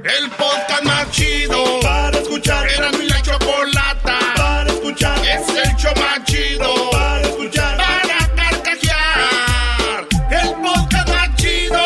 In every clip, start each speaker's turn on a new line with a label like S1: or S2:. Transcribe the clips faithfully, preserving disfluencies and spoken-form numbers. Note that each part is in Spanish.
S1: El podcast más chido para escuchar. Era mi la chocolata para escuchar. Es el show más chido para escuchar. Para carcajear. El podcast más chido.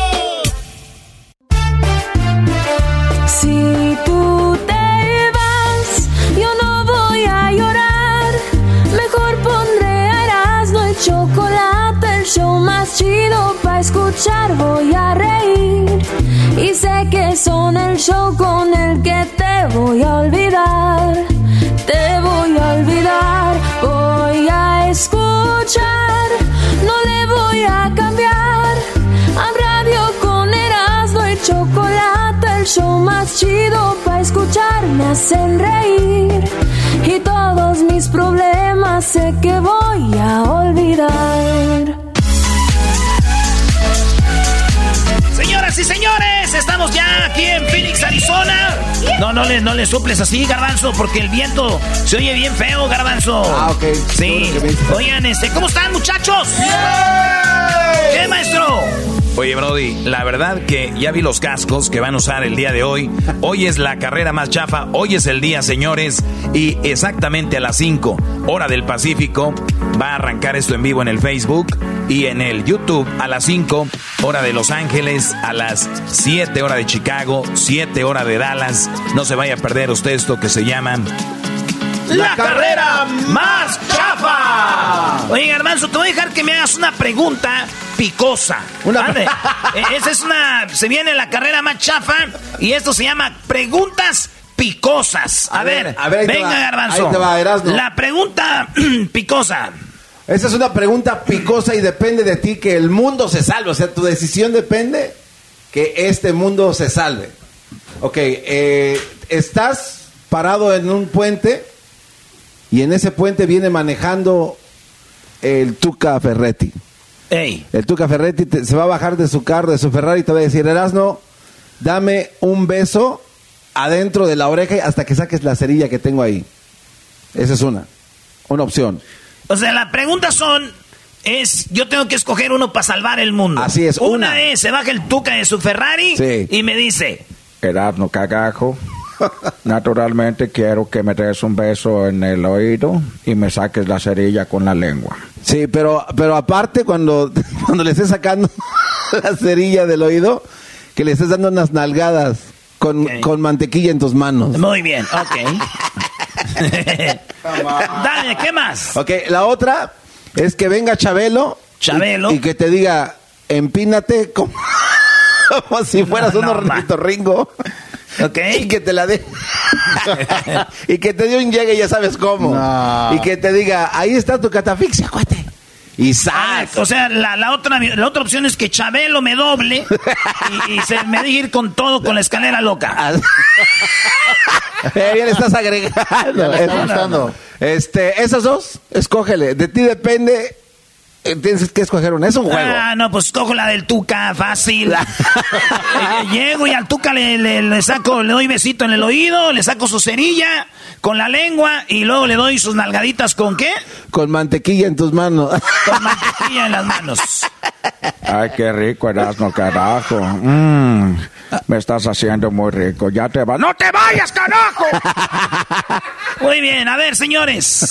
S2: Si tú te vas, yo no voy a llorar. Mejor pondré a Erasmo y chocolate, el show más chido para escuchar. Voy a reír y sé que son el show con el que te voy a olvidar. Te voy a olvidar, voy a escuchar, no le voy a cambiar. A radio con Erasmo y chocolate, el show más chido para escuchar. Me hacen reír y todos mis problemas sé que voy a olvidar.
S3: Señoras y señores, estamos ya aquí en Phoenix, Arizona. No, no le, no le soples así, Garbanzo, porque el viento se oye bien feo, Garbanzo.
S4: Ah, ok.
S3: Sí. Oigan, este, ¿cómo están, muchachos? ¡Yay! ¿Qué, maestro?
S5: Oye, Brody, la verdad que ya vi los cascos que van a usar el día de hoy. Hoy es la carrera más chafa, hoy es el día, señores. Y exactamente a las cinco, hora del Pacífico, va a arrancar esto en vivo en el Facebook y en el YouTube a las cinco, hora de Los Ángeles, a las siete, hora de Chicago, siete, hora de Dallas. No se vaya a perder usted esto que se llama...
S3: ¡La carrera más chafa! Oye, Garbanzo, te voy a dejar que me hagas una pregunta picosa. Una pre- eh, Esa es una... Se viene la carrera más chafa y esto se llama preguntas picosas. A, a ver, ver, a ver venga, va, Garbanzo. Ahí te va, Erasmo. La pregunta picosa.
S4: Esa es una pregunta picosa y depende de ti que el mundo se salve. O sea, tu decisión depende que este mundo se salve. Ok, eh, estás parado en un puente y en ese puente viene manejando el Tuca Ferretti.
S3: Ey.
S4: El Tuca Ferretti te, se va a bajar de su carro, de su Ferrari, y te va a decir: Erasmo, dame un beso adentro de la oreja hasta que saques la cerilla que tengo ahí. Esa es una, una opción.
S3: O sea, la pregunta son, es, yo tengo que escoger uno para salvar el mundo.
S4: Así es, una.
S3: Una es, se baja el Tuca de su Ferrari
S4: sí.
S3: y me dice:
S6: Erasmo Cagajo, naturalmente quiero que me des un beso en el oído y me saques la cerilla con la lengua.
S4: Sí, pero, pero aparte cuando, cuando le estés sacando la cerilla del oído, que le estés dando unas nalgadas con, okay. con mantequilla en tus manos.
S3: Muy bien, ok. Dale, ¿qué más?
S4: Ok, la otra es que venga Chabelo.
S3: Chabelo.
S4: Y, y que te diga: empínate como, como si fueras no, un ornitorrinco.
S3: Okay.
S4: Y que te la dé. Y que te dé un llegue, ya sabes cómo. No. Y que te diga: ahí está tu catafixia, cuate. Y ¡zas!
S3: O sea, la, la, otra, la otra opción es que Chabelo me doble y, y se me deje ir con todo con la escalera loca.
S4: eh, ya le estás agregando. Le está gustando. Este, esas dos, escógele. De ti depende. Tienes que escoger una, es un juego.
S3: Ah, no, pues cojo la del Tuca, fácil. La... Llego y al Tuca le, le, le saco, le doy besito en el oído, le saco su cerilla con la lengua y luego le doy sus nalgaditas ¿con qué?
S4: Con mantequilla en tus manos.
S3: Con mantequilla en las manos.
S6: Ay, qué rico, Erasmo, carajo. Mm, me estás haciendo muy rico. Ya te vas. ¡No te vayas, carajo!
S3: Muy bien, a ver, señores.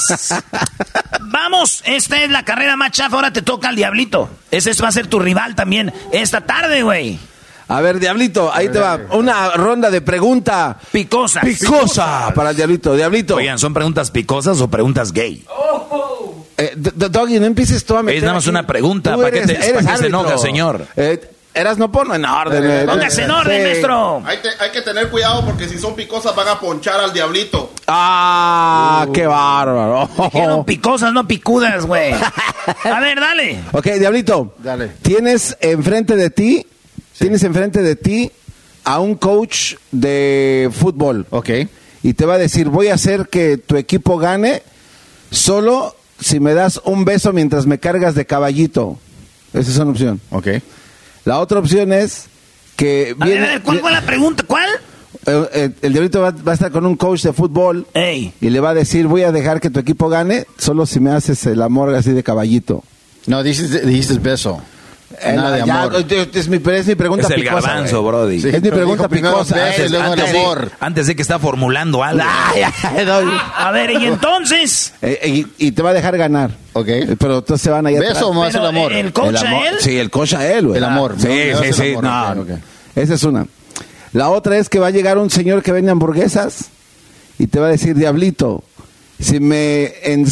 S3: Vamos, esta es la carrera más chafa. Ahora te toca al Diablito. Ese va a ser tu rival también esta tarde, güey.
S4: A ver, Diablito, ahí te va. Una ronda de pregunta
S3: picosas.
S4: Picosa Picosas. Para el Diablito. Diablito.
S5: Oigan, ¿son preguntas picosas o preguntas gay?
S4: Oh. Eh, Doggy, no empieces tú a meter.
S5: Es nada más
S4: aquí.
S5: una pregunta. ¿Para qué, te, ¿para qué se enoja, señor?
S4: Eh, Eras no ponlo en orden. Eh,
S3: Póngase en orden, sí. maestro.
S1: Hay, te, hay que tener cuidado porque si son picosas van a ponchar al Diablito.
S4: Ah, uh. qué bárbaro.
S3: Dijeron picosas, no picudas, güey. A ver, dale.
S4: Ok, Diablito.
S7: Dale.
S4: Tienes enfrente de ti, sí. tienes enfrente de ti a un coach de fútbol.
S7: Ok.
S4: Y te va a decir: voy a hacer que tu equipo gane solo si me das un beso mientras me cargas de caballito. Esa es una opción.
S7: Ok.
S4: La otra opción es que...
S3: A
S4: viene,
S3: ver, a ver, ¿cuál fue la pregunta? ¿Cuál?
S4: El, el, el Diablito va, va a estar con un coach de fútbol.
S3: Ey.
S4: Y le va a decir: voy a dejar que tu equipo gane solo si me haces el amor así de caballito.
S7: No, dijiste, dijiste beso.
S4: Eh,
S7: Nada de
S4: ya,
S7: amor.
S4: Es, es mi, es mi pregunta
S5: Es el
S4: picosa.
S5: garbanzo,
S4: güey.
S5: brody.
S7: Sí,
S4: es mi pregunta picosa.
S7: Besos, luego
S5: Antes,
S7: el amor.
S5: antes de que está formulando algo.
S4: Ay, ay, no.
S3: A ver, y entonces.
S4: Eh, eh, y, y te va a dejar ganar.
S7: Ok.
S4: Eh, Pero entonces se van a ir
S7: ¿Beso o más el
S3: Pero,
S7: amor?
S3: ¿el coach
S4: El
S3: a
S4: amor.
S3: él?
S4: Sí, el coach a él, güey.
S7: El amor.
S4: Sí,
S7: ¿no? Le
S4: sí,
S7: das el
S4: sí.
S7: amor.
S4: No,
S7: Ok,
S4: no.
S7: ok.
S4: Esa es una. La otra es que va a llegar un señor que vende hamburguesas y te va a decir, diablito, si me, en-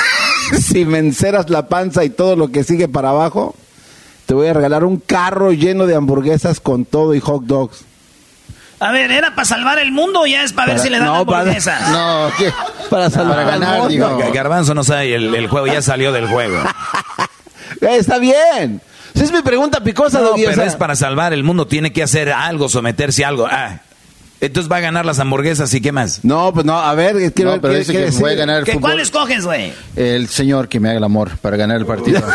S4: si me enceras la panza y todo lo que sigue para abajo, te voy a regalar un carro lleno de hamburguesas con todo y hot dogs.
S3: A ver, ¿era para salvar el mundo o ya es para ver
S4: Para-
S3: si le dan
S4: no,
S3: hamburguesa?
S7: No, ¿qué?
S4: Para salvar
S7: Para
S4: al
S7: ganar,
S4: mundo.
S7: digo.
S5: Gar- Garbanzo no sabe, el, el juego ya salió del juego.
S4: Eh, Está bien. Esa es mi pregunta picosa,
S5: No,
S4: Doggy, o
S5: pero
S4: sea,
S5: es para salvar el mundo, tiene que hacer algo, someterse a algo. Ah, entonces va a ganar las hamburguesas y qué más.
S4: No, pues no, a ver, quiero
S7: No,
S4: ver
S7: pero
S4: qué-
S7: dice
S4: qué
S7: que
S4: decir.
S7: voy a ganar el
S3: ¿Qué,
S7: fútbol.
S3: ¿Cuál escoges, güey?
S7: El señor que me haga el amor para ganar el partido.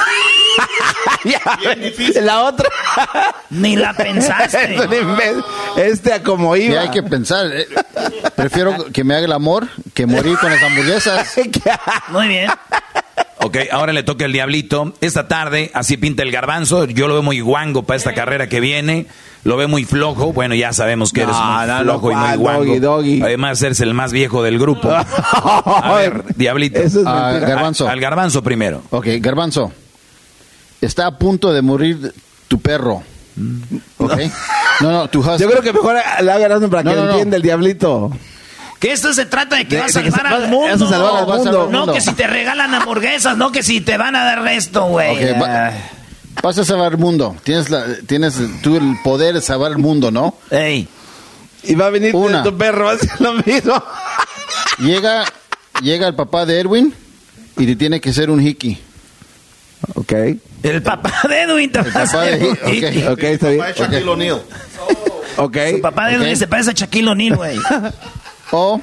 S4: Ya, la otra.
S3: Ni la pensaste.
S4: Es un imbécil. Este a como
S7: Y
S4: iba.
S7: hay que pensar. eh, Prefiero que me haga el amor que morir con las hamburguesas.
S3: Muy bien.
S5: Ok, ahora le toca el diablito. Esta tarde, así pinta el garbanzo. Yo lo veo muy guango para esta carrera que viene. Lo veo muy flojo. Bueno, ya sabemos que eres
S4: No,
S5: muy
S4: no,
S5: flojo
S4: no,
S5: y muy
S4: Juan,
S5: guango.
S4: doggy, doggy.
S5: Además, eres el más viejo del grupo. A ver, diablito.
S4: Eso es
S7: Ah,
S4: mentira.
S7: garbanzo.
S5: Al garbanzo primero.
S7: Ok, Garbanzo. Está a punto de morir tu perro. Ok. No, no, tu husky.
S4: Yo creo que mejor la agarrando para que
S7: No, no, no.
S4: entienda el diablito.
S3: Que esto se trata de que
S4: De-
S3: vas
S4: de
S3: a
S4: que
S3: salvar
S4: se-
S3: al
S4: vas-
S3: mundo.
S4: vas a salvar al
S7: vas a
S4: mundo.
S7: salvar al
S3: No,
S7: mundo.
S3: que si te regalan hamburguesas, no que si te van a dar resto, güey.
S7: Ok, va- vas a salvar el mundo. Tienes, la, tienes tú el poder de salvar el mundo, ¿no?
S3: Ey.
S4: Y va a venir
S7: Una.
S4: tu perro, va a hacer lo mismo.
S7: Llega, llega el papá de Edwin y te tiene que hacer un hiki.
S4: Ok,
S3: El papá de Edwin te
S7: El
S3: va a
S7: papá
S3: hacer
S7: de-
S3: un
S7: ok.
S3: hiki.
S4: ok, está bien.
S1: Shaquille O'Neal.
S4: Ok.
S3: El papá de Edwin
S7: Ok.
S3: se parece a Shaquille O'Neal, güey.
S7: O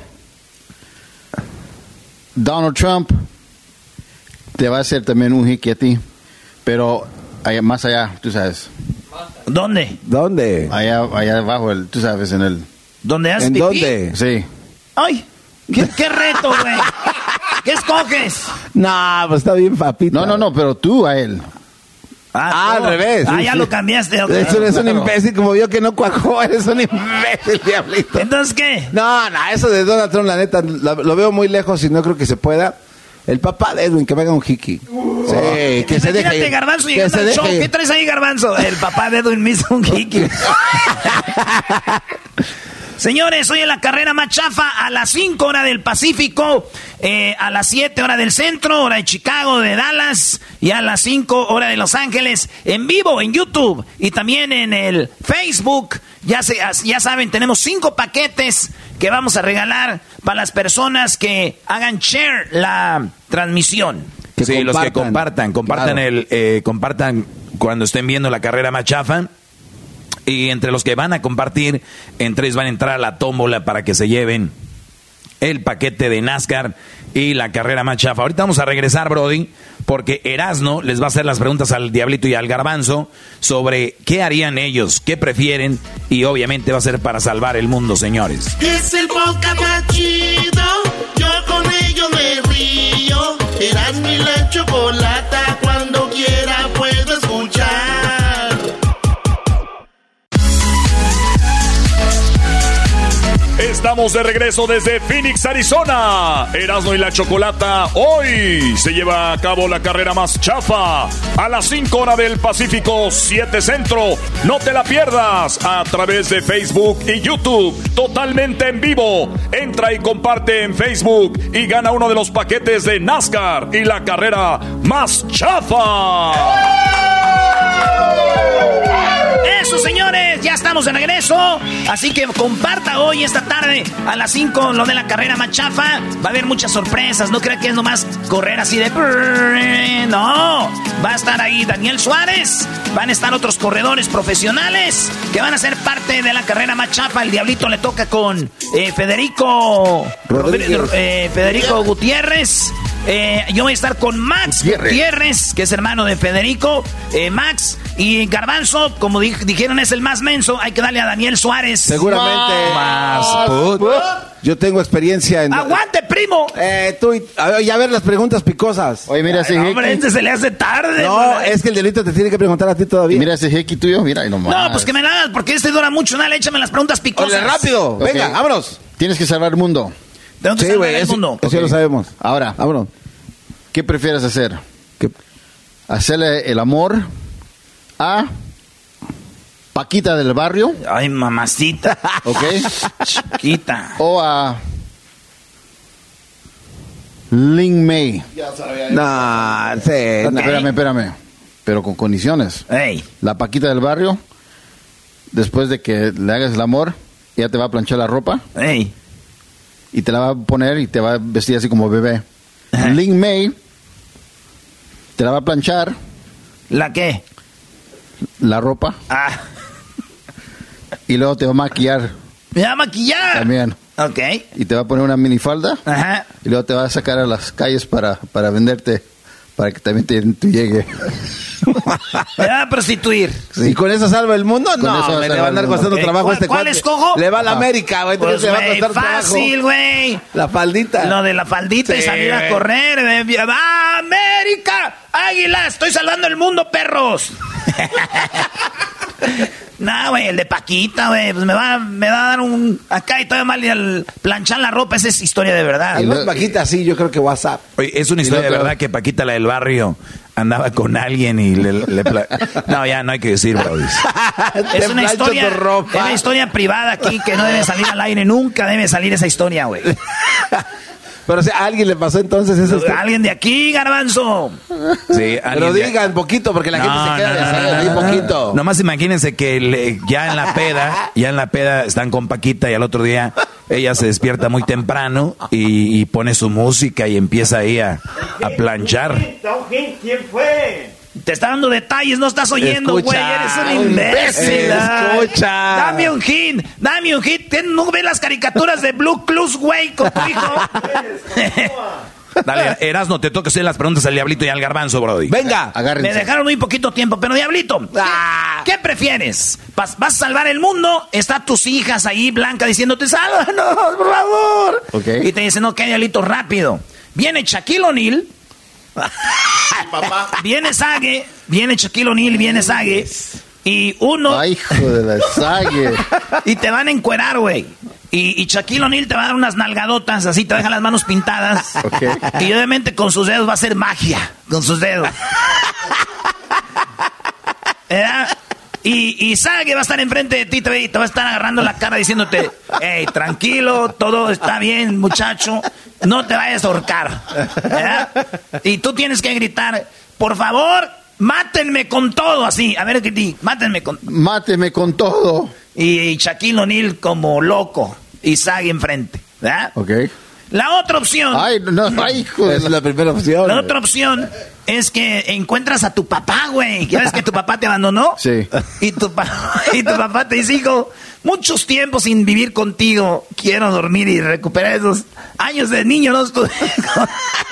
S7: Donald Trump te va a hacer también un hiki a ti. Pero allá, más allá, tú sabes.
S3: ¿Dónde?
S4: ¿Dónde?
S7: Allá, allá abajo, el, tú sabes, en el...
S3: ¿Dónde haces
S4: ¿En
S3: pipí?
S4: dónde?
S7: Sí.
S3: Ay, qué, qué reto, güey. ¿Qué escoges?
S4: No, pues está bien, papito.
S7: No, no, no, pero tú a él.
S4: Ah,
S3: no.
S4: al revés.
S3: Ah,
S4: Sí,
S3: ya
S4: sí.
S3: lo cambiaste. ok.
S4: Eso eres un
S7: Claro.
S4: imbécil, como vio que no cuajó, eres un imbécil, diablito.
S3: Entonces, ¿qué?
S4: No, no, eso de Donald Trump, la neta, lo, lo veo muy lejos y no creo que se pueda. El papá de Edwin, que me haga un hiki. Sí, que se
S3: Imagínate,
S4: deje.
S3: Garbanzo
S4: que
S3: llegando
S4: se
S3: al show.
S4: deje.
S3: ¿Qué traes ahí, Garbanzo? El papá de Edwin me hizo un hiki. Señores, hoy en la carrera más chafa a las cinco hora del Pacífico, eh, a las siete hora del centro, hora de Chicago, de Dallas, y a las cinco hora de Los Ángeles, en vivo en YouTube y también en el Facebook. Ya, se, ya saben, tenemos cinco paquetes que vamos a regalar para las personas que hagan share la transmisión.
S4: Que
S5: Sí, los que
S4: compartan.
S5: compartan, compartan
S4: Claro.
S5: el, eh, compartan cuando estén viendo la carrera más chafa. Y entre los que van a compartir, entre ellos van a entrar a la tómbola para que se lleven el paquete de NASCAR y la carrera más chafa. Ahorita vamos a regresar, Brody, porque Erasno les va a hacer las preguntas al Diablito y al Garbanzo sobre qué harían ellos, qué prefieren, y obviamente va a ser para salvar el mundo, señores.
S1: Es el podcast más chido. Yo con ello me río. Eras mi la chocolata. Cuando quiera puedo escuchar.
S8: Estamos de regreso desde Phoenix, Arizona. Erasmo y la Chocolata. Hoy se lleva a cabo la carrera más chafa. A las cinco horas del Pacífico, siete Centro. No te la pierdas a través de Facebook y YouTube. Totalmente en vivo. Entra y comparte en Facebook y gana uno de los paquetes de NASCAR y la carrera más chafa.
S3: Eso, señores, ya estamos de regreso. Así que comparta hoy, esta tarde, a las cinco, lo de la carrera más chafa. Va a haber muchas sorpresas. No crean que es nomás correr así de... No, va a estar ahí Daniel Suárez. Van a estar otros corredores profesionales que van a ser parte de la carrera más chafa. El Diablito le toca con eh, Federico
S4: Rodríguez.
S3: Rodri- eh, Federico Gutiérrez. Eh, yo voy a estar con Max
S7: Gutiérrez.
S3: Gutiérrez, que es hermano de Federico. Eh, Max y Garbanzo, como di- dijeron, es el más menso. Hay que darle a Daniel Suárez.
S4: Seguramente.
S5: Más put.
S4: Yo tengo experiencia en.
S3: ¡Aguante, P R primo.
S4: Eh, tú, y, a ver, ya ver las preguntas picosas.
S7: Oye, mira ese
S3: Ay, hombre,
S7: jeque.
S3: este se le hace tarde.
S4: No,
S3: güey.
S4: es que el delito te tiene que preguntar a ti todavía.
S7: Mira ese jeque tuyo, mira, y nomás.
S3: No, pues que me la hagas, porque este dura mucho. Dale, échame las preguntas picosas.
S4: Órale, rápido.
S7: Ok.
S4: Venga, vámonos.
S7: Tienes que salvar el mundo.
S3: Tengo que
S4: Sí,
S3: salvar
S4: güey,
S3: el
S4: eso,
S3: mundo.
S4: eso ya lo sabemos.
S7: Ahora,
S4: Vámonos.
S7: ¿qué prefieres hacer?
S4: ¿Qué?
S7: ¿Hacerle el amor a Paquita del barrio,
S3: Ay, mamacita.
S7: ok?
S3: Chiquita.
S7: O a Lin May.
S4: No, sí, no.
S7: Espérame, espérame. Pero con condiciones.
S3: Ey.
S7: La Paquita del barrio, después de que le hagas el amor, ella te va a planchar la ropa
S3: Ey.
S7: y te la va a poner y te va a vestir así como bebé.
S3: Ajá.
S7: Lin May te la va a planchar
S3: ¿La qué?
S7: la ropa
S3: Ah.
S7: y luego te va a maquillar
S3: Me va a maquillar.
S7: también.
S3: Ok.
S7: Y te va a poner una minifalda
S3: Ajá.
S7: y luego te va a sacar a las calles para, para venderte, para que también te, te llegue.
S3: Me va a prostituir.
S4: ¿Y con eso salva el mundo?
S7: Con
S4: No,
S7: eso
S4: me le
S7: salva
S4: va a
S7: el
S4: andar
S7: mundo.
S4: costando
S3: Ok,
S4: trabajo a
S3: ¿cuál-
S4: este
S3: cuál
S4: cuate.
S3: escojo?
S4: Le va a la
S7: Ah.
S4: América, güey.
S3: Pues,
S4: Entonces le va a
S3: güey,
S4: costar
S3: fácil,
S4: trabajo.
S3: güey.
S4: La faldita.
S3: Lo de la faldita y
S4: Sí,
S3: salir a
S4: güey.
S3: correr. eh, ¡Va, América! ¡Águila! ¡Estoy salvando el mundo, perros! No, güey, el de Paquita, güey. Pues me va, me va a dar un... Acá y todavía mal y al planchar la ropa. Esa es historia de verdad.
S4: Además, Paquita, sí, yo creo que WhatsApp.
S5: Oye, es una historia de
S4: luego-
S5: verdad que Paquita, la del barrio, andaba con alguien y le... le pla- no, ya no hay que decir, bro.
S3: Es una historia, es una historia privada aquí que no debe salir al aire. Nunca debe salir esa historia, güey.
S4: Pero o sea, a alguien le pasó entonces eso.
S3: Alguien de aquí, Garbanzo.
S5: Sí,
S4: Pero
S5: alguien de-
S4: digan poquito porque la
S5: No,
S4: gente se queda
S5: no,
S4: de
S5: no,
S4: saber,
S5: no,
S4: di
S5: no, no.
S4: poquito.
S5: Nomás imagínense que le- ya en la peda, ya en la peda están con Paquita y al otro día ella se despierta muy temprano y, y pone su música y empieza ahí a, a planchar.
S3: ¿Quién fue? Te está dando detalles, no estás oyendo, güey.
S4: Escucha,
S3: Eres un imbécil.
S4: imbécil,
S3: ay.
S4: escucha.
S3: Dame un hit, dame un hit. ¿Tien- ¿No ves las caricaturas de Blue Clues, güey, con tu hijo?
S5: Dale, Erasno, te toca hacer las preguntas al Diablito y al Garbanzo, brody.
S4: Venga.
S3: Me
S7: Agárrense.
S3: dejaron muy poquito tiempo, pero Diablito, ¿qué,
S4: Ah.
S3: qué prefieres? ¿Vas, vas a salvar el mundo? Están tus hijas ahí, Blanca, diciéndote, sálvanos, por favor.
S7: Ok.
S3: Y te dicen, ok, Diablito, rápido. Viene Shaquille O'Neal. Viene Sage, viene Shaquille O'Neal, viene Sage. Y uno...
S7: Ay, hijo de la sague.
S3: Y te van a encuerar, güey. Y, y Shaquille O'Neal te va a dar unas nalgadotas, así te va a dejar las manos pintadas.
S7: Ok.
S3: Y obviamente con sus dedos va a ser magia. Con sus dedos. ¿Verdad? Y, y Sage va a estar enfrente de ti te va- y te va a estar agarrando la cara diciéndote, hey, tranquilo, todo está bien, muchacho. No te vayas a ahorcar. ¿Verdad? Y tú tienes que gritar, por favor, mátenme con todo, así. A ver, que di, mátenme con...
S7: Máteme con todo.
S3: Y Shaquille O'Neal como loco. Y Sage enfrente. ¿Verdad?
S7: Ok.
S3: La otra opción...
S7: Ay, no, ay, hijo de
S4: Esa es
S7: la...
S4: la primera opción.
S3: La otra opción es que encuentras a tu papá, güey. ¿Ya ves que tu papá te abandonó?
S7: Sí.
S3: Y tu, pa- y tu papá te dice, hijo, muchos tiempos sin vivir contigo. Quiero dormir y recuperar esos años de niño. No estuve con-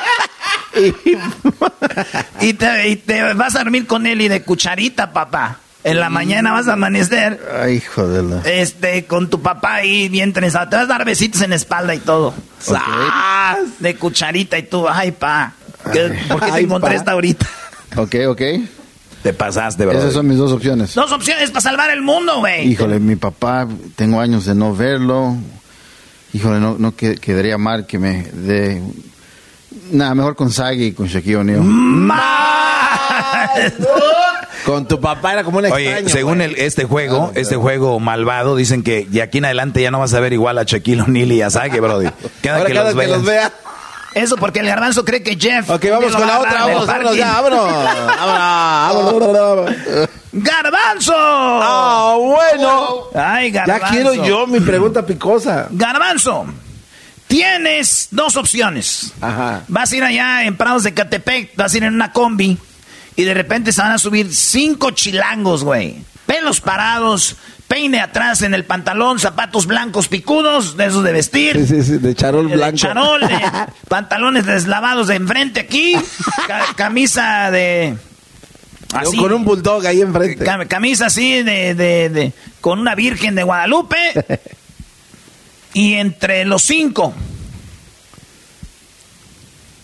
S3: y, te, y te vas a dormir con él y de cucharita, papá. En la mañana vas a amanecer
S7: Ay, hijo de la...
S3: este, con tu papá ahí bien trenzado. Te vas a dar besitos en la espalda y todo. ¡Zas! De cucharita y tú, ay, pa. ¿qué- ¿Por qué te
S4: Ay,
S3: encontré
S4: pa.
S3: esta ahorita?
S7: Ok, ok.
S5: Te pasaste, bro.
S7: Esas son mis dos opciones.
S3: Dos opciones para salvar el mundo, güey.
S7: Híjole, mi papá, tengo años de no verlo. Híjole, no, no que- quedaría mal que me dé... Nada, mejor con Sagi y con Shaquille O'Neal.
S3: ¡Más!
S4: Con tu papá era como un extraño.
S5: Oye, según
S4: güey.
S5: el, este juego, este juego malvado, dicen que de aquí en adelante ya no vas a ver igual a Shaquille O'Neal y a Sage, brody. Cada
S4: Ahora
S5: que
S4: cada
S5: los
S4: que
S5: veas.
S4: los vea.
S3: Eso porque el garbanzo cree que Jeff...
S4: Ok, vamos
S3: lo
S4: con
S3: va
S4: la
S3: a
S4: otra.
S3: agarrar del
S4: Vámonos, vámonos ya,
S3: parking.
S4: vámonos. Vámonos, vámonos.
S3: ¡Garbanzo!
S4: Ah, bueno.
S3: Ay, garbanzo.
S4: Ya quiero yo mi pregunta picosa.
S3: Garbanzo, tienes dos opciones.
S4: Ajá.
S3: Vas a ir allá en Prados de Catepec, vas a ir en una combi y de repente se van a subir cinco chilangos, güey. Pelos parados, peine atrás en el pantalón, zapatos blancos picudos, de esos de vestir.
S4: Sí, sí, sí, de charol
S3: De
S4: blanco.
S3: charol, de pantalones deslavados de enfrente aquí, ca- camisa de... así,
S4: Con un bulldog ahí enfrente.
S3: cam- camisa así de, de, de... con una virgen de Guadalupe. Y entre los cinco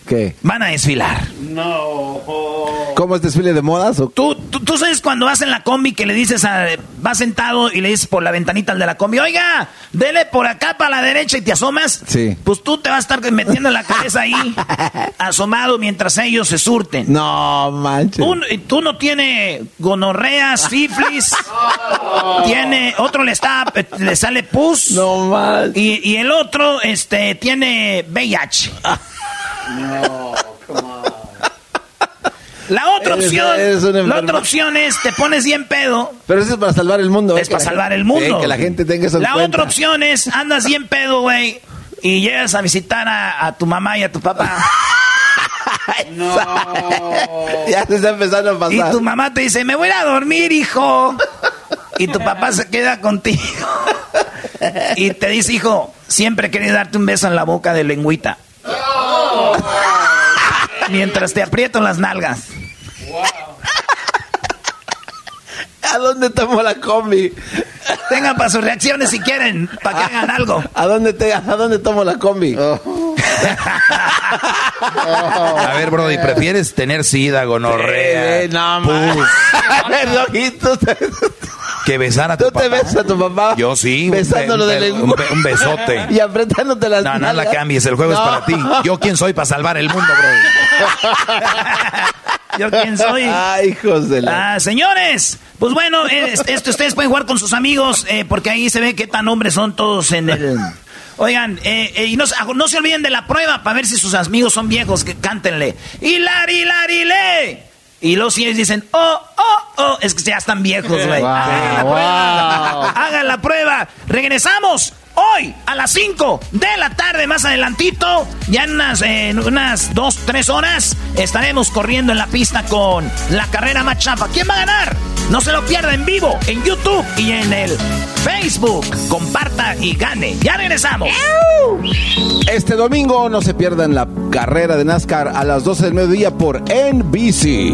S4: ¿Qué?
S3: Van a desfilar.
S4: No. ¿Cómo es desfile de modas? O?
S3: ¿Tú, tú, tú sabes cuando vas en la combi que le dices a... Vas sentado y le dices por la ventanita al de la combi, oiga, dele por acá para la derecha y te asomas.
S4: Sí.
S3: Pues tú te vas a estar metiendo la cabeza ahí, asomado mientras ellos se surten.
S4: No, manches.
S3: Tú, tú no tienes gonorrea, sífilis. Tiene... Otro le está... Le sale pus.
S4: No, manches.
S3: Y, y el otro, este, tiene V I H.
S4: No, come on.
S3: La otra
S4: Eres-
S3: opción,
S4: eres un
S3: la
S4: enfermo.
S3: otra opción es te pones bien pedo.
S4: Pero eso es para salvar el mundo.
S3: Es
S4: ¿eh?
S3: para
S4: Que la
S3: salvar
S4: gente-
S3: el mundo.
S4: Sí, que la gente tenga eso en
S3: La
S4: cuenta.
S3: otra opción es andas bien pedo, güey, y llegas a visitar a, a tu mamá y a tu papá.
S4: No. Ya se está empezando a pasar.
S3: Y tu mamá te dice, me voy a ir a dormir, hijo. Y tu papá se queda contigo. Y te dice, hijo, siempre he querido darte un beso en la boca de lengüita. Mientras te aprieto las nalgas.
S4: ¿A dónde tomo la combi?
S3: Tengan para sus reacciones si quieren, para que hagan algo.
S4: ¿A dónde, te, ¿A dónde tomo la combi?
S5: A ver, Brody, ¿prefieres tener sida, gonorrea,
S4: Sí, no,
S5: pus,
S4: man. A ver, Doggy, te,
S5: que besar a tu
S4: ¿tú
S5: papá?
S4: te besas a tu papá?
S5: Yo sí. un
S4: Besándolo
S5: be-
S4: de
S5: un,
S4: lengua.
S5: be- un besote.
S4: Y apretándote las
S5: No, no la
S4: nalgas.
S5: cambies, el juego
S4: No.
S5: es para ti. ¿Yo quién soy para salvar el mundo, Brody?
S3: ¿Yo quién soy?
S4: Ay, hijos de la...
S3: Ah, señores, pues bueno, eh, esto ustedes pueden jugar con sus amigos, eh, porque ahí se ve qué tan hombres son todos en el... Oigan, eh, eh, y no, se- no se olviden de la prueba para ver si sus amigos son viejos, que cántenle. ¡Hilari, hilari, le! Y los ellos dicen, oh, oh, oh, es que ya están viejos, güey.
S7: Wow,
S3: Hagan la
S7: wow.
S3: prueba. Hagan la prueba. Regresamos hoy a las cinco de la tarde, más adelantito. Ya en unas, eh, en unas dos, tres horas estaremos corriendo en la pista con la carrera más chafa. ¿Quién va a ganar? No se lo pierda en vivo, en YouTube y en el Facebook. Comparta y gane. Ya regresamos.
S4: Este domingo no se pierdan la carrera de NASCAR a las doce del mediodía por N B C.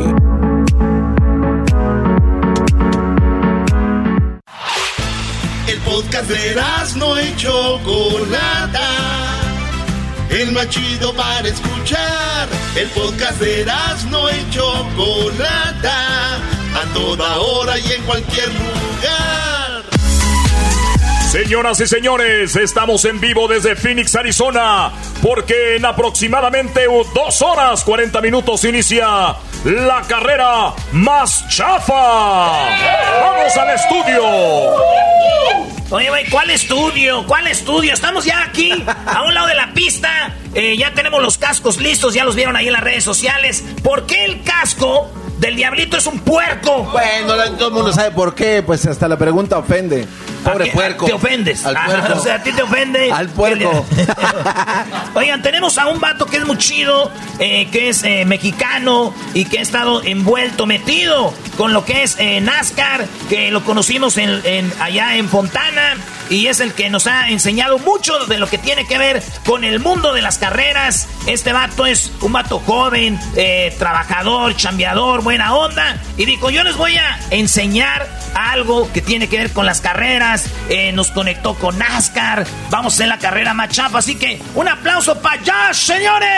S1: El podcast de Erasmo y Chocolata, el más chido para escuchar. El podcast de Erasmo y Chocolata, a toda hora y en cualquier lugar.
S8: Señoras y señores, estamos en vivo desde Phoenix, Arizona, porque en aproximadamente dos horas cuarenta minutos inicia la carrera más chafa. ¡Vamos al estudio!
S3: Oye, güey, ¿cuál estudio? ¿Cuál estudio? Estamos ya aquí, a un lado de la pista. Eh, ya tenemos los cascos listos, ya los vieron ahí en las redes sociales. ¿Por qué el casco del Diablito es un puerco?
S4: Bueno, la- todo el mundo sabe por qué, pues hasta la pregunta ofende. Pobre
S3: ¿A qué-
S4: puerco.
S3: Te ofendes.
S4: Al
S3: Ah,
S4: puerco.
S3: o sea, a ti te ofende.
S4: Al puerco.
S3: Oigan, tenemos a un vato que es muy chido, eh, que es eh, mexicano y que ha estado envuelto, metido con lo que es eh, NASCAR, que lo conocimos en, en- allá en Fontana, y es el que nos ha enseñado mucho de lo que tiene que ver con el mundo de las carreras. Este vato es un vato joven, eh, trabajador, chambeador, buena onda, y dijo, yo les voy a enseñar algo que tiene que ver con las carreras. Eh, nos conectó con NASCAR, vamos a hacer la carrera más chafa, así que un aplauso para Josh, señores.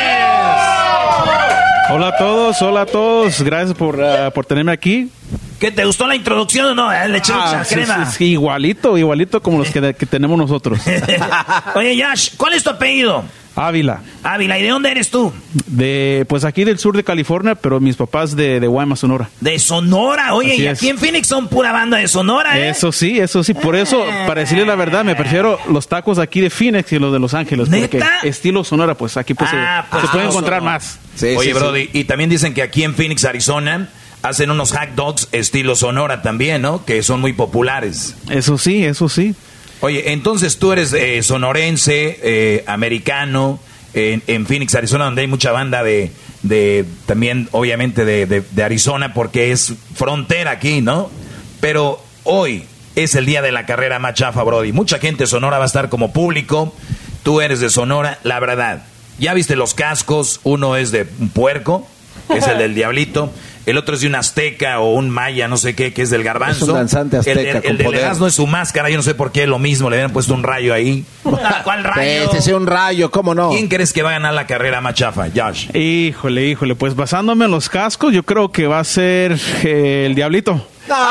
S9: Hola a todos, hola a todos, gracias por, uh, por tenerme aquí.
S3: ¿Qué te gustó la introducción o no? Eh, Le eché mucha
S9: Ah, sí,
S3: crema.
S9: sí, sí, igualito, igualito como los que, que tenemos nosotros.
S3: Oye, Josh, ¿cuál es tu apellido?
S9: Ávila,
S3: Ávila, ¿y de dónde eres tú?
S9: de pues aquí del sur de California, pero mis papás de, de Guaymas, Sonora.
S3: De Sonora. Oye,
S9: Así
S3: y
S9: es.
S3: aquí en Phoenix son pura banda de Sonora, ¿eh?
S9: Eso sí, eso sí, por eso, para decirle la verdad, me prefiero los tacos aquí de Phoenix y los de Los Ángeles. Porque
S3: ¿Neta?
S9: estilo Sonora, pues aquí pues,
S3: Ah,
S9: se,
S3: pues,
S9: se puede
S3: no,
S9: encontrar
S3: Sonora.
S9: más.
S4: Sí,
S5: Oye,
S4: sí,
S5: Brody,
S4: sí.
S5: y también dicen que aquí en Phoenix, Arizona, hacen unos hot dogs estilo Sonora también, ¿no? Que son muy populares.
S9: Eso sí, eso sí.
S5: Oye, entonces tú eres eh, sonorense, eh, americano, en, en Phoenix, Arizona, donde hay mucha banda de, de también, obviamente, de, de, de Arizona, porque es frontera aquí, ¿no? Pero hoy es el día de la carrera más chafa, Brody. Mucha gente de Sonora va a estar como público. Tú eres de Sonora, la verdad. Ya viste los cascos, uno es de un puerco, que es el del Diablito. el otro es de un azteca o un maya, no sé qué, que es del Garbanzo.
S4: Es un danzante azteca.
S5: El, el,
S4: con
S5: el del
S4: poder.
S5: Erasmo es su máscara, yo no sé por qué lo mismo, le habían puesto un rayo ahí.
S3: ¿Cuál rayo?
S4: Este sea un rayo, ¿cómo no?
S5: ¿Quién crees que va a ganar la carrera más chafa, Josh?
S9: Híjole, híjole, pues basándome en los cascos, yo creo que va a ser eh, el Diablito.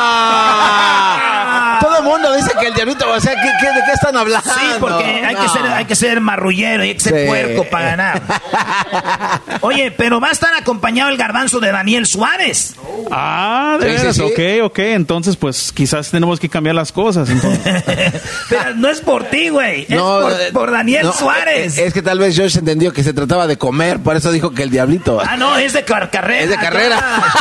S4: ¡Ah! Todo el mundo dice que el Diablito, o sea, ¿qué, qué, ¿de qué están hablando?
S3: Sí, porque hay,
S4: no.
S3: que ser, hay que ser marrullero y hay que ser
S4: Sí.
S3: puerco para ganar. Oye, pero va a estar acompañado el Garbanzo de Daniel Suárez.
S9: Ah, de
S4: Sí,
S9: veras,
S4: sí, sí.
S9: ok, ok, entonces pues quizás tenemos que cambiar las cosas. Entonces.
S3: Pero no es por ti, güey. Es
S4: No,
S3: por,
S4: eh,
S3: por Daniel
S4: no,
S3: Suárez.
S4: Es, es que tal vez Josh entendió que se trataba de comer, por eso dijo que el Diablito.
S3: Ah, no, es de car carrera.
S4: Es de carrera.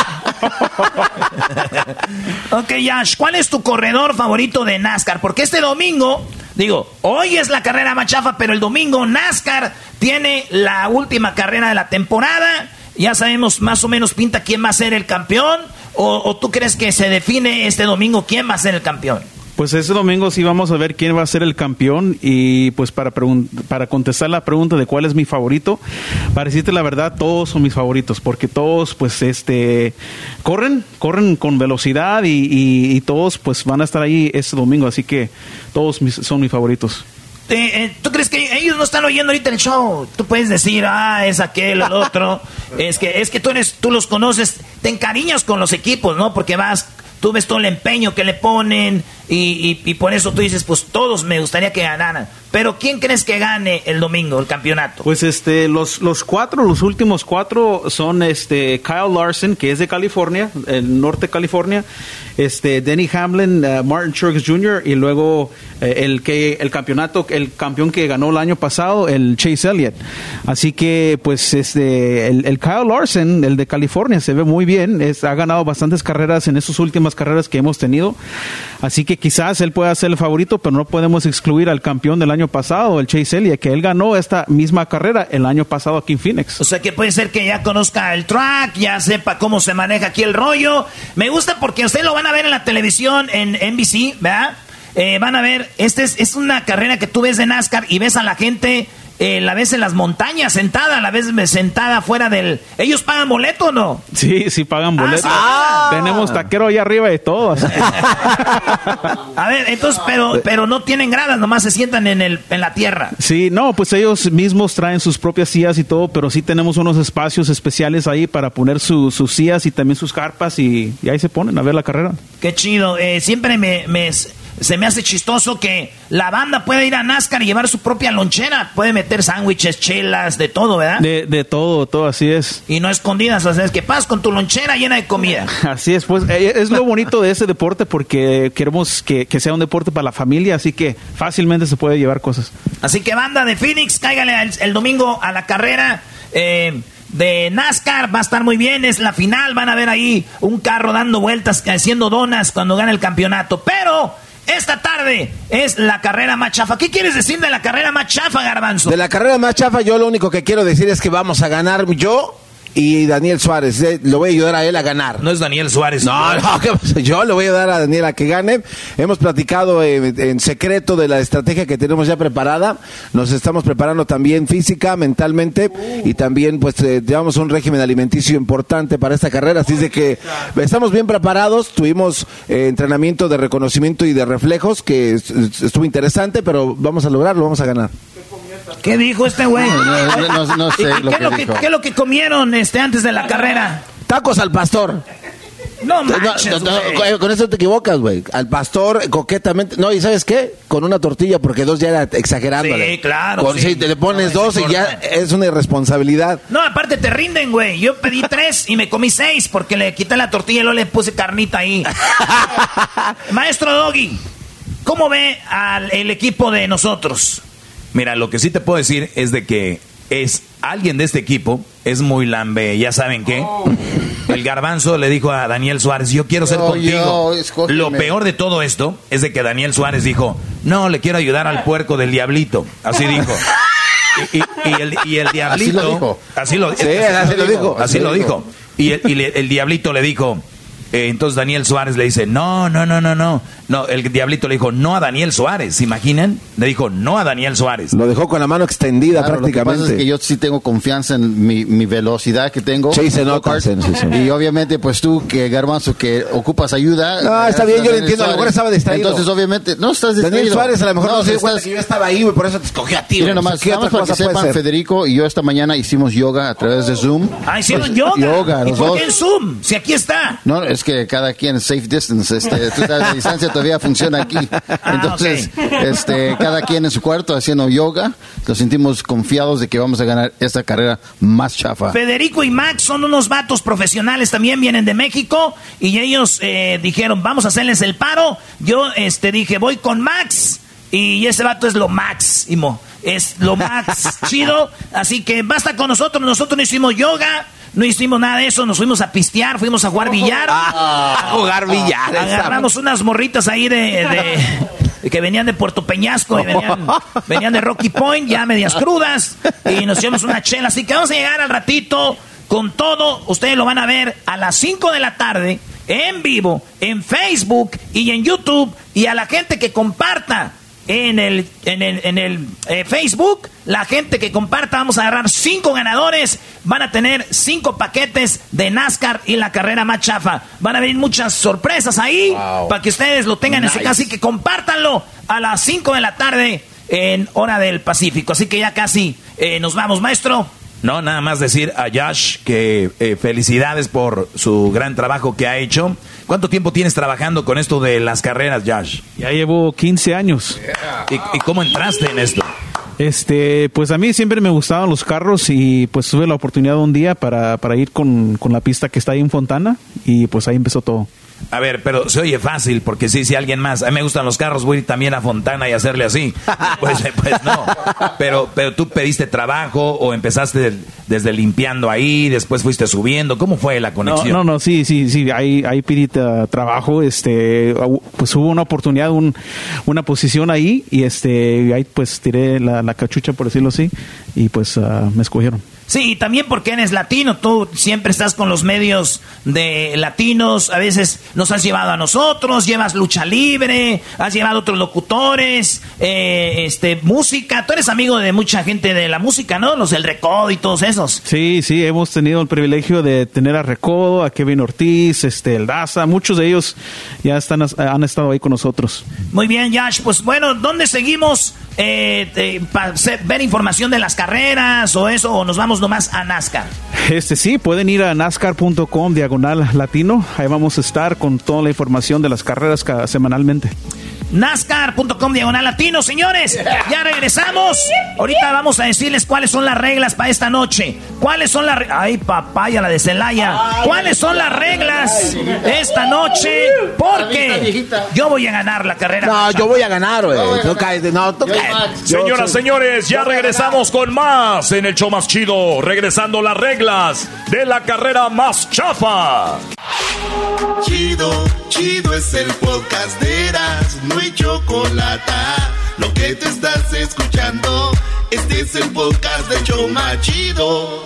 S3: Ok, Yash, ¿cuál es tu corredor favorito de NASCAR? Porque este domingo, digo, hoy es la carrera más chafa, pero el domingo NASCAR tiene la última carrera de la temporada. Ya sabemos más o menos pinta quién va a ser el campeón. ¿O, o tú crees que se define este domingo quién va a ser el campeón?
S9: Pues este domingo sí vamos a ver quién va a ser el campeón y pues para para contestar la pregunta de cuál es mi favorito, para decirte la verdad, todos son mis favoritos porque todos pues este corren, corren con velocidad y, y, y todos pues van a estar ahí este domingo, así que todos mis, son mis favoritos.
S3: Eh, eh, ¿Tú crees que ellos no están oyendo ahorita el show? Tú puedes decir, ah, es aquel, el otro. es que es que tú eres, tú los conoces, te encariñas con los equipos, ¿no? Porque vas, tú ves todo el empeño que le ponen y, y, y por eso tú dices, pues todos me gustaría que ganaran. Pero ¿quién crees que gane el domingo el campeonato?
S9: Pues este, los, los cuatro, los últimos cuatro son este Kyle Larson, que es de California, el norte de California, este Denny Hamlin, uh, Martin Truex junior y luego eh, el que el campeonato, el campeón que ganó el año pasado, el Chase Elliott. Así que pues este el, el Kyle Larson, el de California, se ve muy bien, es, ha ganado bastantes carreras en esas últimas carreras que hemos tenido. Así que quizás él pueda ser el favorito, pero no podemos excluir al campeón del año pasado, el Chase Elliott, que él ganó esta misma carrera el año pasado aquí en Phoenix.
S3: O sea que puede ser que ya conozca el track, ya sepa cómo se maneja aquí el rollo. Me gusta porque ustedes lo van a ver en la televisión, en N B C, ¿verdad? Eh, van a ver, este es, es una carrera que tú ves de NASCAR y ves a la gente, eh, la ves en las montañas sentada, la ves sentada fuera del... ¿Ellos pagan boleto o no?
S9: Sí, sí pagan boleto.
S3: Ah,
S9: sí. Tenemos taquero allá arriba y todo.
S3: A ver, entonces, pero, pero no tienen gradas, nomás se sientan en, el, en la tierra.
S9: Sí, no, pues ellos mismos traen sus propias sillas y todo, pero sí tenemos unos espacios especiales ahí para poner su, sus sillas y también sus carpas y, y ahí se ponen a ver la carrera.
S3: Qué chido. Eh, siempre me, me, se me hace chistoso que la banda puede ir a NASCAR y llevar su propia lonchera. Puede meter sándwiches, chelas, de todo, ¿verdad?
S9: De, de todo, todo, así es.
S3: Y no escondidas, o sea, es que pasas con tu lonchera llena de comida.
S9: Así es, pues es lo bonito de ese deporte porque queremos que, que sea un deporte para la familia, así que fácilmente se puede llevar cosas.
S3: Así que banda de Phoenix, cáigale el, el domingo a la carrera eh, de NASCAR, va a estar muy bien, es la final, van a ver ahí un carro dando vueltas, haciendo donas cuando gane el campeonato, pero... esta tarde es la carrera más chafa. ¿Qué quieres decir de la carrera más chafa, Garbanzo?
S4: De la carrera más chafa, yo lo único que quiero decir es que vamos a ganar yo y Daniel Suárez. Eh, lo voy a ayudar a él a ganar.
S5: No es Daniel Suárez.
S4: No, no, ¿qué pasa? Yo le voy a ayudar a Daniel a que gane. Hemos platicado eh, en secreto de la estrategia que tenemos ya preparada. Nos estamos preparando también física, mentalmente y también pues eh, llevamos un régimen alimenticio importante para esta carrera. Así es de que estamos bien preparados. Tuvimos eh, entrenamiento de reconocimiento y de reflejos que estuvo interesante, pero vamos a lograrlo, vamos a ganar.
S3: ¿Qué dijo este güey?
S7: No, no, no, no sé lo
S3: ¿Qué,
S7: que
S3: es lo
S7: dijo.
S3: que, ¿Qué es lo que comieron este, antes de la carrera?
S4: Tacos al pastor.
S3: No
S4: No,
S3: manches,
S4: no, no,
S3: güey.
S4: con eso te equivocas, güey. Al pastor, coquetamente. No, ¿y sabes qué? Con una tortilla, porque dos ya era exagerándole.
S3: Sí, claro,
S4: Con,
S3: sí.
S4: sí, te le pones
S3: No,
S4: dos
S3: es
S4: y ya
S3: importante.
S4: es una irresponsabilidad.
S3: No, aparte te rinden, güey. Yo pedí tres y me comí seis porque le quité la tortilla y luego le puse carnita ahí. Maestro Doggy, ¿cómo ve al el equipo de nosotros?
S5: Mira, lo que sí te puedo decir es de que es alguien de este equipo, es muy lambe, ¿ya saben qué? Oh. El Garbanzo le dijo a Daniel Suárez, yo quiero ser
S7: No,
S5: contigo.
S7: yo,
S5: Lo peor de todo esto es de que Daniel Suárez dijo, no, le quiero ayudar al puerco del diablito. Así dijo. Y, y, y, el, y el diablito...
S7: Así lo dijo.
S5: Así lo,
S4: Sí, así lo dijo.
S5: Así lo dijo. Y, el, y le, el diablito le dijo... Eh, entonces Daniel Suárez le dice, no, no, no, no, no. No, el Diablito le dijo, no a Daniel Suárez, ¿se imaginan? Le dijo, no a Daniel Suárez.
S4: Lo dejó con la mano extendida claro, prácticamente.
S7: Lo que pasa es que yo sí tengo confianza en mi, mi velocidad que tengo.
S4: Sí, se nota. Sí, sí.
S7: Y obviamente, pues tú, que Garbanzo, que ocupas ayuda.
S4: No, está bien, yo lo entiendo. A lo mejor estaba distraído.
S7: Entonces, obviamente, no estás distraído.
S4: Daniel Suárez a lo mejor no, no se dio cuenta
S7: estás...
S4: que yo estaba ahí, güey, por eso te escogí a ti.
S7: Mira nomás, ¿qué otra cosa para que sepan, Federico y yo esta mañana hicimos yoga a través de Zoom.
S3: Ah, hicieron
S7: pues,
S3: yoga.
S7: yoga
S3: ¿Y por
S7: dos.
S3: qué en Zoom? Si aquí está.
S7: No, es que cada quien safe distance, este, tú sabes, la distancia todavía funciona aquí. Entonces,
S3: ah, okay.
S7: este, cada quien en su cuarto haciendo yoga. Nos sentimos confiados de que vamos a ganar esta carrera más chafa.
S3: Federico y Max son unos vatos profesionales, también vienen de México y ellos eh, dijeron, vamos a hacerles el paro. Yo este dije, voy con Max y ese vato es lo máximo, es lo más chido, así que basta con nosotros. Nosotros no hicimos yoga, no hicimos nada de eso, nos fuimos a pistear, fuimos a jugar billar.
S4: Ah, a jugar billar.
S3: Agarramos unas morritas ahí de, de que venían de Puerto Peñasco, y venían, venían de Rocky Point, ya medias crudas, y nos llevamos una chela. Así que vamos a llegar al ratito con todo. Ustedes lo van a ver a las cinco de la tarde, en vivo, en Facebook y en YouTube. Y a la gente que comparta en el, en el, en el eh, Facebook, la gente que comparta, vamos a agarrar cinco ganadores. Van a tener cinco paquetes de NASCAR y la carrera más chafa. Van a venir muchas sorpresas ahí, wow, para que ustedes lo tengan nice. En su casa. Así que compártanlo a las cinco de la tarde en hora del Pacífico. Así que ya casi eh, nos vamos, maestro.
S5: No, nada más decir a Josh que eh, felicidades por su gran trabajo que ha hecho. ¿Cuánto tiempo tienes trabajando con esto de las carreras, Josh?
S9: Ya llevo quince años.
S5: Yeah. ¿Y, ¿Y cómo entraste en esto?
S9: Este, pues a mí siempre me gustaban los carros y pues tuve la oportunidad un día para, para ir con, con la pista que está ahí en Fontana y pues ahí empezó todo.
S5: A ver, pero se oye fácil, porque sí, si alguien más, a mí me gustan los carros, voy a ir también a Fontana y hacerle así. Pues, pues no. Pero, pero tú pediste trabajo o empezaste desde limpiando ahí, después fuiste subiendo. ¿Cómo fue la conexión?
S9: No, no, no sí, sí, sí, ahí, ahí pedí uh, trabajo, este, pues hubo una oportunidad, un, una posición ahí y este, ahí pues tiré la, la cachucha, por decirlo así, y pues uh, me escogieron.
S3: Sí, y también porque eres latino, tú siempre estás con los medios de latinos, a veces nos has llevado a nosotros, llevas lucha libre, has llevado otros locutores, eh, este, música, tú eres amigo de mucha gente de la música, ¿no? Los del Recodo y todos esos.
S9: Sí, sí, hemos tenido el privilegio de tener a Recodo, a Kevin Ortiz, este, el Daza, muchos de ellos ya están, han estado ahí con nosotros.
S3: Muy bien, Yash, pues bueno, ¿dónde seguimos eh, eh, para ver información de las carreras o eso, o nos vamos nomás a NASCAR?
S9: Este sí, pueden ir a nascar punto com diagonal latino. Ahí vamos a estar con toda la información de las carreras cada, semanalmente.
S3: nascar punto com diagonal latino, señores. Ya regresamos. Ahorita vamos a decirles cuáles son las reglas para esta noche. ¿Cuáles son las reglas? Ay, papaya, la de Celaya. ¿Cuáles son las reglas esta noche? Porque yo voy a ganar la carrera.
S4: No, yo voy a ganar, güey. No caes de no, tú caes.
S8: Señoras, señores, ya regresamos con más en el show más chido. Regresando las reglas de la carrera más chafa.
S1: Chido, chido es el podcast de Erazno y Chocolata. Lo que te estás escuchando, este es el podcast de Choma Chido.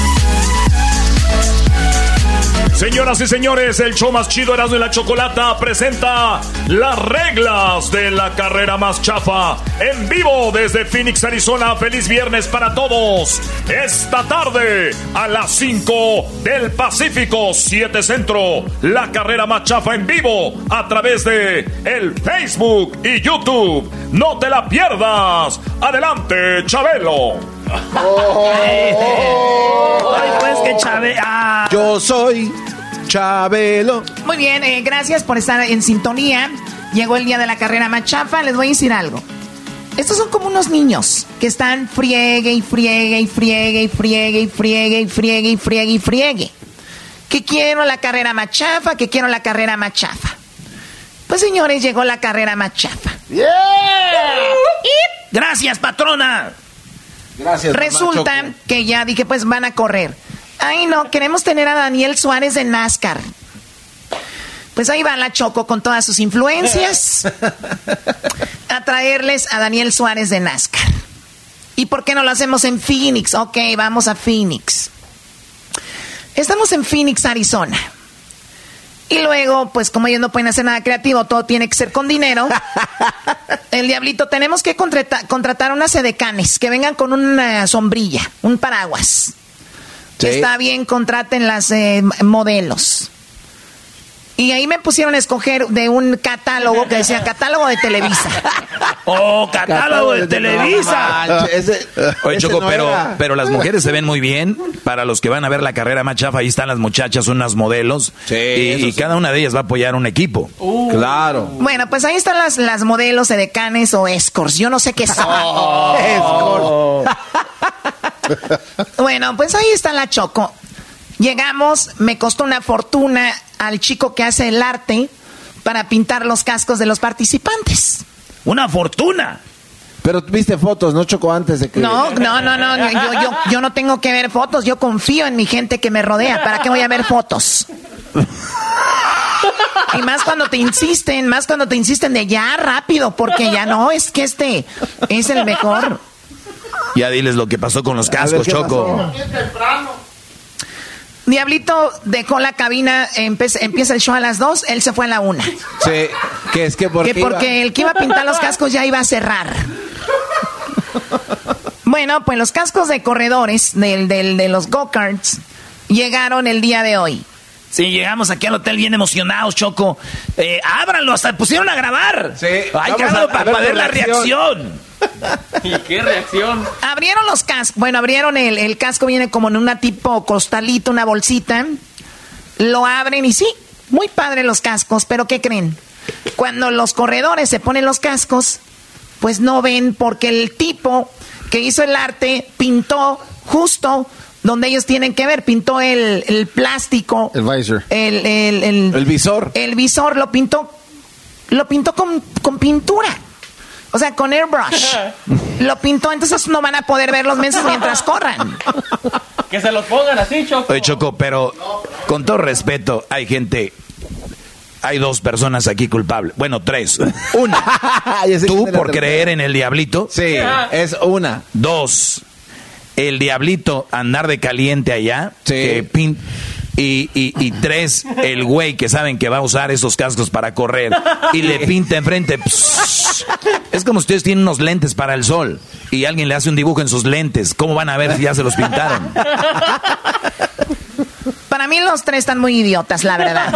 S8: Señoras y señores, el show más chido Erazno y la Chocolata presenta las reglas de la carrera más chafa en vivo desde Phoenix, Arizona. Feliz viernes para todos. Esta tarde a las cinco del Pacífico, siete Centro, la carrera más chafa en vivo a través de el Facebook y YouTube. No te la pierdas. Adelante, Chabelo.
S3: Oh, Ay, pues que Chabelo. Ah.
S4: Yo soy Chabelo.
S10: Muy bien, eh, gracias por estar en sintonía. Llegó el día de la carrera más chafa. Les voy a decir algo. Estos son como unos niños que están friegue y friegue y friegue y friegue y friegue y friegue y friegue y friegue. Que quiero la carrera más chafa, que quiero la carrera más chafa. Pues señores, llegó la carrera más chafa.
S3: Yeah. Gracias, patrona.
S10: Gracias. Resulta que ya dije, pues van a correr. Ay, no, queremos tener a Daniel Suárez de NASCAR. Pues ahí va la Choco con todas sus influencias a traerles a Daniel Suárez de NASCAR. ¿Y por qué no lo hacemos en Phoenix? Ok, vamos a Phoenix. Estamos en Phoenix, Arizona. Y luego, pues como ellos no pueden hacer nada creativo, todo tiene que ser con dinero. El Diablito, tenemos que contratar, contratar unas edecanes que vengan con una sombrilla, un paraguas. Sí. Está bien, contraten las eh, modelos. Y ahí me pusieron a escoger de un catálogo que decía catálogo de Televisa.
S3: ¡Oh, catálogo, catálogo de, de Televisa! No,
S5: ese, Oye, Choco, no pero, pero las mujeres se ven muy bien. Para los que van a ver la carrera más chafa, ahí están las muchachas, unas modelos. Sí, y, y sí. Cada una de ellas va a apoyar un equipo.
S4: Uh, claro.
S10: Bueno, pues ahí están las, las modelos edecanes o escorts. Yo no sé qué son.
S4: Oh.
S10: Bueno, pues ahí está la Choco. Llegamos, me costó una fortuna al chico que hace el arte para pintar los cascos de los participantes.
S3: ¡Una fortuna!
S4: Pero viste fotos, ¿no, Choco, antes de que...?
S10: No, no, no, no, yo, yo, yo no tengo que ver fotos, yo confío en mi gente que me rodea. ¿Para qué voy a ver fotos? Y más cuando te insisten, más cuando te insisten de ya, rápido, porque ya no, es que este es el mejor.
S5: Ya diles lo que pasó con los cascos, Choco.
S10: Diablito dejó la cabina, empe- empieza el show a las dos, él se fue a la una.
S4: Sí, que es que porque,
S10: que porque iba... el que iba a pintar los cascos ya iba a cerrar. Bueno, pues los cascos de corredores del, del, de los go-karts llegaron el día de hoy.
S3: Sí, llegamos aquí al hotel bien emocionados, Choco. Eh, ábranlo, hasta pusieron a grabar.
S4: Sí.
S3: Ay, claro, para ver, ver la reacción.
S9: ¿Y qué reacción?
S10: Abrieron los cascos. Bueno, abrieron el, el casco, viene como en una tipo costalito, una bolsita. Lo abren y sí, muy padre los cascos, pero ¿qué creen? Cuando los corredores se ponen los cascos, pues no ven porque el tipo que hizo el arte pintó justo donde ellos tienen que ver, pintó el, el plástico.
S7: El visor.
S10: El, el, el,
S4: el visor.
S10: El visor lo pintó, lo pintó con, con pintura. O sea, con airbrush. Lo pintó, entonces no van a poder ver los mensajes mientras corran.
S9: Que se los pongan así, Choco.
S5: Oye, Choco, pero con todo respeto, hay gente... Hay dos personas aquí culpables. Bueno, tres. Una, tú por creer en el diablito.
S4: Sí, es una.
S5: Dos, el diablito andar de caliente allá.
S4: Sí.
S5: Que pin- y, y, y tres, el güey que saben que va a usar esos cascos para correr y le pinta enfrente. Psss. Es como si ustedes tienen unos lentes para el sol y alguien le hace un dibujo en sus lentes. ¿Cómo van a ver si ya se los pintaron?
S10: Para mí los tres están muy idiotas, la verdad.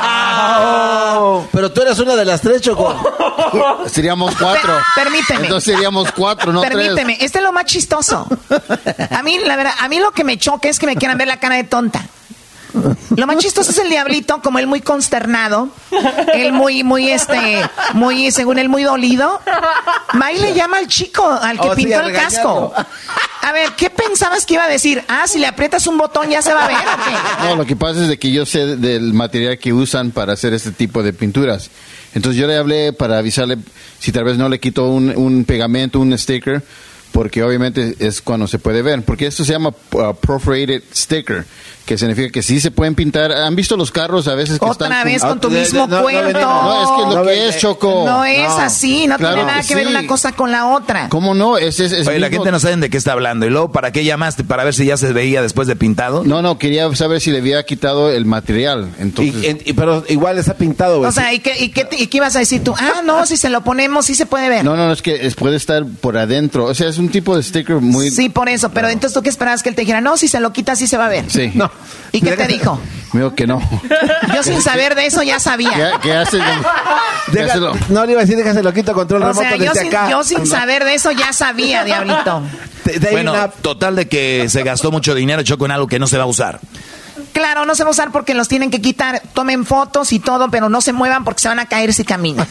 S4: Oh, pero tú eres una de las tres, Choco.
S7: Seríamos cuatro.
S10: Per- permíteme.
S7: Entonces seríamos cuatro, no
S10: Permíteme, tres.
S7: Permíteme,
S10: este es lo más chistoso. A mí, la verdad, a mí lo que me choca es que me quieran ver la cara de tonta. Lo más chistoso es el diablito, como él muy consternado, él muy, muy, este, muy, según él, muy dolido. Va y le llama al chico, al que
S4: oh,
S10: pintó
S4: sí,
S10: el casco. A ver, ¿qué pensabas que iba a decir? Ah, si le aprietas un botón ya se va a ver, ¿o qué?
S7: No, lo que pasa es de que yo sé del material que usan para hacer este tipo de pinturas. Entonces yo le hablé para avisarle si tal vez no le quito un, un pegamento, un sticker, porque obviamente es cuando se puede ver. Porque esto se llama uh, perforated sticker, que significa que sí se pueden pintar. ¿Han visto los carros a veces que
S10: Otra
S7: están...
S10: vez
S7: con,
S10: con tu
S4: no,
S10: mismo
S4: no, no,
S10: cuento.
S7: No, no, es que es lo
S4: No,
S7: que
S4: eh,
S7: es, Choco.
S10: No es
S7: No.
S10: así, no
S7: Claro
S10: tiene nada
S7: que
S10: que ver
S7: sí.
S10: una cosa con la otra.
S7: ¿Cómo no? Es, es, es
S5: Oye, la
S7: mismo...
S5: gente no sabe de qué está hablando. ¿Y luego para qué llamaste? ¿Para ver si ya se veía después de pintado?
S7: No, no, quería saber si le había quitado el material. Entonces...
S4: Y, y, pero igual está pintado, güey.
S10: O sea, ¿y qué, y, qué, ¿y qué ibas a decir tú? Ah, no, si se lo ponemos, sí se puede ver.
S7: No, no, es que es, puede estar por adentro. O sea, es un tipo de sticker muy...
S10: Sí, por eso. Pero entonces, ¿tú qué esperabas? Que él te dijera, no, si se lo quita, sí se va a ver.
S7: Sí.
S4: No.
S10: ¿Y qué te dijo?
S7: Me dijo que no.
S10: Yo sin saber de eso ya sabía.
S7: ¿Qué, qué hace?
S4: Deja, no le iba a decir, déjaselo quito control
S10: O
S4: remoto
S10: sea, yo
S4: desde
S10: sin,
S4: acá.
S10: yo sin saber de eso ya sabía, diablito.
S4: De, de
S5: Bueno,
S4: una...
S5: total de que se gastó mucho dinero, Choco, en algo que no se va a usar.
S10: Claro, no se va a usar porque los tienen que quitar. Tomen fotos y todo, pero no se muevan porque se van a caer si caminan.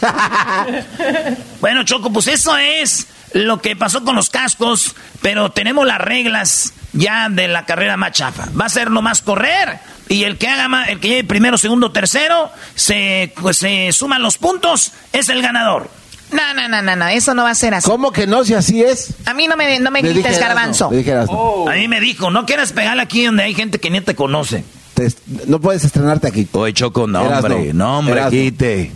S3: Bueno, Choco, pues eso es lo que pasó con los cascos, pero tenemos las reglas ya de la carrera más chafa. Va a ser nomás correr y el que haga más, el que llegue primero, segundo, tercero, se, pues, se suman los puntos, es el ganador.
S10: No, no, no, no, no, eso no va a ser así.
S4: ¿Cómo que no? Si así es.
S10: A mí no me, no me
S4: Le
S10: grites,
S4: dije
S10: garbanzo.
S4: Erasmo, le dije Erasmo.
S3: Oh. A mí me dijo, no quieras pegarle aquí donde hay gente que ni te conoce.
S4: Te, no puedes estrenarte aquí.
S5: Oye, Choco, no,
S4: Erasmo.
S5: hombre, no, hombre,
S4: Erasmo.
S5: quite.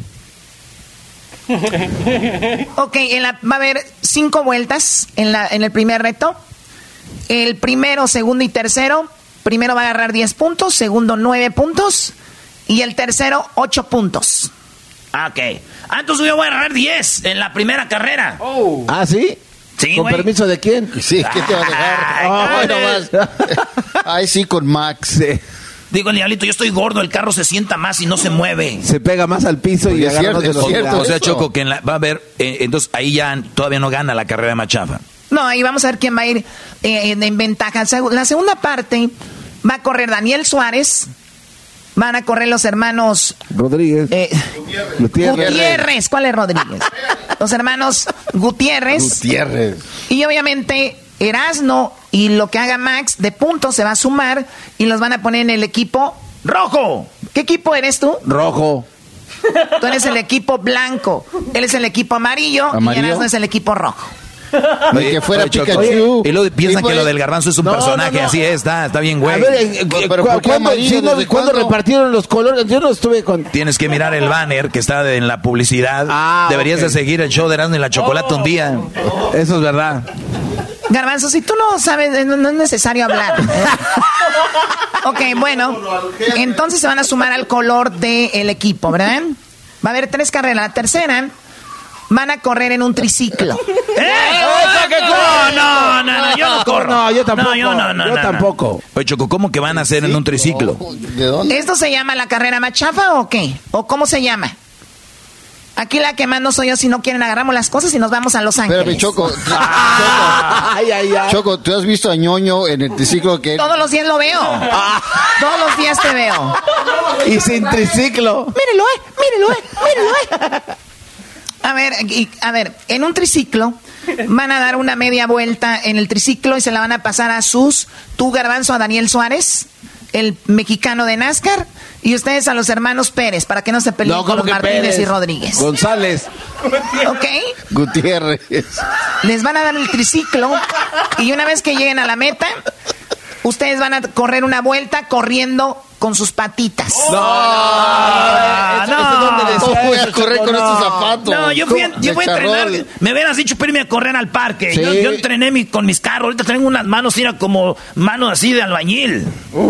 S10: Ok, en la, va a haber cinco vueltas en, la, en el primer reto. El primero, segundo y tercero. Primero va a agarrar diez puntos, segundo nueve puntos Y el tercero, ocho puntos.
S3: Ok. Ah, entonces yo voy a agarrar diez en la primera carrera.
S4: Oh. ¿Ah, sí?
S3: Sí,
S4: ¿Con
S3: güey.
S4: permiso de quién?
S7: Sí, ¿qué te va a dejar?
S3: Ay,
S7: Oh, no más. Ay, sí, con Max.
S4: Sí.
S3: Digo, el diablito, yo estoy gordo, el carro se sienta más y no se mueve.
S4: Se pega más al piso y
S7: Es
S4: agarra
S7: cierto,
S4: más de
S7: es
S4: los
S7: cierto.
S4: lados.
S5: O sea, Choco, que en la, va a haber, eh, entonces ahí ya todavía no gana la carrera más chafa.
S10: No, ahí vamos a ver quién va a ir eh, en, en ventaja. La segunda parte va a correr Daniel Suárez. Van a correr los hermanos...
S4: Rodríguez.
S10: Eh,
S4: Gutiérrez.
S10: Gutiérrez. ¿Cuál es Rodríguez? Los hermanos Gutiérrez.
S7: Gutiérrez.
S10: Y obviamente Erasno y lo que haga Max de puntos se va a sumar y los van a poner en el equipo rojo. ¿Qué equipo eres tú?
S4: Rojo.
S10: Tú eres el equipo blanco. Él es el equipo amarillo,
S7: ¿Amarillo?
S10: y Erasno es el equipo rojo.
S7: Ni que fuera
S5: Oye, Choco,
S7: Pikachu.
S5: y luego piensan
S7: Sí,
S5: que
S7: güey.
S5: lo del garbanzo es un
S4: No,
S5: personaje,
S4: no, no.
S5: así es, está, está bien, güey.
S4: A ver, eh,
S7: Pero
S4: ¿cu-
S7: ¿por qué
S4: ¿cuándo,
S7: amarillo?
S4: sí, no,
S7: ¿Desde
S4: ¿cuándo
S7: cuándo?
S4: repartieron los colores? Yo no estuve con...
S5: Tienes que mirar el banner que está en la publicidad.
S4: Ah,
S5: Deberías
S4: ok.
S5: de seguir el show de Erasmo y la Chocolata un día.
S4: Eso es verdad.
S10: Garbanzo, si tú no sabes, no, no es necesario hablar. Ok, bueno. Entonces se van a sumar al color del equipo, ¿verdad? Va a haber tres carreras. La tercera van a correr en un triciclo.
S3: ¡Eh! No, no, no, no, yo no corro.
S4: No, yo tampoco.
S3: No, yo no, no,
S4: yo
S3: no, no.
S4: tampoco.
S5: Oye, Choco, ¿cómo que van a hacer en un triciclo?
S7: ¿De dónde?
S10: ¿Esto se llama la carrera más chafa o qué? ¿O cómo se llama? Aquí la que mando soy yo. Si no quieren, agarramos las cosas y nos vamos a Los Ángeles.
S7: Espérame, Choco.
S4: Ay, ay, ay.
S7: Choco, ¿tú has visto a Ñoño en el triciclo que...
S10: Todos los días lo veo. Todos los días te veo.
S4: Y sin triciclo.
S10: Mírelo, eh, mírelo, eh, mírelo, eh. A ver, y- a ver, en un triciclo van a dar una media vuelta en el triciclo y se la van a pasar a sus, tú Garbanzo, a Daniel Suárez, el mexicano de NASCAR, y ustedes a los hermanos Pérez, para que no se peleen con
S4: ¿cómo
S10: los
S4: que
S10: Martínez
S4: Pérez?
S10: y Rodríguez.
S4: González.
S10: ¿Ok?
S7: Gutiérrez.
S10: Les van a dar el triciclo y una vez que lleguen a la meta, ustedes van a correr una vuelta corriendo con sus patitas.
S3: Ah,
S4: Eso- eso es donde
S3: no.
S4: decía
S7: ¿Cómo voy a
S4: eso,
S7: correr
S4: Choco?
S7: con
S4: No.
S7: estos zapatos?
S3: No, yo fui, a-
S7: ¿Cómo?
S3: yo fui a
S7: De
S3: entrenar.
S7: charol.
S3: Me hubieras dicho para irme a correr al parque.
S4: Sí.
S3: Yo, yo entrené mi- con mis carros. Ahorita tengo unas manos, mira, como manos así de albañil.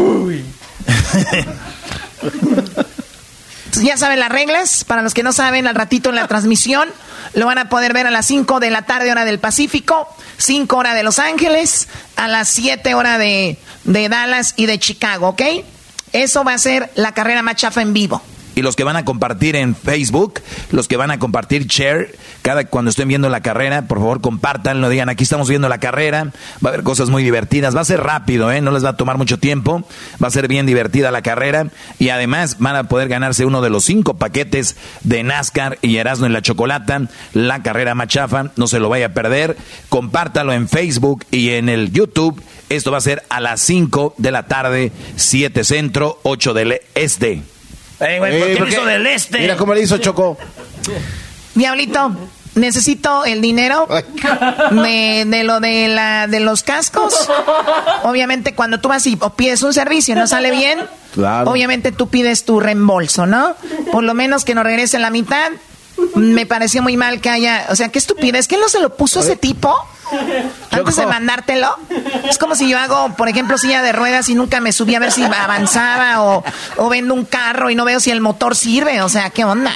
S10: Entonces, ya saben las reglas. Para los que no saben, al ratito en la transmisión lo van a poder ver a las cinco de la tarde, hora del Pacífico, cinco hora de Los Ángeles, a las siete hora de, de Dallas y de Chicago, ¿ok? Eso va a ser la carrera más chafa en vivo.
S5: Y los que van a compartir en Facebook, los que van a compartir share, cada cuando estén viendo la carrera, por favor compártanlo, digan aquí estamos viendo la carrera, va a haber cosas muy divertidas, va a ser rápido, ¿eh? No les va a tomar mucho tiempo, va a ser bien divertida la carrera y además van a poder ganarse uno de los cinco paquetes de NASCAR y Erasmo y la Chocolata, la carrera más chafa, no se lo vaya a perder, compártalo en Facebook y en el YouTube, esto va a ser a las cinco de la tarde, siete centro, ocho del este.
S3: Ey, güey, ¿por
S4: Eh,
S3: qué
S4: ¿por
S3: lo hizo
S4: qué?
S3: del este?
S4: Mira cómo le hizo Choco.
S10: Diablito, necesito el dinero de, de lo de la de los cascos. Obviamente cuando tú vas y o pides un servicio y no sale bien,
S4: Claro.
S10: obviamente tú pides tu reembolso, ¿no? Por lo menos que nos regrese la mitad. Me pareció muy mal que haya, o sea, qué estupidez, ¿qué no se lo puso ese tipo antes de mandártelo? Es como si yo hago, por ejemplo, silla de ruedas y nunca me subí a ver si avanzaba, o, o vendo un carro y no veo si el motor sirve, o sea, ¿qué onda?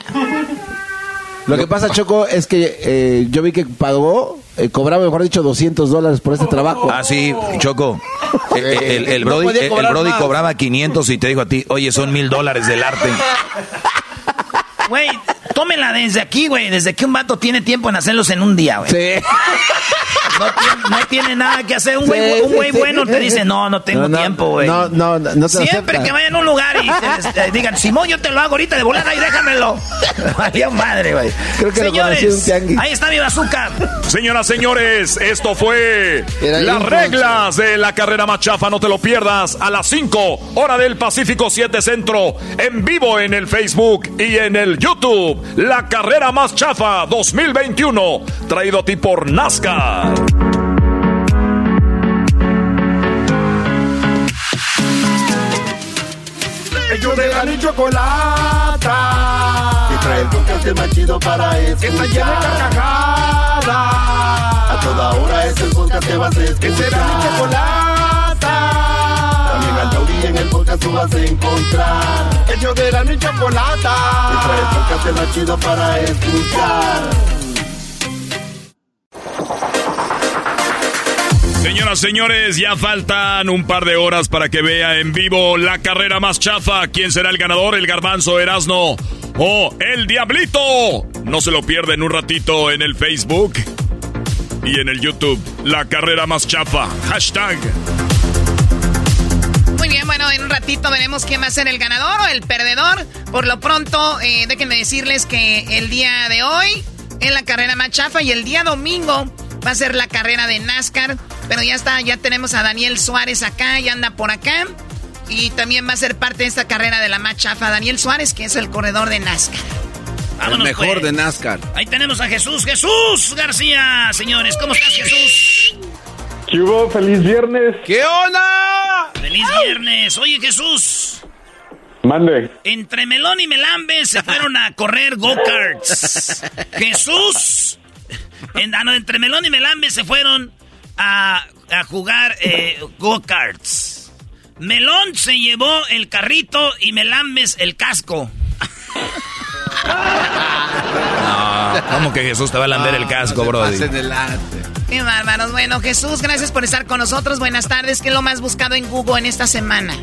S4: Lo que pasa, Choco, es que eh, yo vi que pagó, eh, cobraba, mejor dicho, doscientos dólares por este trabajo.
S5: Ah, sí, Choco. El, el, el
S4: No
S5: Brody,
S4: podía
S5: el,
S4: cobrar
S5: Brody
S4: más.
S5: cobraba quinientos y te dijo a ti, oye, son mil dólares del arte.
S3: Güey, tómenla desde aquí, güey. Desde que un vato tiene tiempo en hacerlos en un día, güey.
S4: Sí.
S3: No, tiene, no tiene nada que hacer. Un güey,
S4: Sí,
S3: un güey
S4: sí,
S3: bueno
S4: sí.
S3: te dice, no, no tengo
S4: No, no,
S3: tiempo, güey.
S4: No, no, no, no te
S3: Siempre
S4: acepta.
S3: que vayan a un lugar y te les- eh, digan, Simón, yo te lo hago ahorita de volada y déjamelo. Vaya madre, güey.
S4: Creo que lo conocí en un
S3: Señores,
S4: tianguis.
S3: ahí está mi bazooka.
S8: Señoras, señores, esto fue
S7: Era
S8: las
S7: influencer.
S8: reglas de la carrera más chafa. No te lo pierdas a las cinco, hora del Pacífico, siete centro, en vivo en el Facebook y en el YouTube. La carrera más chafa dos mil veintiuno, traído a ti por NASCAR.
S1: Ellos de la ni chocolata. Y trae el podcast más chido para escuchar. Que está llena de carcajadas. A toda hora es el podcast que vas a escuchar. Que será mi chocolata. También al Tauri en el podcast tú vas a encontrar. El show de Erasmo y Chocolata, y trae el podcast más chido para escuchar.
S8: Señoras, señores, ya faltan un par de horas para que vea en vivo la carrera más chafa. ¿Quién será el ganador? ¿El Garbanzo, Erasmo o el Diablito? No se lo pierden un ratito en el Facebook y en el YouTube. La carrera más chafa. Hashtag.
S10: Muy bien, bueno, en un ratito veremos quién va a ser el ganador o el perdedor. Por lo pronto, eh, déjenme decirles que el día de hoy es la carrera más chafa y el día domingo va a ser la carrera de NASCAR. Pero ya está, ya tenemos a Daniel Suárez acá, ya anda por acá. Y también va a ser parte de esta carrera de la más chafa, Daniel Suárez, que es el corredor de NASCAR.
S4: Vámonos, el mejor pues. de NASCAR.
S3: Ahí tenemos a Jesús, Jesús García, señores. ¿Cómo estás, Jesús?
S11: ¿Qué hubo? ¡Feliz viernes!
S4: ¿Qué onda?
S3: ¡Feliz viernes! Oye, Jesús.
S11: Mande.
S3: Entre Melón y Melambe se fueron a correr go-karts. Jesús. En, ah, no, entre Melón y Melambe se fueron a, a jugar eh, go-karts. Melón se llevó el carrito y Melambes el casco.
S5: No, ¿cómo que Jesús te va a lamber el casco, bro?
S10: Qué bárbaros. Bueno, Jesús, gracias por estar con nosotros. Buenas tardes. ¿Qué es lo más buscado en Google en esta semana?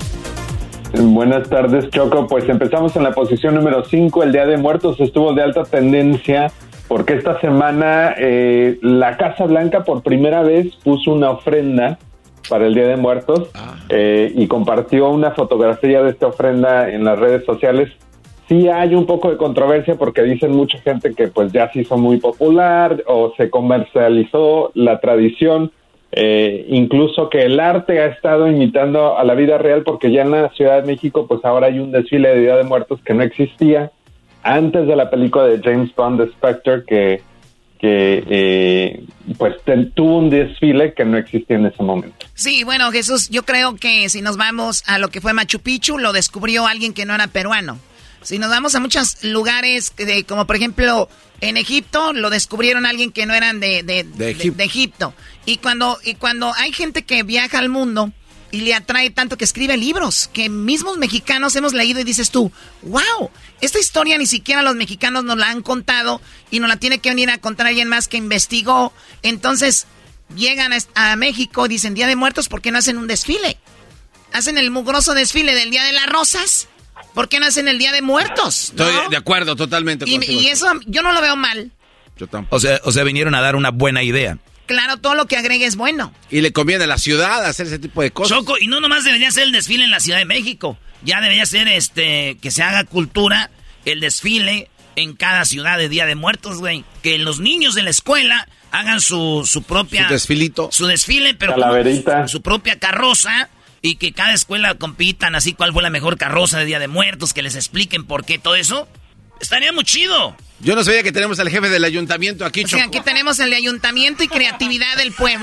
S11: Buenas tardes, Choco. Pues empezamos en la posición número cinco. El Día de Muertos estuvo de alta tendencia porque esta semana eh, la Casa Blanca por primera vez puso una ofrenda para el Día de Muertos eh, y compartió una fotografía de esta ofrenda en las redes sociales. Sí hay un poco de controversia porque dicen mucha gente que pues ya se hizo muy popular o se comercializó la tradición, eh, incluso que el arte ha estado imitando a la vida real porque ya en la Ciudad de México pues ahora hay un desfile de Día de Muertos que no existía antes de la película de James Bond, The Spectre, que, que eh, pues te, tuvo un desfile que no existía en ese momento.
S10: Sí, bueno, Jesús, yo creo que si nos vamos a lo que fue Machu Picchu, lo descubrió alguien que no era peruano. Si nos vamos a muchos lugares, de, como por ejemplo en Egipto, lo descubrieron alguien que no eran de, de, de, Egip- de, de Egipto. Y cuando, y cuando hay gente que viaja al mundo y le atrae tanto que escribe libros, que mismos mexicanos hemos leído y dices tú, wow, esta historia ni siquiera los mexicanos nos la han contado y nos la tiene que venir a contar alguien más que investigó. Entonces llegan a, a México y dicen Día de Muertos, ¿por qué no hacen un desfile? Hacen el mugroso desfile del Día de las Rosas. ¿Por qué no hacen el Día de Muertos? ¿No?
S4: Estoy de acuerdo totalmente
S10: y,
S4: contigo.
S10: Y eso yo no lo veo mal.
S4: Yo tampoco.
S5: O sea, o sea, vinieron a dar una buena idea.
S10: Claro, todo lo que agregue es bueno.
S4: Y le conviene a la ciudad hacer ese tipo de cosas.
S3: Choco, y no nomás debería ser el desfile en la Ciudad de México. Ya debería ser este que se haga cultura el desfile en cada ciudad de Día de Muertos, güey. Que los niños de la escuela hagan su, su propia...
S4: Su desfilito.
S3: Su desfile, pero
S11: Calaverita.
S3: Su, su propia carroza. Y que cada escuela compitan así cuál fue la mejor carroza de Día de Muertos, que les expliquen por qué todo eso. Estaría muy chido.
S4: Yo no sabía que tenemos al jefe del ayuntamiento aquí, Choco.
S10: O sea, aquí tenemos el de ayuntamiento y creatividad del pueblo.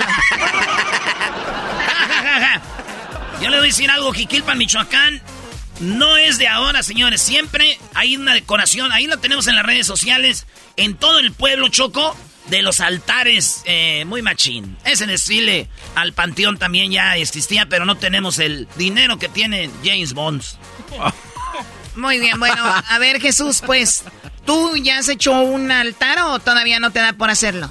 S3: Yo le voy a decir algo, Jiquilpan, Michoacán, no es de ahora, señores. Siempre hay una decoración, ahí lo tenemos en las redes sociales, en todo el pueblo, Choco, de los altares, eh, muy machín. Ese desfile al panteón también ya existía, pero no tenemos el dinero que tiene James Bond.
S10: Muy bien, bueno, a ver, Jesús, pues, ¿tú ya has hecho un altar o todavía no te da por hacerlo?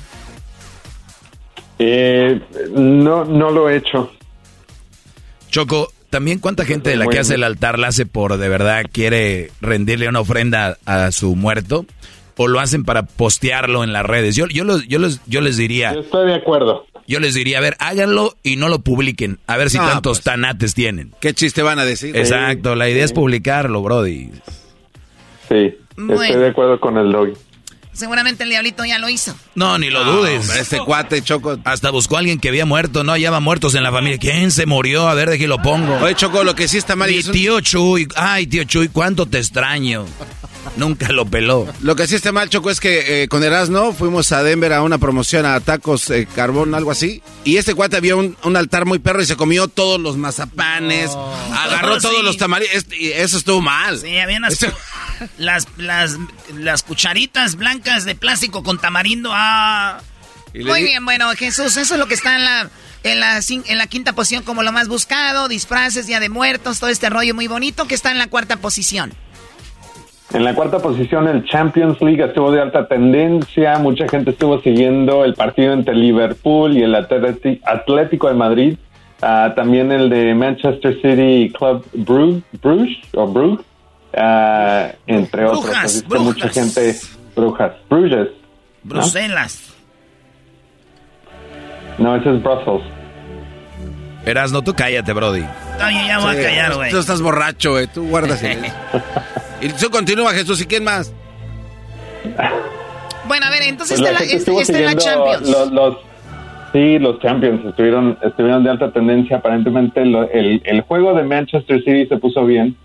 S11: Eh, no, no lo he hecho.
S5: Choco, también cuánta gente de la que hace el altar la hace por de verdad quiere rendirle una ofrenda a su muerto, o lo hacen para postearlo en las redes. Yo, yo, los, yo, los, yo les diría...
S11: Yo estoy de acuerdo.
S5: Yo les diría, a ver, háganlo y no lo publiquen. A ver si no, tantos pues, tanates tienen.
S4: ¿Qué chiste van a decir?
S5: Exacto, la idea sí. es publicarlo, brody.
S11: Sí, bueno. Estoy de acuerdo con el Doggy.
S10: Seguramente el Diablito ya lo hizo.
S5: No, ni lo no, dudes.
S4: Este cuate, Choco.
S5: Hasta buscó a alguien que había muerto, ¿no? Hallaba muertos en la familia. ¿Quién se murió? A ver, de qué lo pongo.
S4: Oye, Choco, lo que sí está mal...
S5: Mi
S4: un...
S5: tío Chuy. Ay, tío Chuy, cuánto te extraño. Nunca lo peló.
S4: Lo que sí está mal, Choco, es que eh, con Erasmo fuimos a Denver a una promoción a tacos eh, carbón, algo así. Y este cuate había un, un altar muy perro y se comió todos los mazapanes. Oh. Agarró oh, todos sí. los tamarinos. Eso estuvo mal.
S3: Sí, había unas... Eso... Las, las, las cucharitas blancas de plástico con tamarindo. Ah,
S10: Muy bien, bueno, Jesús, eso es lo que está en la, en la, en la quinta posición como lo más buscado, disfraces, Día de Muertos, todo este rollo muy bonito que está en la cuarta posición.
S11: En la cuarta posición, el Champions League estuvo de alta tendencia. Mucha gente estuvo siguiendo el partido entre Liverpool y el Atleti- Atlético de Madrid. Uh, también el de Manchester City Club Brugge, Bruges, o Brugge, uh, entre
S3: Brujas,
S11: otros. Así que
S3: Brujas.
S11: mucha gente, Brujas, Bruges. ¿no?
S3: Bruselas.
S11: No, ese es Brussels.
S5: Erasno, tú cállate, Brody.
S3: Está bien, ya voy
S12: Sí,
S3: a callar, güey.
S12: Tú estás borracho, güey. Tú guardas silencio. Y tú continúa, Jesús. ¿Y quién más?
S10: Bueno, a ver, entonces
S11: Pues la
S10: está,
S11: gente
S10: la,
S11: estuvo
S10: está en la
S11: siguiendo
S10: Champions.
S11: Los, los, sí, los Champions estuvieron, estuvieron de alta tendencia. Aparentemente lo- el, el juego de Manchester City se puso bien.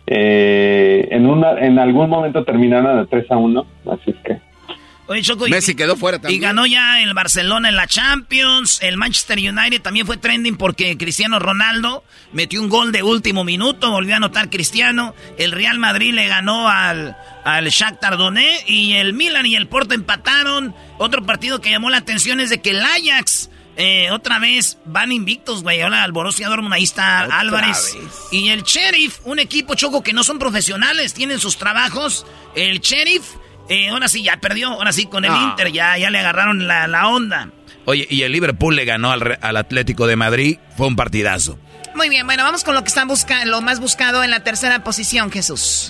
S11: Eh, en una, en algún momento terminaron de tres a uno, así es que...
S3: Oye, Choco, y-
S12: Messi quedó fuera
S3: Y
S12: también.
S3: ganó ya el Barcelona en la Champions. El Manchester United también fue trending porque Cristiano Ronaldo metió un gol de último minuto. Volvió a anotar Cristiano. El Real Madrid le ganó al, al Shakhtar Donetsk. Y el Milan y el Porto empataron. Otro partido que llamó la atención es de que el Ajax eh, otra vez van invictos, güey. Ahora al Borussia Dortmund, ahí está
S12: Otra
S3: Álvarez.
S12: vez.
S3: Y el Sheriff, un equipo, Choco, que no son profesionales. Tienen sus trabajos. El Sheriff... Eh, ahora sí, ya perdió. Ahora sí, con el
S12: Ah.
S3: Inter ya, ya le agarraron la, la onda.
S5: Oye, y el Liverpool le ganó al, Re- al Atlético de Madrid. Fue un partidazo.
S10: Muy bien, bueno, vamos con lo que está busca lo más buscado en la tercera posición, Jesús.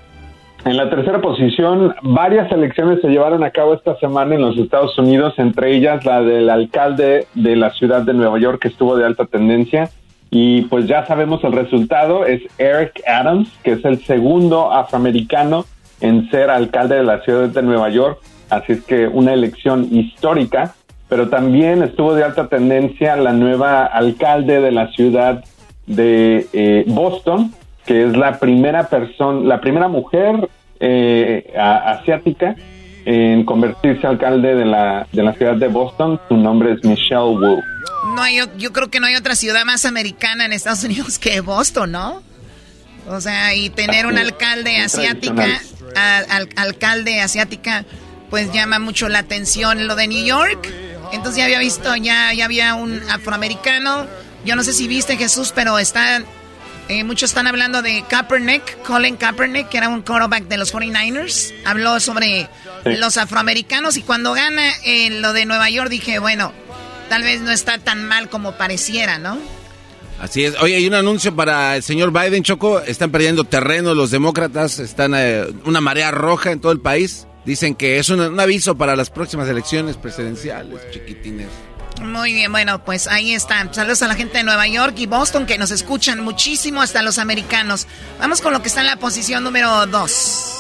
S11: En la tercera posición, varias elecciones se llevaron a cabo esta semana en los Estados Unidos, entre ellas la del alcalde de la ciudad de Nueva York, que estuvo de alta tendencia. Y pues ya sabemos el resultado, es Eric Adams, que es el segundo afroamericano en ser alcalde de la ciudad de Nueva York. Así es que una elección histórica, pero también estuvo de alta tendencia la nueva alcalde de la ciudad de eh, Boston, que es la primera persona, la primera mujer eh, a- asiática en convertirse alcalde de la de la ciudad de Boston. Su nombre es Michelle Wu.
S10: No hay, o- yo creo que no hay otra ciudad más americana en Estados Unidos que Boston, ¿no? O sea, y tener un alcalde asiática, a- al- alcalde asiática, pues llama mucho la atención. Lo de New York, entonces ya había visto, ya, ya había un afroamericano. Yo no sé si viste, Jesús, pero están, eh, muchos están hablando de Kaepernick, Colin Kaepernick, que era un quarterback de los cuarenta y nueve ers. Habló sobre
S11: Sí.
S10: los afroamericanos y cuando gana eh, lo de Nueva York dije, bueno, tal vez no está tan mal como pareciera, ¿no?
S12: Así es. Oye, hay un anuncio para el señor Biden, Choco. Están perdiendo terreno los demócratas. Están eh, una marea roja en todo el país. Dicen que es un, un aviso para las próximas elecciones presidenciales, chiquitines.
S10: Muy bien, bueno, pues ahí están. Saludos a la gente de Nueva York y Boston que nos escuchan muchísimo, hasta los americanos. Vamos con lo que está en la posición número dos.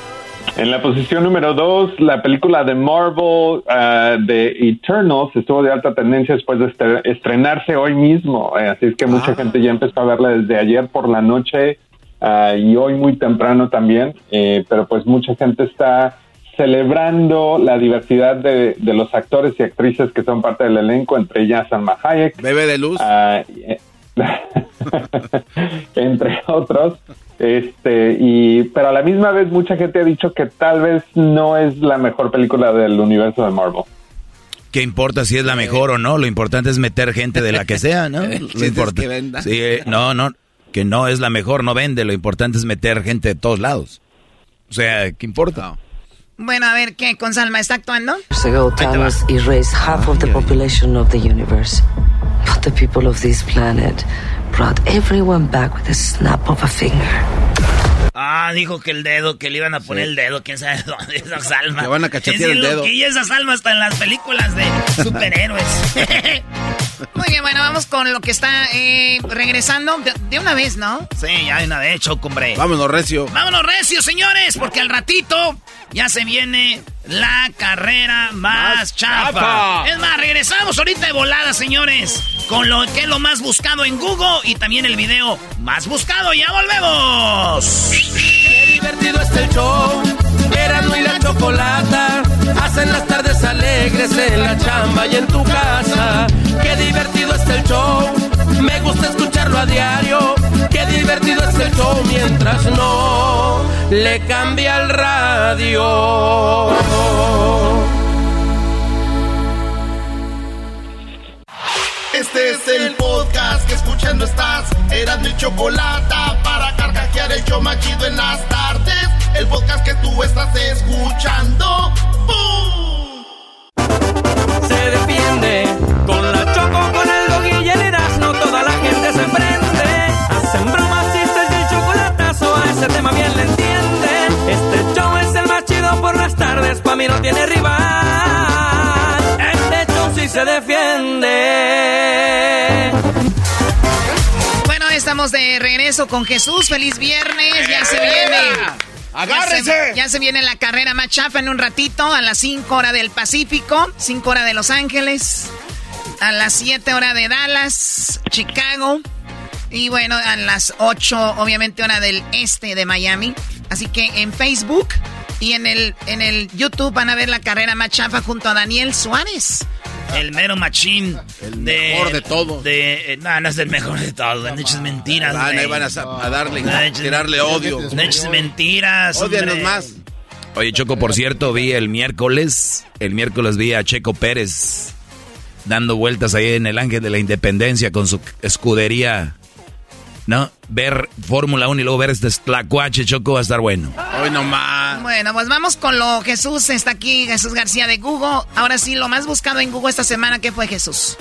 S11: En la posición número dos, la película de Marvel uh, de Eternals estuvo de alta tendencia después de estre- estrenarse hoy mismo. Eh, así es que mucha
S12: Ah.
S11: gente ya empezó a verla desde ayer por la noche uh, y hoy muy temprano también. Eh, pero pues mucha gente está celebrando la diversidad de, de los actores y actrices que son parte del elenco, entre ellas Salma Hayek.
S12: Bebé de luz.
S11: Ah, eh, entre otros. Este, y pero a la misma vez mucha gente ha dicho que tal vez no es la mejor película del universo de Marvel.
S5: ¿Qué importa si es la mejor o no? Lo importante es meter gente de la que sea, ¿no?
S12: El
S5: Lo
S12: chiste es
S5: importa.
S12: que venda.
S5: Sí, eh, no, no, que no es la mejor, no vende. Lo importante es meter gente de todos lados. O sea, ¿qué importa?
S10: Bueno, a ver, ¿qué? ¿Con Salma está actuando?
S13: Years ago, Thanos erased half of the population of the universe. But the people of this planet brought everyone back with a snap of a finger.
S3: Ah, dijo que el dedo, que le iban a poner el dedo, quién sabe dónde, esa Salma.
S12: Le van a cachetear
S3: Es
S12: el dedo.
S3: Que y esa Salma está en las películas de superhéroes.
S10: Muy bien, bueno, vamos con lo que está eh, regresando de, de una vez, ¿no?
S3: Sí, ya de una vez, Choco, hombre.
S12: Vámonos, recio.
S3: Vámonos, recio, señores, porque al ratito ya se viene la carrera más,
S8: Más
S3: chafa.
S8: chafa.
S3: Es más, regresamos ahorita de volada, señores, con lo que es lo más buscado en Google y también el video más buscado. ¡Ya volvemos!
S14: Qué divertido está el show, Erasmo y la Chocolata, hacen las tardes alegres en la chamba y en tu casa. Qué divertido está el show, me gusta escucharlo a diario. Qué divertido está el show mientras no le cambia el radio.
S1: Este es el podcast que escuchando estás. Eran mi chocolata para carcajear el show más chido en las tardes. El podcast que tú estás escuchando. ¡Bum!
S14: Se defiende con la Choco, con el Doggy y el Erasmo. Toda la gente se prende. Hacen bromas, chistes y el chocolatazo. A ese tema bien le entienden. Este show es el más chido por las tardes. Pa' mí no tiene rival. Este show sí se defiende.
S10: Bueno, estamos de regreso con Jesús. Feliz viernes. Ya se viene.
S1: ¡Agárrense!
S10: Ya se, ya se viene la carrera más chafa en un ratito. A las cinco horas del Pacífico. cinco horas de Los Ángeles. A las siete horas de Dallas, Chicago. Y bueno, a las ocho, obviamente, hora del este de Miami. Así que en Facebook y en el, en el YouTube van a ver la carrera más chafa junto a Daniel Suárez.
S3: El mero machín.
S12: El
S3: de,
S12: mejor de todos.
S3: De, no, no es el mejor de todos. Han hecho mentiras.
S12: Van,
S3: güey.
S12: van a, a darle,
S3: No,
S12: a tirarle odio.
S3: No eches mentiras.
S12: Ódianos
S3: hombre.
S12: más.
S5: Oye, Choco, por cierto, vi el miércoles, el miércoles vi a Checo Pérez dando vueltas ahí en el Ángel de la Independencia con su escudería, ¿no? Ver Fórmula uno y luego ver este tlacuache, Choco, va a estar bueno.
S12: Hoy nomás.
S10: Bueno, pues vamos con lo Jesús. Está aquí Jesús García de Google. Ahora sí, lo más buscado en Google esta semana, ¿qué fue, Jesús?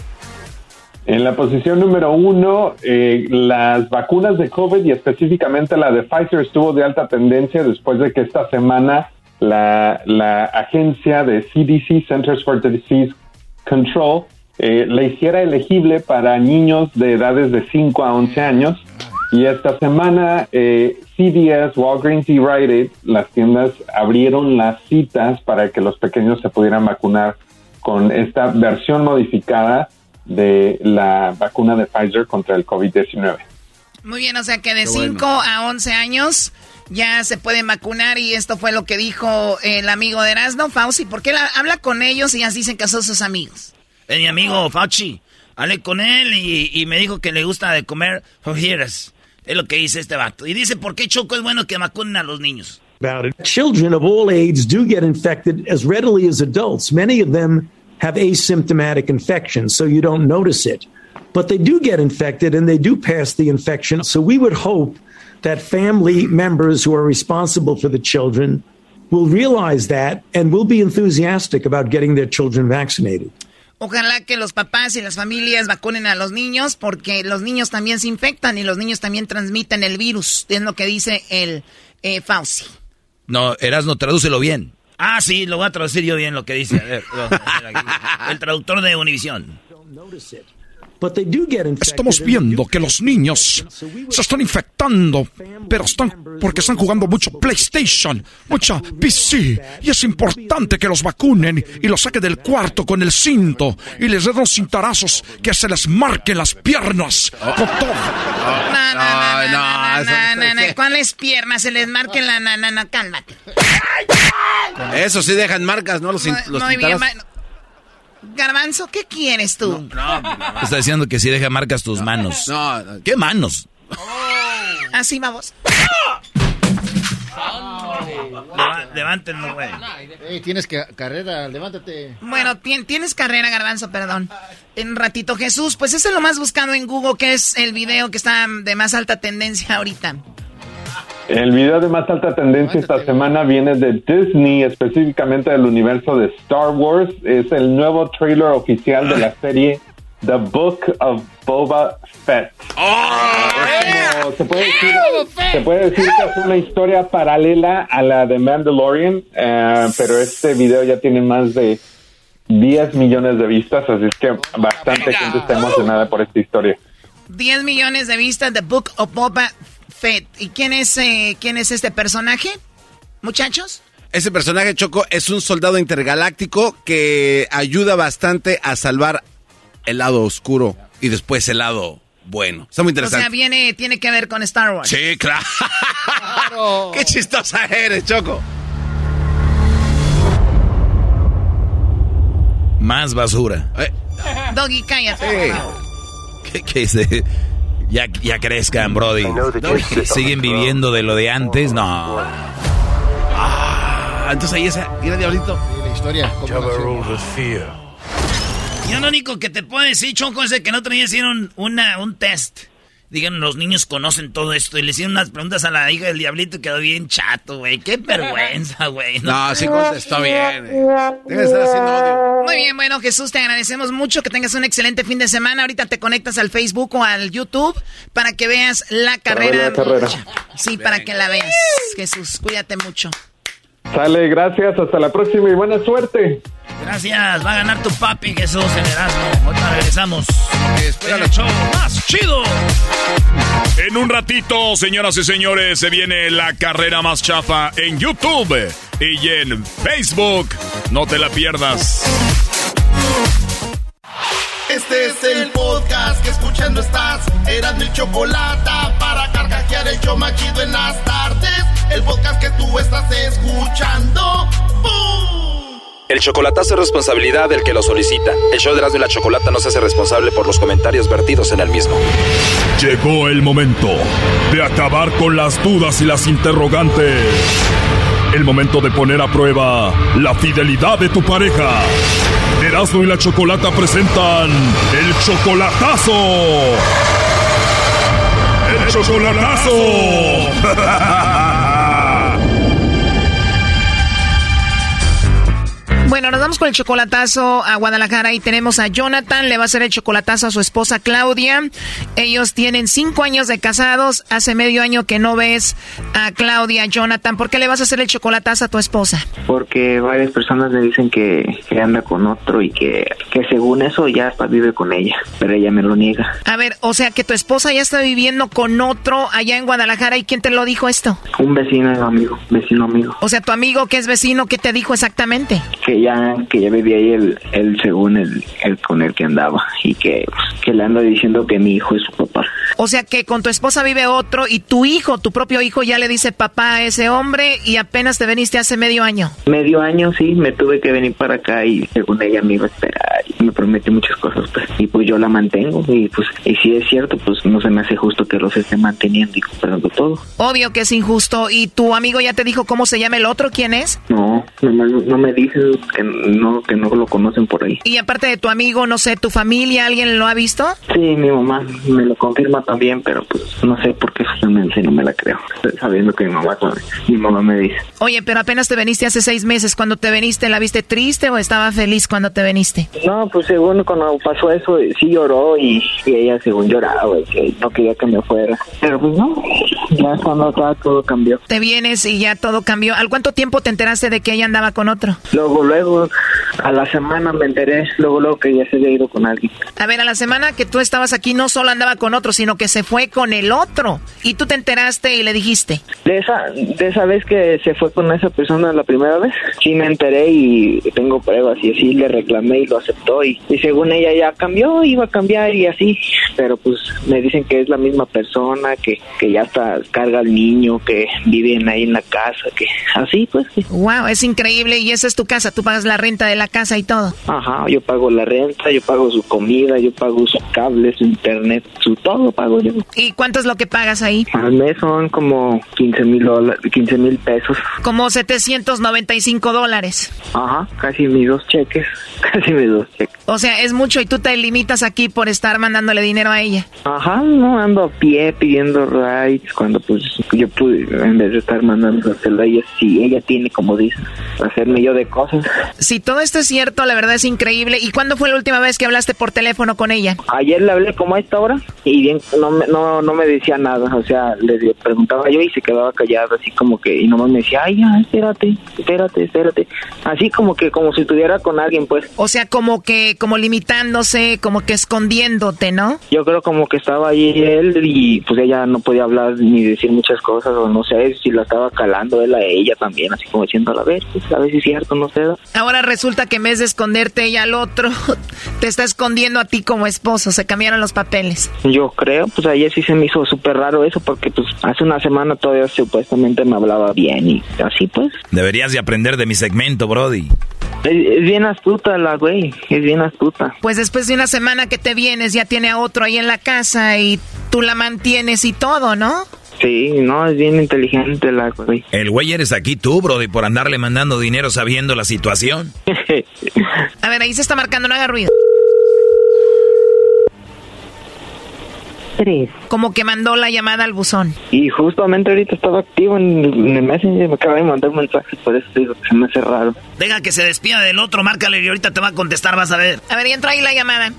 S11: En la posición número uno, eh, las vacunas de COVID y específicamente la de Pfizer estuvo de alta tendencia después de que esta semana la, la agencia de C D C, Centers for Disease Control, eh, la hiciera elegible para niños de edades de cinco a once años. Y esta semana eh, C V S, Walgreens y Rite Aid, las tiendas abrieron las citas para que los pequeños se pudieran vacunar con esta versión modificada de la vacuna de Pfizer contra el COVID diecinueve.
S10: Muy bien, o sea que de cinco a once años ya se pueden vacunar y esto fue lo que dijo el amigo de Erasmo, Fauci. ¿Por qué la, habla con ellos y ya dicen que son sus amigos?
S3: Es mi amigo Fauci. Hablé con él y, y me dijo que le gusta de comer fajitas. Es lo que dice este vato. Y dice, ¿por qué, Choco, es bueno que vacunen a los niños?
S15: About it. Children of all ages do get infected as readily as adults. Many of them have asymptomatic infections, so you don't notice it. But they do get infected and they do pass the infection. So we would hope that family members who are responsible for the children will realize that and will be enthusiastic about getting their children vaccinated.
S10: Ojalá que los papás y las familias vacunen a los niños porque los niños también se infectan y los niños también transmiten el virus. Es lo que dice el eh, Fauci.
S5: No, Erasmo, tradúcelo bien.
S3: Ah, sí, lo voy a traducir yo bien lo que dice. A ver, el traductor de Univisión.
S16: Estamos viendo que los niños se están infectando, pero están porque están jugando mucho PlayStation, mucha P C, y es importante que los vacunen y los saquen del cuarto con el cinto y les den unos cintarazos que se les marquen las piernas con todo.
S10: No, no, no, no, no, no, no. ¿Cuáles piernas? Se les marquen la nana, no, cálmate.
S12: Eso sí dejan marcas, ¿no? Los,
S10: Muy,
S12: los
S10: muy bien,
S12: cintarazos.
S10: Garbanzo, ¿qué quieres tú?
S12: No, no, no.
S5: Está diciendo que sí deja marcas tus manos.
S12: No, no.
S5: ¿Qué manos?
S10: Así vamos.
S3: Levántenlo, güey.
S17: Hey, tienes que, carrera, levántate.
S10: Bueno, tien, tienes carrera, Garbanzo, perdón. En un ratito, Jesús, pues eso es lo más buscado en Google, que es el video que está de más alta tendencia ahorita.
S11: El video de más alta tendencia esta semana viene de Disney, específicamente del universo de Star Wars. Es el nuevo trailer oficial de la serie The Book of Boba Fett.
S12: Oh,
S11: Como se, puede decir, se puede decir que es una historia paralela a la de Mandalorian, uh, pero este video ya tiene más de diez millones de vistas, así es que bastante gente está emocionada por esta historia.
S10: diez millones de vistas, The Book of Boba Fett. ¿Y quién es, eh, quién es este personaje, muchachos?
S12: Ese personaje, Choco, es un soldado intergaláctico que ayuda bastante a salvar el lado oscuro y después el lado bueno. Está muy interesante.
S10: O sea, viene, tiene que ver con Star Wars.
S12: Sí, claro. claro. Qué chistosa eres, Choco.
S5: Más basura.
S12: Eh.
S10: Doggy, cállate.
S5: Sí. ¿Qué, qué es de... Ya, ya crezcan, brody. No, siguen viviendo de lo de antes. No.
S12: Ah, entonces ahí esa... Mira, diablito.
S17: La historia.
S3: Yo lo único que te puedo decir, Choco, es de que el otro día hicieron una, un test. Digan, los niños conocen todo esto. Y le hicieron unas preguntas a la hija del diablito y quedó bien chato, güey. Qué vergüenza, güey.
S12: No, no sí contestó bien. Eh. Debe estar haciendo odio.
S10: Muy bien, bueno, Jesús, te agradecemos mucho. Que tengas un excelente fin de semana. Ahorita te conectas al Facebook o al YouTube para que veas la carrera.
S11: La carrera.
S10: Sí, bien. Para que la veas. Jesús, cuídate mucho.
S11: Sale, gracias. Hasta la próxima y buena suerte.
S3: Gracias, va a ganar tu papi Jesús en Erasmo. Ahorita regresamos. Espera el show más chido.
S8: En un ratito, señoras y señores, se viene la carrera más chafa en YouTube y en Facebook. No te la pierdas.
S1: Este es el podcast que escuchando estás. Erasmo y Chocolata para carcajear el show más chido en las tardes. El podcast que tú estás escuchando. ¡Bum!
S18: El chocolatazo es responsabilidad del que lo solicita. El show de Erasmo y la Chocolata no se hace responsable por los comentarios vertidos en el mismo.
S8: Llegó el momento de acabar con las dudas y las interrogantes. El momento de poner a prueba la fidelidad de tu pareja. Erasmo y la Chocolata presentan el chocolatazo. ¡El chocolatazo!
S10: Bueno, nos vamos con el chocolatazo a Guadalajara y tenemos a Jonathan, le va a hacer el chocolatazo a su esposa Claudia. Ellos tienen cinco años de casados, hace medio año que no ves a Claudia. Jonathan, ¿por qué le vas a hacer el chocolatazo a tu esposa?
S19: Porque varias personas me dicen que, que anda con otro y que, que según eso ya hasta vive con ella, pero ella me lo niega.
S10: A ver, o sea que tu esposa ya está viviendo con otro allá en Guadalajara, ¿y quién te lo dijo esto?
S19: Un vecino amigo, vecino amigo.
S10: O sea, tu amigo que es vecino, ¿qué te dijo exactamente?
S19: Que ya que ya vivía ahí el, el según el, el con el que andaba y que, pues, que le anda diciendo que mi hijo es su papá.
S10: O sea que con tu esposa vive otro y tu hijo, tu propio hijo ya le dice papá a ese hombre y apenas te veniste hace medio año.
S19: Medio año, sí, me tuve que venir para acá y según ella me iba a esperar y me prometió muchas cosas, pues, y pues yo la mantengo y pues y si es cierto, pues no se me hace justo que los esté manteniendo y comprando todo.
S10: Obvio que es injusto. ¿Y tu amigo ya te dijo cómo se llama el otro? ¿Quién es?
S19: No, no, no me dicen que no, que no lo conocen por ahí.
S10: Y aparte de tu amigo, no sé, ¿tu familia, alguien lo ha visto?
S19: Sí, mi mamá me lo confirma también, pero pues no sé por qué justamente no me la creo, sabiendo que mi mamá, mi mamá me dice.
S10: Oye, pero apenas te veniste hace seis meses. ¿Cuando te veniste, la viste triste o estaba feliz cuando te veniste?
S19: No, pues según cuando pasó eso, sí lloró y, y ella según lloraba, que no quería que me fuera. Pero pues no, ya cuando todo, todo cambió.
S10: Te vienes y ya todo cambió. ¿Al cuánto tiempo te enteraste de que ella andaba con otro?
S19: Luego, luego, a la semana me enteré, luego, luego que ya se había ido con alguien.
S10: A ver, a la semana que tú estabas aquí no solo andaba con otro, sino que se fue con el otro. Y tú te enteraste y le dijiste.
S19: De esa, de esa vez que se fue con esa persona la primera vez, sí me enteré y tengo pruebas y así le reclamé y lo aceptó y, y según ella ya cambió, iba a cambiar y así, pero pues me dicen que es la misma persona, que, que ya hasta carga al niño, que viven ahí en la casa, que así pues. Sí.
S10: Wow, es increíble. Y esa es tu casa, tú pagas la renta de la casa y todo.
S19: Ajá, yo pago la renta, yo pago su comida, yo pago su cable, su internet, su todo pago yo.
S10: ¿Y cuánto es lo que pagas ahí?
S19: Al mes son como quince mil dólares, quince mil pesos.
S10: Como setecientos noventa y cinco dólares.
S19: Ajá, casi mis dos cheques, casi mis dos cheques.
S10: O sea, es mucho y tú te limitas aquí por estar mandándole dinero a ella.
S19: Ajá, no ando a pie pidiendo rides cuando pues yo pude, en vez de estar mandando a ella, si ella tiene, como dice, hacerme yo de cosas.
S10: Si todo esto es cierto, la verdad es increíble. ¿Y cuándo fue la última vez que hablaste por teléfono con ella?
S19: Ayer le hablé como a esta hora y bien no me, no, no me decía nada, o sea, le preguntaba yo y se quedaba callado, así como que, y nomás me decía, ay, ya, espérate, espérate, espérate, así como que, como si estuviera con alguien, pues.
S10: O sea, como que, como limitándose, como que escondiéndote, ¿no?
S19: Yo creo como que estaba ahí él y pues ella no podía hablar ni decir muchas cosas, o no sé si la estaba calando él a ella también, así como diciendo, a ver, pues, a ver si es cierto, no sé.
S10: Ahora resulta que en vez de esconderte ella al otro, te está escondiendo a ti como esposo, se cambiaron los papeles.
S19: Yo creo, pues ayer sí se me hizo súper raro eso, porque pues hace una semana todavía supuestamente me hablaba bien y así pues.
S5: Deberías de aprender de mi segmento, Brody.
S19: Es, es bien astuta la güey, es bien astuta.
S10: Pues después de una semana que te vienes ya tiene a otro ahí en la casa y tú la mantienes y todo, ¿no?
S19: Sí, no, es bien inteligente la güey.
S5: El güey eres aquí tú, Brody, por andarle mandando dinero sabiendo la situación.
S10: A ver, ahí se está marcando, no haga ruido.
S20: tres.
S10: Como que mandó la llamada al buzón.
S19: Y justamente ahorita estaba activo en, en el Messenger, me acaba de mandar un mensaje, por eso te digo que se me hace raro.
S3: Deja que se despida del otro, márcale y ahorita te va a contestar, vas a ver.
S10: A ver, ya entró ahí la llamada.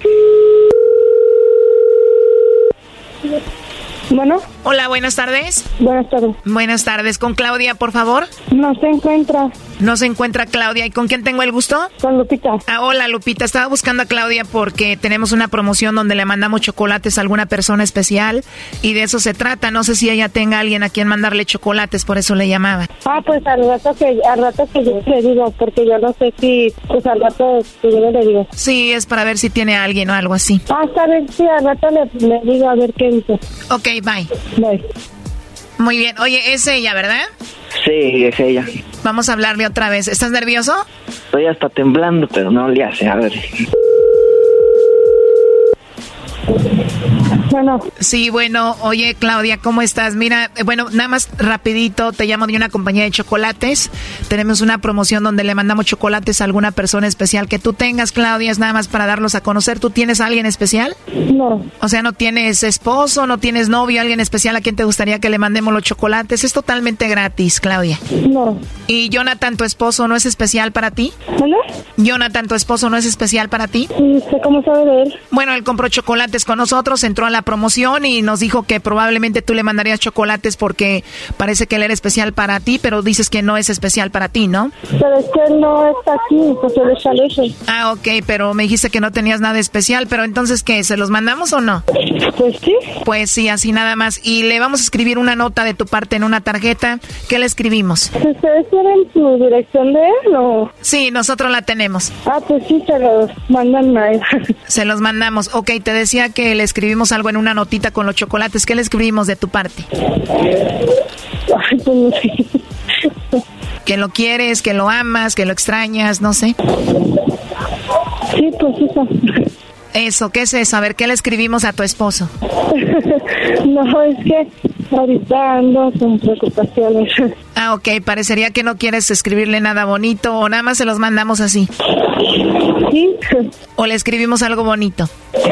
S20: Bueno.
S10: Hola, buenas tardes.
S20: Buenas tardes.
S10: Buenas tardes. ¿Con Claudia, por favor?
S20: No se encuentra.
S10: No se encuentra Claudia. ¿Y con quién tengo el gusto?
S20: Con Lupita.
S10: Ah, hola, Lupita. Estaba buscando a Claudia porque tenemos una promoción donde le mandamos chocolates a alguna persona especial y de eso se trata. No sé si ella tenga a alguien a quien mandarle chocolates, por eso le llamaba.
S20: Ah, pues al rato que, al rato que yo le digo, porque yo no sé si, pues al rato que yo le digo.
S10: Sí, es para ver si tiene a alguien o algo así.
S20: Ah, está bien, sí, al rato le, le digo a ver qué dice.
S10: Ok, bye.
S20: Bye.
S10: Muy bien. Oye, es ella, ¿verdad?
S19: Sí, es ella.
S10: Vamos a hablarle otra vez. ¿Estás nervioso?
S19: Estoy hasta temblando, pero no le hace, a ver.
S20: Bueno.
S10: Sí, bueno, oye, Claudia, ¿cómo estás? Mira, eh, bueno, nada más rapidito, te llamo de una compañía de chocolates. Tenemos una promoción donde le mandamos chocolates a alguna persona especial que tú tengas, Claudia, es nada más para darlos a conocer. ¿Tú tienes a alguien especial?
S20: No.
S10: O sea, ¿no tienes esposo, no tienes novio, alguien especial a quien te gustaría que le mandemos los chocolates? Es totalmente gratis, Claudia.
S20: No.
S10: ¿Y Jonathan, tu esposo, no es especial para ti?
S20: ¿No?
S10: Jonathan, tu esposo, ¿no es especial para ti?
S20: Sí, sé cómo sabe de él.
S10: Bueno, él compró chocolates con nosotros, entró a la promoción y nos dijo que probablemente tú le mandarías chocolates porque parece que él era especial para ti, pero dices que no es especial para ti, ¿no?
S20: Pero es que él no está aquí, pues él está lejos.
S10: Ah, ok, pero me dijiste que no tenías nada especial, pero entonces, ¿qué? ¿Se los mandamos o no?
S20: Pues sí.
S10: Pues sí, así nada más. Y le vamos a escribir una nota de tu parte en una tarjeta. ¿Qué le escribimos?
S20: ¿Ustedes tienen su dirección de él o...?
S10: Sí, nosotros la tenemos.
S20: Ah, pues sí, se los mandan a él.
S10: Se los mandamos. Ok, te decía que le escribimos algo en una notita con los chocolates. ¿Qué le escribimos de tu parte?
S20: Ay, pues no sé.
S10: Que lo quieres, que lo amas, que lo extrañas, no sé.
S20: Sí, pues eso.
S10: Eso, ¿qué es eso? A ver, ¿qué le escribimos a tu esposo?
S20: No, es que ahorita ando con preocupaciones.
S10: Ah, ok, parecería que no quieres escribirle nada bonito o nada más se los mandamos así.
S20: Sí.
S10: ¿O le escribimos algo bonito?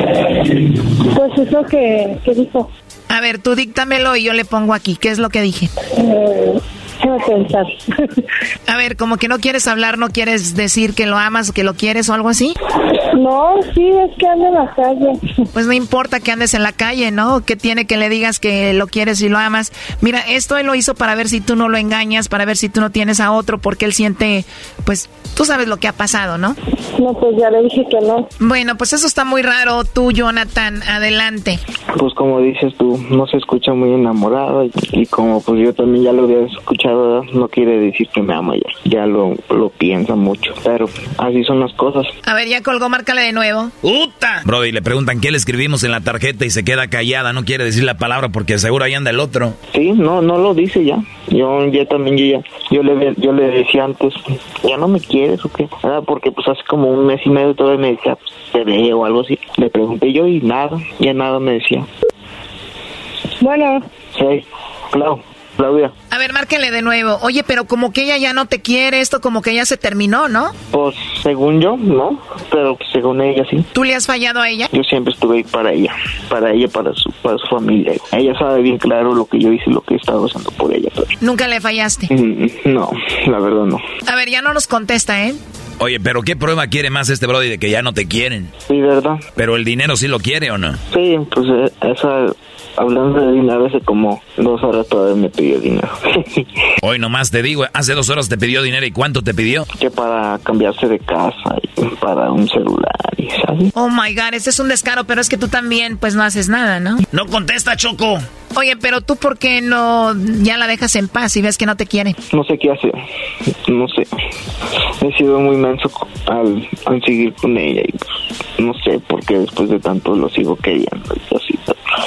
S20: Pues eso que, que dijo.
S10: A ver, tú díctamelo y yo le pongo aquí. ¿Qué es lo que dije?
S20: Eh, déjame pensar.
S10: A ver, como que no quieres hablar, no quieres decir que lo amas o que lo quieres o algo así.
S20: No, sí, es que ando en la calle.
S10: Pues no importa que andes en la calle, ¿no? Que tiene que le digas que lo quieres y lo amas. Mira, esto él lo hizo para ver si tú no lo engañas, para ver si tú no tienes a otro, porque él siente, pues, tú sabes lo que ha pasado, ¿no?
S20: No, pues ya le dije que no.
S10: Bueno, pues eso está muy raro. Tú, Jonathan, adelante.
S19: Pues como dices tú, no se escucha muy enamorado y, y como pues yo también ya lo había escuchado, no quiere decir que me ama ya. Ya lo, lo piensa mucho, pero así son las cosas.
S10: A ver, ya colgó, márcale de nuevo.
S5: ¡Uta! Brody, le preguntan qué le escribimos en la tarjeta y se queda callada, no quiere decir la palabra porque seguro ahí anda el otro.
S19: Sí, no, no lo dice ya. Yo ya también, yo ya, yo le, yo le decía antes, ¿ya no me quieres o qué? Ah, porque pues hace como un mes y medio todavía me decía, pues, te veo o algo así. Le pregunté yo y nada, ya nada me decía.
S20: Bueno.
S19: Sí, Clau, Claudia.
S10: A ver, márquenle de nuevo. Oye, pero como que ella ya no te quiere, esto como que ya se terminó, ¿no?
S19: Pues según yo, no, pero según ella sí.
S10: ¿Tú le has fallado a ella?
S19: Yo siempre estuve ahí para ella, para ella, para su, para su familia. Ella sabe bien claro lo que yo hice y lo que he estado haciendo por ella. Pero...
S10: ¿Nunca le fallaste?
S19: Mm, no, la verdad no.
S10: A ver, ya no nos contesta, ¿eh?
S5: Oye, pero ¿qué prueba quiere más este Brody de que ya no te quieren?
S19: Sí, ¿verdad?
S5: ¿Pero el dinero sí lo quiere o no?
S19: Sí, pues eh, esa... Hablando de dinero, hace como dos horas todavía me pidió dinero.
S5: Hoy nomás te digo, hace dos horas te pidió dinero. ¿Y cuánto te pidió?
S19: Que para cambiarse de casa y para un celular, y ¿sabes?
S10: Oh my God, ese es un descaro, pero es que tú también, pues no haces nada, ¿no?
S3: No contesta, Choco.
S10: Oye, pero tú, ¿por qué no ya la dejas en paz y ves que no te quiere?
S19: No sé qué hacer, no sé. He sido muy menso al, al seguir con ella y pues, no sé por qué después de tanto lo sigo queriendo y así.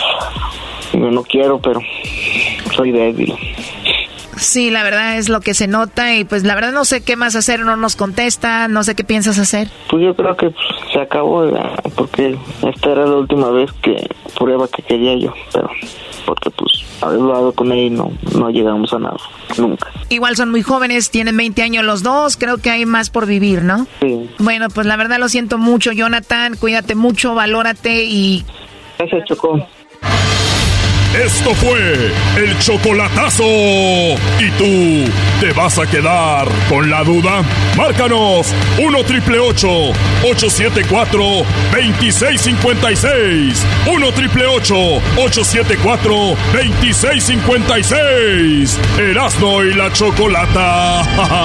S19: Yo no quiero, pero soy débil.
S10: Sí, la verdad es lo que se nota y pues la verdad no sé qué más hacer, no nos contesta, no sé qué piensas hacer.
S19: Pues yo creo que pues, se acabó, ¿verdad? Porque esta era la última vez que prueba que quería yo, pero porque pues haber hablado con ella y no, no llegamos a nada, nunca.
S10: Igual son muy jóvenes, tienen veinte años los dos, creo que hay más por vivir, ¿no?
S19: Sí.
S10: Bueno, pues la verdad lo siento mucho, Jonathan, cuídate mucho, valórate y...
S19: Gracias, Chocó.
S8: Esto fue el chocolatazo. ¿Y tú te vas a quedar con la duda? Márcanos uno triple ocho, ocho siete cuatro, dos seis cinco seis. uno triple ocho, ocho siete cuatro, dos seis cinco seis. Erasmo y la Chocolata.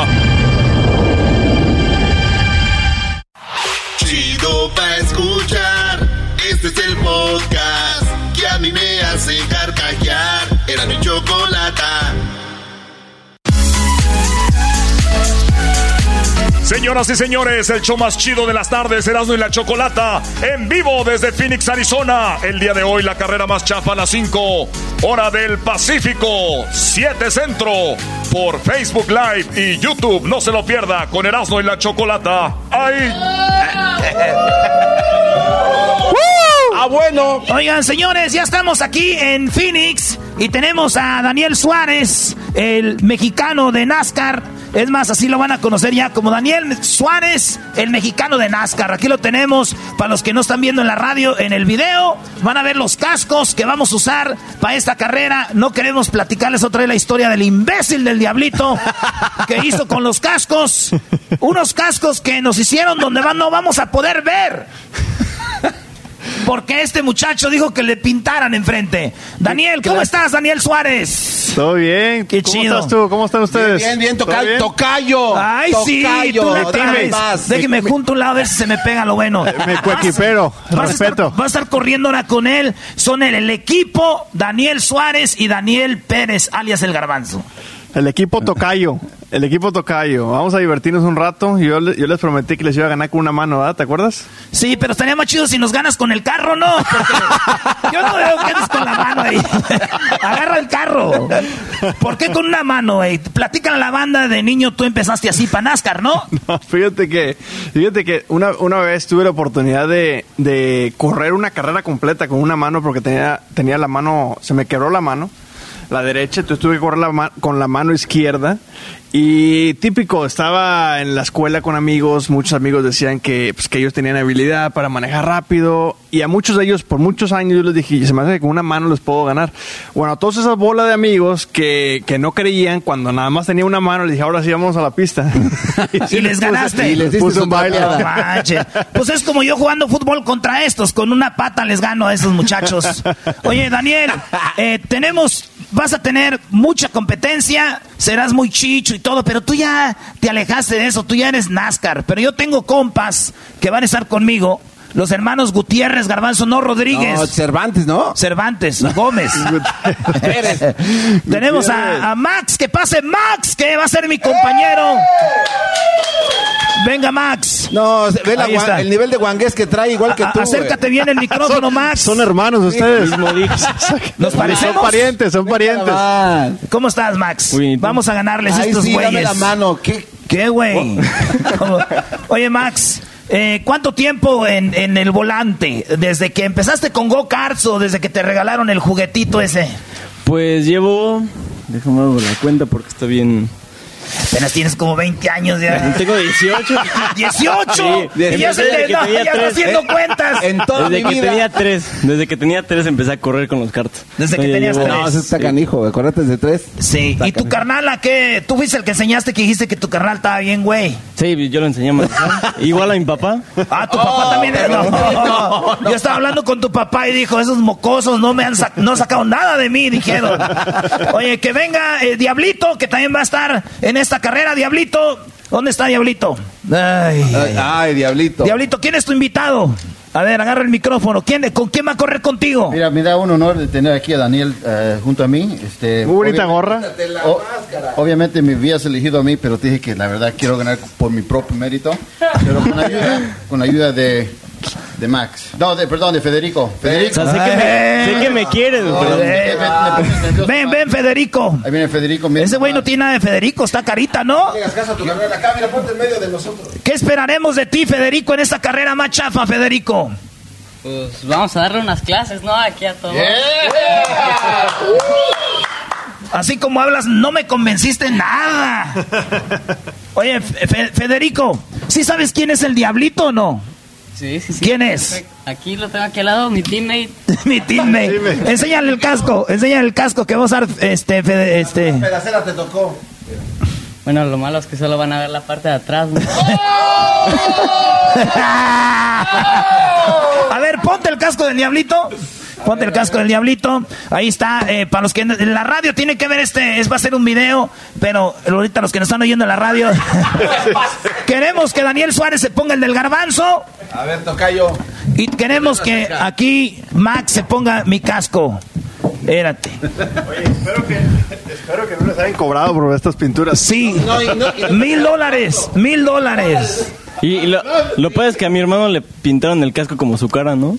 S1: Chido pa' escuchar. Este es el podcast que a mí me hace carcajear. Era mi Chocolata.
S8: Señoras y señores, el show más chido de las tardes, Erasmo y la Chocolata, en vivo desde Phoenix, Arizona. El día de hoy, la carrera más chafa a las cinco, hora del Pacífico, siete Centro, por Facebook Live y YouTube. No se lo pierda, con Erasmo y la Chocolata. ¡Ay!
S3: Ah, bueno. Oigan, señores, ya estamos aquí en Phoenix y tenemos a Daniel Suárez, el mexicano de NASCAR. Es más, así lo van a conocer ya como Daniel Suárez, el mexicano de NASCAR. Aquí lo tenemos. Para los que no están viendo en la radio, en el video, van a ver los cascos que vamos a usar para esta carrera. No queremos platicarles otra vez la historia del imbécil del Diablito que hizo con los cascos. Unos cascos que nos hicieron donde no vamos a poder ver. Porque este muchacho dijo que le pintaran enfrente. Daniel, ¿cómo estás, Daniel Suárez?
S21: Todo bien.
S3: Qué
S21: ¿Cómo
S3: chido.
S21: estás tú? ¿Cómo están ustedes?
S4: Bien, bien, tocayo. Tocayo.
S3: Ay, sí, tú le traes. Déjeme junto a un lado a ver si se me pega lo bueno.
S21: Me coequipero, respeto.
S3: Vas a estar corriendo ahora con él. Son el, el equipo Daniel Suárez y Daniel Pérez, alias El Garbanzo.
S21: El equipo Tocayo. El equipo Tocayo. Vamos a divertirnos un rato. Yo, yo les prometí que les iba a ganar con una mano, ¿verdad? ¿Te acuerdas?
S3: Sí, pero estaría más chido si nos ganas con el carro, ¿no? Porque yo no veo que andes con la mano ahí. Agarra el carro. ¿Por qué con una mano, güey? Platícale a la banda de niño, tú empezaste así para NASCAR, ¿no?
S21: No, fíjate que, fíjate que una, una vez tuve la oportunidad de, de correr una carrera completa con una mano porque tenía, tenía la mano, se me quebró la mano. La derecha, entonces tuve que correr la ma- con la mano izquierda. Y típico, estaba en la escuela con amigos, muchos amigos decían que, pues, que ellos tenían habilidad para manejar rápido, y a muchos de ellos, por muchos años, yo les dije, se me hace que con una mano les puedo ganar. Bueno, a todas esas bolas de amigos que, que no creían, cuando nada más tenía una mano, les dije, ahora sí vamos a la pista.
S3: y, y les ganaste.
S21: Y les puse un baile.
S3: No manches. Pues es como yo jugando fútbol contra estos, con una pata les gano a esos muchachos. Oye, Daniel, eh, tenemos... Vas a tener mucha competencia, serás muy chicho y todo, pero tú ya te alejaste de eso, tú ya eres NASCAR. Pero yo tengo compas que van a estar conmigo, los hermanos Gutiérrez, Garbanzo, no Rodríguez.
S4: No, Cervantes, ¿no?
S3: Cervantes, Gómez. Tenemos a, a Max, que pase Max, que va a ser mi compañero. Venga, Max.
S4: No, ve la gua- el nivel de guangués que trae igual que
S3: a,
S4: tú.
S3: Acércate bien el micrófono,
S21: son,
S3: Max.
S21: Son hermanos ustedes.
S3: ¿Nos parecemos?
S21: Son parientes, son parientes.
S3: ¿Cómo estás, Max? Vamos a ganarles a
S4: Ay,
S3: estos
S4: sí,
S3: güeyes.
S4: dame la mano. ¿Qué?
S3: ¿Qué, güey? Oye, Max, eh, ¿cuánto tiempo en, en el volante? ¿Desde que empezaste con go-karts o desde que te regalaron el juguetito ese?
S22: Pues llevo... Déjame ver la cuenta porque está bien...
S3: Apenas tienes como veinte años ya.
S22: Tengo dieciocho.
S3: ¿dieciocho?
S22: Sí,
S3: y ya se te no, ya está haciendo
S22: eh,
S3: cuentas.
S4: En toda
S22: desde
S4: mi
S22: que
S4: vida.
S22: tenía tres. Desde que tenía tres empecé a correr con los karts.
S3: Desde que
S22: Oye,
S3: tenías
S22: llevo-
S3: tres.
S4: No, eso está canijo, acuérdate de tres.
S3: Sí.
S4: Está
S3: ¿Y tu
S4: canijo.
S3: carnala qué? Tú fuiste el que enseñaste que dijiste que tu carnal estaba bien, güey.
S22: Sí, yo lo enseñé a manejar. Igual a mi papá.
S3: Ah, tu papá también. No, no, no. Yo estaba hablando con tu papá y dijo, esos mocosos no me han sac- no sacado nada de mí, dijeron. Oye, que venga eh, Diablito, que también va a estar en esta carrera. Diablito, ¿dónde está Diablito? Ay,
S4: Ay, ay, Diablito.
S3: Diablito, ¿quién es tu invitado? A ver, agarra el micrófono. ¿Quién, ¿Con quién va a correr contigo?
S17: Mira, me da un honor de tener aquí a Daniel eh, junto a mí. Este,
S21: Muy bonita
S17: obvi-
S21: gorra.
S17: o- obviamente me habías elegido a mí, pero te dije que la verdad quiero ganar por mi propio mérito. Pero con ayuda, con ayuda de, de Max. No, de, perdón, de Federico. Federico.
S22: O sea, sé que me, sé que me quieres,
S17: No,
S22: pero...
S17: me- me- me pones nervioso.
S3: Ven, ven, Federico.
S17: Ahí viene Federico. mira.
S3: Ese güey no tiene nada de Federico, está carita, ¿no?
S4: No hagas caso a tu carrera acá, mira, ponte en medio de nosotros.
S3: ¿Qué esperaremos de ti, Federico, en esta carrera más chafa, Federico?
S23: Pues vamos a darle unas clases, ¿no? Aquí a todos.
S3: Así como hablas, no me convenciste nada. Oye, Fe- Federico, ¿sí sabes quién es el Diablito o no?
S23: Sí, sí, sí.
S3: ¿Quién es?
S23: Perfecto. Aquí lo tengo aquí al lado, mi teammate.
S3: Mi teammate. Enséñale el casco, enséñale el casco que va a usar este... Fede, este.
S4: Pedacera te tocó.
S23: Bueno, lo malo es que solo van a ver la parte de atrás, ¿no?
S3: A ver, ponte el casco del diablito. Ponte el casco del diablito. Ahí está. Eh, para los que en la radio tienen que ver este, es va a ser un video, pero ahorita los que nos están oyendo en la radio, queremos que Daniel Suárez se ponga el del garbanzo.
S4: A ver, tocayo.
S3: Y queremos que aquí Max se ponga mi casco. Espérate.
S21: Oye, espero que, espero que no les hayan cobrado por estas pinturas.
S3: Sí. No, y no, y mil dólares. Mil dólares.
S23: Y, y lo, lo peor es que a mi hermano le pintaron el casco como su cara, ¿no?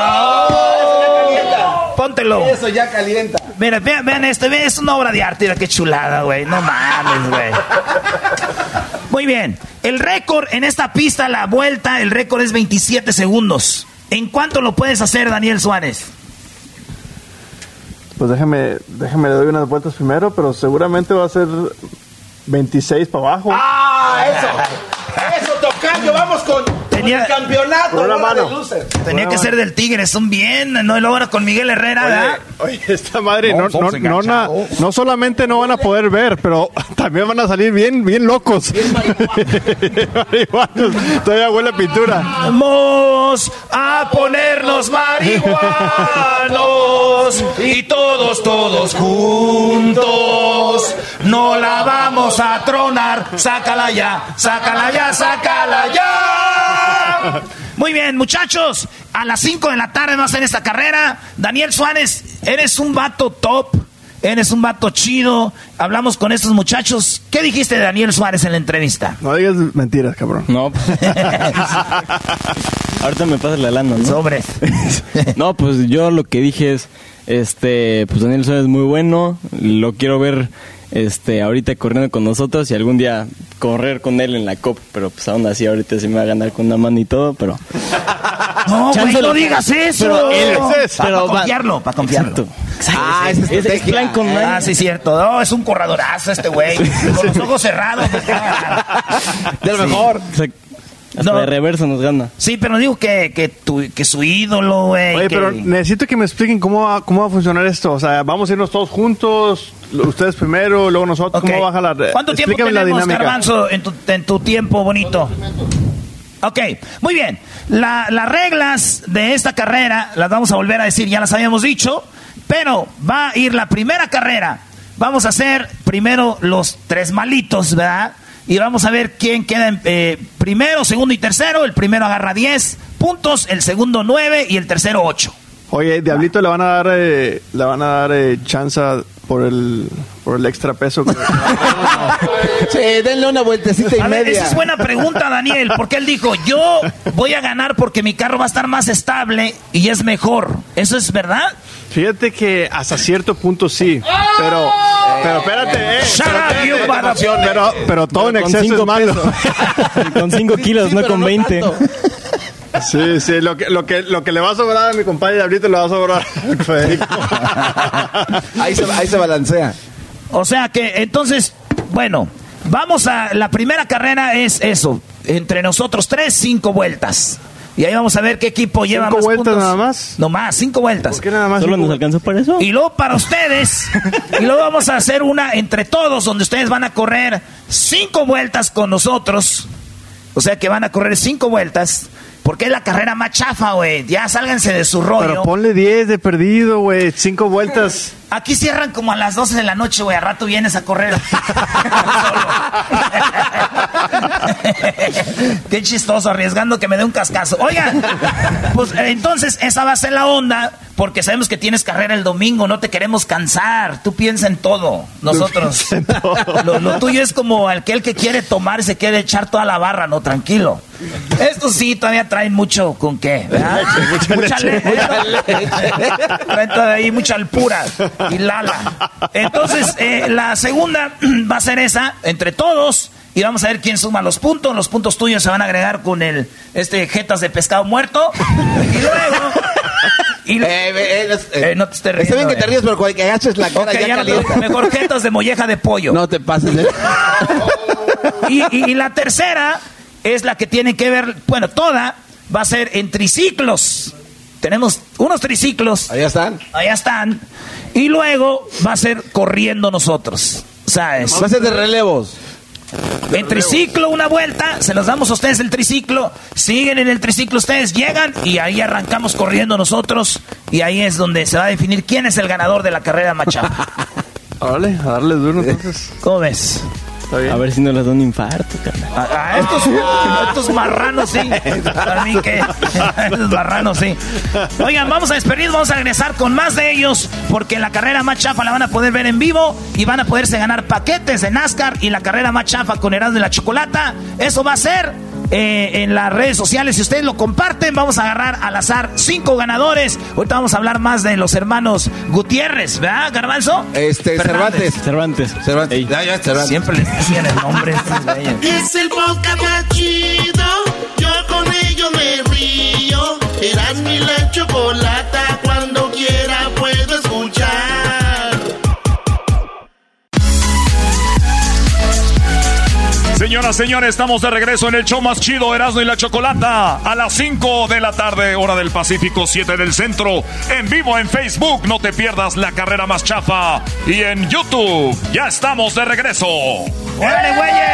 S3: ¡Oh! Póntelo.
S4: Eso ya calienta.
S3: Mira, vean, vean esto. Vean, es una obra de arte. Mira qué chulada, güey. No mames, güey. Muy bien. El récord en esta pista, la vuelta, el récord es veintisiete segundos. ¿En cuánto lo puedes hacer, Daniel Suárez?
S21: Pues déjame, déjame le doy unas vueltas primero, pero seguramente va a ser veintiséis para abajo.
S4: ¡Ah, eso! ¡Eso, tocayo! ¡Vamos con,
S3: Tenía,
S4: con el campeonato!
S21: Por una mano.
S3: Tenía
S21: Por
S3: que
S21: una
S3: ser
S21: mano.
S3: del Tigre, son bien, ¿no? Y luego ahora con Miguel Herrera, ¿verdad?
S21: Oye, oye, esta madre, no,
S3: No,
S21: no,
S3: somos
S21: no, na- no solamente no van a poder ver, pero también van a salir bien, bien locos. Bien marihuanos. Todavía huele a pintura.
S3: Vamos a ponernos marihuanos y todos, todos juntos no la vamos a tronar. Sácala ya, sácala ya, sácala ya. Muy bien, muchachos, a las cinco de la tarde vamos a hacer esta carrera. Daniel Suárez, eres un vato top, eres un vato chido. Hablamos con estos muchachos. ¿Qué dijiste de Daniel Suárez en la entrevista?
S21: No digas mentiras, cabrón.
S23: No. Ahorita me pasa la lana, ¿no?
S3: Sobre.
S23: No, pues yo lo que dije es, este, pues Daniel Suárez es muy bueno, lo quiero ver, este, ahorita corriendo con nosotros y algún día correr con él en la COP, pero pues aún así ahorita se me va a ganar con una mano y todo, pero...
S3: No, güey, no
S23: lo-
S3: digas eso.
S23: Pero él-
S3: para
S23: pero va-
S3: confiarlo, para confiarlo.
S23: Exacto.
S3: Ah,
S23: es, es, es plan con nadie.
S3: Ah, sí, cierto. No, es un corredorazo este güey. Con los ojos cerrados.
S23: De lo mejor. Hasta
S3: No.
S23: de reverso nos gana.
S3: Sí, pero digo que, que, tu, que su ídolo, güey.
S21: Oye,
S3: que...
S21: pero necesito que me expliquen cómo va, cómo va a funcionar esto. O sea, vamos a irnos todos juntos, ustedes primero, luego nosotros.
S3: Ok.
S21: ¿Cómo va a jalar?
S3: ¿Cuánto tiempo
S21: Explícame la
S3: tenemos,
S21: dinámica.
S3: Garbanzo, en tu, en tu tiempo bonito? Ok, muy bien. La, las reglas de esta carrera las vamos a volver a decir, ya las habíamos dicho, pero va a ir la primera carrera. Vamos a hacer primero los tres malitos, ¿verdad? Y vamos a ver quién queda en eh, primero, segundo y tercero. El primero agarra diez puntos, el segundo nueve y el tercero ocho.
S21: Oye, Diablito le van a dar, eh, le van a dar eh, chance por el, por el extra peso. Que...
S4: Sí, denle una vueltecita y
S3: A ver,
S4: media.
S3: esa es buena pregunta, Daniel, porque él dijo, yo voy a ganar porque mi carro va a estar más estable y es mejor. ¿Eso es verdad?
S21: Fíjate que hasta cierto punto sí, pero, pero espérate, eh,
S3: Shut
S21: pero,
S3: up,
S21: espérate,
S3: you motherfucker.
S21: pero, pero todo
S23: Pero
S21: en
S23: con
S21: exceso
S23: cinco
S21: es malo.
S23: pesos. Con cinco kilos,
S4: Sí,
S23: no
S4: pero
S23: con veinte.
S4: tanto.
S21: Sí, sí, lo que, lo que, lo que le va a sobrar a mi compadre Diablito le va a sobrar a Federico.
S4: Ahí se, ahí se balancea.
S3: O sea que, entonces, bueno, vamos a, la primera carrera es eso, entre nosotros tres, cinco vueltas. Y ahí vamos a ver qué equipo lleva
S21: ¿Cinco
S3: más
S21: vueltas
S3: puntos.
S21: nada más?
S3: No más, cinco vueltas.
S21: ¿Por qué nada más?
S23: ¿Solo
S21: cinco
S23: nos
S21: vueltas?
S23: alcanzó para eso?
S3: Y luego para ustedes, y luego vamos a hacer una entre todos, donde ustedes van a correr cinco vueltas con nosotros. O sea que van a correr cinco vueltas, porque es la carrera más chafa, güey. Ya sálganse de su rollo.
S21: Pero ponle diez de perdido, güey, cinco vueltas.
S3: Aquí cierran como a las doce de la noche, güey. A rato vienes a correr. Qué chistoso, arriesgando que me dé un cascazo. Oigan, pues entonces esa va a ser la onda, porque sabemos que tienes carrera el domingo, no te queremos cansar. Tú piensa en todo. Nosotros, lo, lo tuyo es como aquel que quiere tomar y se quiere echar toda la barra, no, tranquilo. Estos sí todavía traen mucho con qué, ¿verdad?
S21: Mucha
S3: Mucha
S21: leche.
S3: leche. Traen todavía ahí mucha alpura y lala. Entonces, eh, la segunda va a ser esa, entre todos, y vamos a ver quién suma los puntos. Los puntos tuyos se van a agregar con el este jetas de pescado muerto. Y luego... Y,
S4: Eh, eh, eh,
S3: eh, no te estés riendo.
S4: Está bien que te
S3: eh.
S4: ríes, pero cuando que agaches la cara
S3: Ok,
S4: ya
S3: ya no te-
S4: calienta.
S3: mejor jetas de molleja de pollo.
S4: No te pases de...
S3: Y, y- y la tercera es la que tiene que ver, bueno, toda va a ser en triciclos. Tenemos unos triciclos.
S4: Allá están.
S3: Allá están. Y luego va a ser corriendo nosotros. ¿Sabes?
S4: Va a ser de relevos.
S3: En triciclo una vuelta, se los damos a ustedes el triciclo, siguen en el triciclo ustedes, llegan y ahí arrancamos corriendo nosotros y ahí es donde se va a definir quién es el ganador de la carrera más chafa.
S21: Órale, a darle duro entonces.
S3: ¿Cómo ves?
S23: A ver si no les da un infarto, carnal.
S3: A, a estos, a estos marranos sí. A mí que a estos marranos sí. Oigan, vamos a despedir, vamos a regresar con más de ellos, porque la carrera más chafa la van a poder ver en vivo y van a poderse ganar paquetes de NASCAR y la carrera más chafa con Erasmo y la Chocolata. Eso va a ser eh, en las redes sociales. Si ustedes lo comparten, vamos a agarrar al azar cinco ganadores. Ahorita vamos a hablar más de los hermanos Gutiérrez, ¿verdad, Garbanzo?
S4: Este,
S3: Fernández.
S4: Cervantes.
S23: Cervantes.
S4: Cervantes. Ya, ya, Cervantes.
S3: Siempre les decían el nombre.
S1: Es el podcast más chido. Yo con ellos me río. Erasmo y la Chocolata, cuando quiera puedo escuchar.
S8: Señoras, señores, estamos de regreso en el show más chido, Erasmo y la Chocolata, a las cinco de la tarde, hora del Pacífico, siete del Centro, en vivo en Facebook, no te pierdas la carrera más chafa, y en YouTube, ya estamos de regreso.
S3: ¡Órale,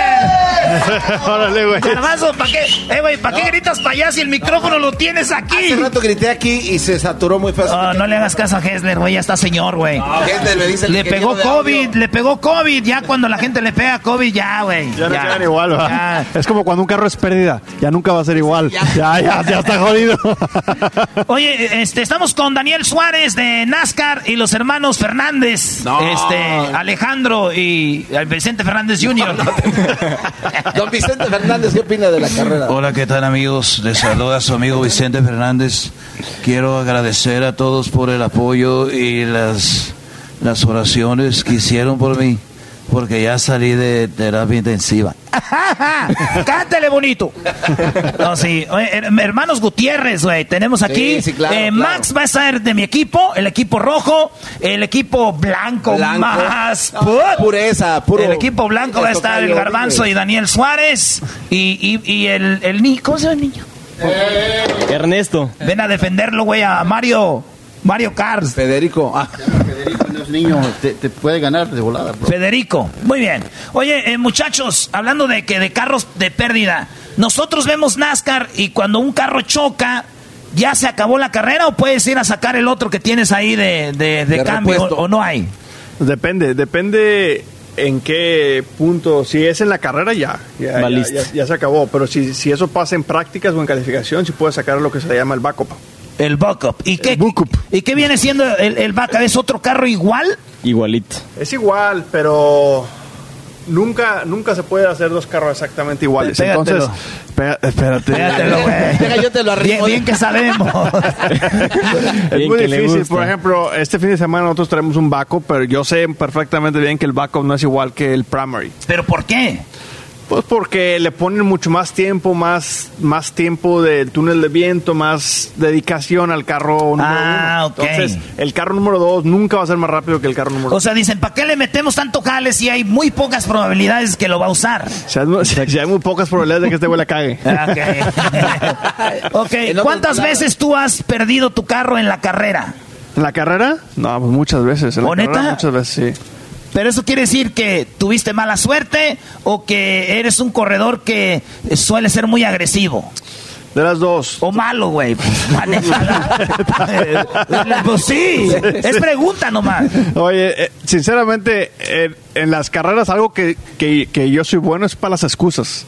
S3: güeyes!
S21: Órale, güey.
S3: Garbanzo, ¿para qué? Eh, güey, ¿para qué gritas para allá si el micrófono lo tienes aquí?
S4: Hace rato grité aquí y se saturó muy fácil.
S3: No, no le hagas caso a Hessler, güey, ya está señor, güey.
S4: No, Hessler me dice el
S3: le pegó COVID, le pegó COVID, ya cuando la gente le pega COVID, ya, güey.
S21: Ya,
S3: ya
S21: no quedan igual, ¿va?
S3: Ya.
S21: Es como cuando un carro es pérdida, ya nunca va a ser igual. Ya, ya, ya, ya está jodido.
S3: Oye, este, estamos con Daniel Suárez de NASCAR y los hermanos Fernández,
S4: No.
S3: este, Alejandro y Vicente Fernández junior
S4: Don Vicente Fernández, ¿qué opina de la carrera?
S2: Hola, ¿qué tal, amigos? Les saluda su amigo Vicente Fernández. Quiero agradecer a todos por el apoyo y las, las oraciones que hicieron por mí, porque ya salí de terapia intensiva.
S3: Cántale bonito. No, sí. Oye, hermanos Gutiérrez, güey. Tenemos aquí.
S4: Sí, sí, claro,
S3: eh,
S4: claro.
S3: Max va a ser de mi equipo, el equipo rojo, el equipo blanco,
S4: Blanco.
S3: más.
S4: No, pureza, puro.
S3: El equipo blanco va a estar el Garbanzo y Daniel Suárez. Y, y, y el, el niño. ¿Cómo se llama el niño?
S23: Ernesto.
S3: Ven a defenderlo, güey, a Mario. Mario Kart.
S4: Federico. Ah.
S17: Federico no es niño, te, te puede ganar de volada, bro.
S3: Federico, muy bien. Oye, eh, muchachos, hablando de que de carros de pérdida, nosotros vemos NASCAR y cuando un carro choca, ¿ya se acabó la carrera o puedes ir a sacar el otro que tienes ahí de, de, de,
S4: De
S3: cambio o,
S4: repuesto.
S3: o no hay?
S21: Depende, depende en qué punto. Si es en la carrera, ya, ya,
S23: Va
S21: ya,
S23: listo.
S21: ya, ya se acabó. Pero si, si eso pasa en prácticas o en calificación, sí puedes sacar lo que se llama el backup.
S3: El backup. ¿Y qué,
S21: El backup.
S3: ¿Y qué viene siendo el, el backup? ¿Es otro carro igual?
S23: Igualito.
S21: Es igual, pero nunca nunca se puede hacer dos carros exactamente iguales.
S3: Pégatelo.
S21: Entonces, espera- espérate.
S3: Pégatelo, güey.
S4: Deja, yo te lo arrimo.
S3: Bien, bien que sabemos.
S21: Es
S23: Bien
S21: muy
S23: que le
S21: difícil.
S23: gusta.
S21: Por ejemplo, este fin de semana nosotros traemos un backup, pero yo sé perfectamente bien que el backup no es igual que el primary.
S3: ¿Pero por qué?
S21: Pues porque le ponen mucho más tiempo, más, más tiempo del túnel de viento, más dedicación al carro número
S3: Ah,
S21: uno.
S3: ok.
S21: Entonces, el carro número dos nunca va a ser más rápido que el carro número
S3: O sea, dicen, ¿para qué le metemos tanto jale si hay muy pocas probabilidades que lo va a usar?
S21: Si hay, si- si hay muy pocas probabilidades de que este güey la cague.
S3: Ok. Ok,
S4: En otras
S3: ¿cuántas
S4: palabras-
S3: veces tú has perdido tu carro en la carrera?
S21: ¿En la carrera? No, pues muchas veces. En la
S3: ¿O neta?
S21: carrera muchas veces, sí.
S3: Pero eso quiere decir que tuviste mala suerte o que eres un corredor que suele ser muy agresivo.
S21: De las dos.
S3: O malo, güey. Pues, manéjala. Pues sí, es pregunta nomás.
S21: Oye, eh, sinceramente, eh, en las carreras algo que, que, que yo soy bueno es para las excusas.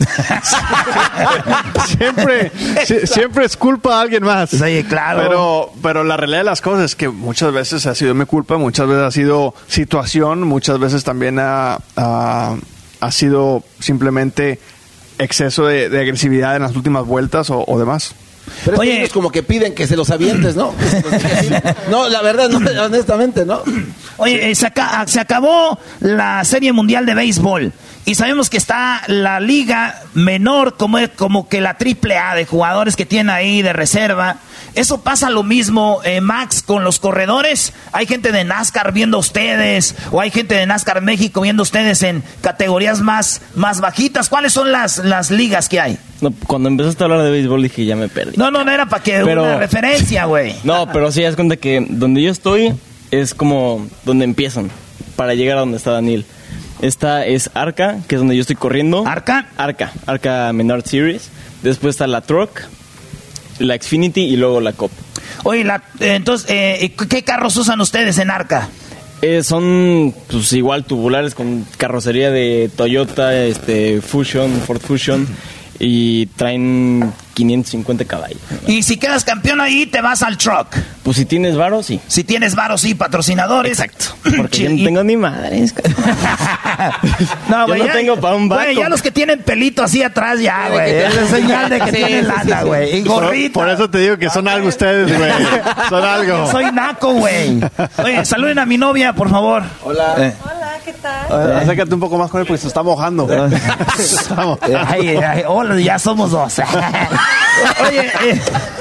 S21: siempre, si- siempre es culpa de alguien más.
S3: Sí, claro.
S21: Pero, pero la realidad de las cosas es que muchas veces ha sido mi culpa, muchas veces ha sido situación, muchas veces también ha, ha, ha sido simplemente exceso de, de agresividad en las últimas vueltas o, o demás.
S4: Pero
S3: Oye.
S4: Oye, ellos como que piden que se los avientes, ¿no? Que se los dejes ir. No, la verdad, no, honestamente, ¿no?
S3: Oye, eh, se, aca- se acabó la Serie Mundial de Béisbol y sabemos que está la liga menor como, como que la triple A de jugadores que tiene ahí de reserva Eso pasa lo mismo, eh, Max, con los corredores. Hay gente de NASCAR viendo a ustedes, o hay gente de NASCAR México viendo a ustedes en categorías más, más bajitas. ¿Cuáles son las, las ligas que hay?
S23: No, cuando empezaste a hablar de béisbol dije ya me perdí.
S3: No, no, no era para que
S23: pero,
S3: una referencia, güey.
S23: No, pero sí, haz cuenta que donde yo estoy es como donde empiezan para llegar a donde está Daniel. Esta es Arca, que es donde yo estoy corriendo.
S3: ¿Arca?
S23: Arca, Arca Menard Series. Después está la Truck, la Xfinity y luego la Cup.
S3: Oye, la, eh, entonces, eh, ¿qué carros usan ustedes en Arca?
S23: Eh, son pues igual tubulares con carrocería de Toyota, este Fusion, Ford Fusion. Y traen quinientos cincuenta caballos.
S3: Y si quedas campeón ahí, te vas al truck.
S23: Pues si tienes varo, sí.
S3: Si tienes varo, sí, patrocinadores.
S23: Exacto. Porque yo no tengo ni madres.
S3: No, güey.
S23: Yo no
S3: ya,
S23: tengo para un vaco.
S3: Güey, ya los que tienen pelito así atrás, ya, güey. Es señal de que
S21: Sí,
S3: tienen
S21: sí,
S3: lana,
S21: sí,
S3: güey.
S21: sí.
S3: Y gorrita.
S21: Por, por eso te digo que son algo ustedes, güey. Son algo.
S3: Soy naco, güey. Oye, saluden a mi novia, por favor.
S21: Hola.
S3: Eh.
S20: Hola, ¿qué tal?
S21: Eh, acércate un poco más con él porque se está mojando.
S3: Estamos. Ay, ay, hola, ya somos dos. Oye, eh.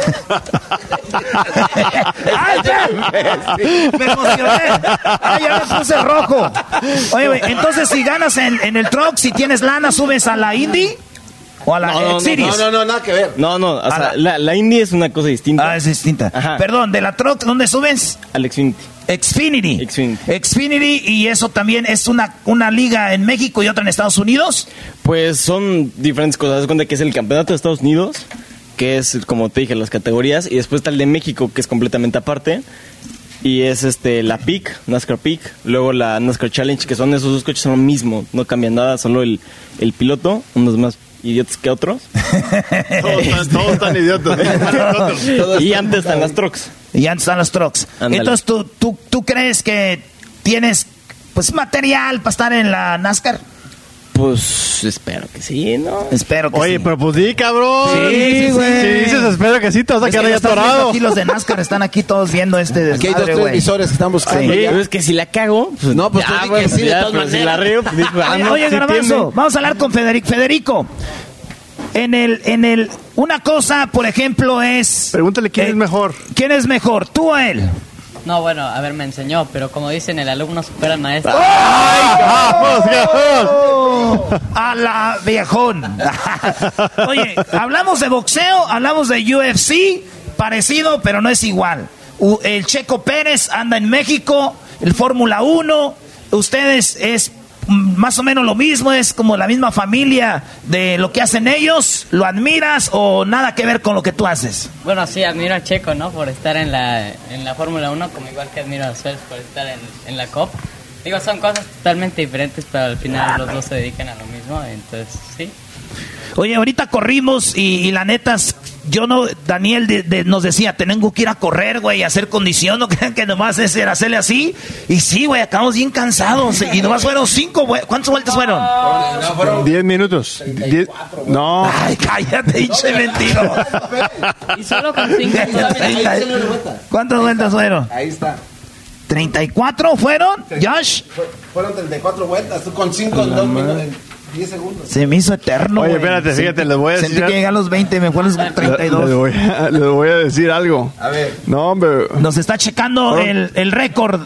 S3: ¡Ay, ya! Me emocioné. ¡Ay, ya me puse rojo! Oye, güey, entonces si ganas en, en el truck, si tienes lana, subes a la Indy o a la
S23: no, no,
S3: X-Series.
S23: no, no,
S4: no, nada que ver.
S23: No, no, o sea,
S3: la...
S23: La, la Indy es una cosa distinta.
S3: Ah, es distinta.
S23: Ajá.
S3: Perdón, de la truck, ¿dónde subes?
S23: Al Xfinity.
S3: Xfinity.
S23: Xfinity.
S3: Xfinity, y eso también es una, una liga en México y otra en Estados Unidos.
S23: Pues son diferentes cosas. Haz cuenta que es el campeonato de Estados Unidos, que es, como te dije, las categorías, y después está el de México, que es completamente aparte, y es este la P I C, NASCAR P I C, luego la NASCAR Challenge, que son esos dos coches, son lo mismo, no cambian nada, solo el, el piloto, unos más idiotas que otros.
S21: todos, están, todos están idiotas.
S23: Y antes están las trucks.
S3: Y antes están las trucks.
S23: Ándale.
S3: Entonces, ¿tú, tú, ¿tú crees que tienes pues material para estar en la NASCAR?
S23: Pues espero que sí, ¿no?
S3: Espero que
S21: Oye,
S3: sí.
S21: pero pues di, cabrón.
S3: Sí, güey.
S21: Si dices espero que sí, te vas a
S3: Es
S21: quedar
S3: que
S21: ahí
S3: lo están viendo
S21: atorado.
S3: aquí los de NASCAR están aquí todos viendo este desmadre,
S4: Aquí hay dos, tres
S3: güey.
S4: visores que están buscando.
S23: Sí,
S4: ya.
S23: pero es que si la cago, pues
S4: No, pues
S23: ya,
S4: tú di
S23: güey,
S4: que sí,
S23: pues
S4: de
S23: ya,
S4: todas
S23: pero si
S4: maneras.
S23: la río, pues digo, ah,
S3: Oye,
S23: no,
S3: oye,
S23: sí
S3: Garbanzo,
S23: tiene.
S3: vamos a hablar con Federico. Federico, en el, en el, una cosa, por ejemplo, es...
S21: Pregúntale quién
S3: eh,
S21: es mejor.
S3: ¿Quién es mejor, tú o él?
S6: No, bueno, a ver, me enseñó, pero como dicen, el alumno supera al maestro.
S21: ¡Ay, vamos,
S3: ¡Oh! A la viejón. Oye, hablamos de boxeo, hablamos de U F C, parecido, pero no es igual. U- el Checo Pérez anda en México, el Fórmula uno, ustedes es mm, más o menos lo mismo, es como la misma familia de lo que hacen ellos. ¿Lo admiras o nada que ver con lo que tú haces?
S6: Bueno, sí, admiro a Checo, ¿no? Por estar en la, en la Fórmula uno, como igual que admiro a Suárez por estar en, en la COP. Digo, son cosas totalmente diferentes, pero al final los dos se dedican a lo mismo, entonces, sí.
S3: Oye, ahorita corrimos y, y la neta, yo no, Daniel de, de, nos decía, tengo que ir a correr, güey, a hacer condición, no crean que nomás es era hacerle así. Y sí, güey, acabamos bien cansados. Y nomás fueron cinco, güey. ¿Cuántas vueltas fueron?
S21: No, fueron diez minutos. Diez... No.
S3: Ay, cállate, hinche mentiroso.
S6: Y solo con cinco.
S3: ¿Cuántas vueltas fueron?
S4: Ahí está.
S3: ¿treinta y cuatro fueron, Josh?
S4: Fueron treinta y cuatro vueltas, tú con cinco en dos minutos, en diez segundos.
S3: Se me hizo eterno,
S21: Oye,
S3: güey.
S21: espérate, fíjate,
S3: Sentí-
S21: les voy a
S3: Sentí
S21: decir-
S3: que llegué a los veinte, me fue a los treinta y dos.
S21: Les voy, a, les voy a decir algo.
S4: A ver.
S21: No, hombre.
S3: Nos está checando el, el récord.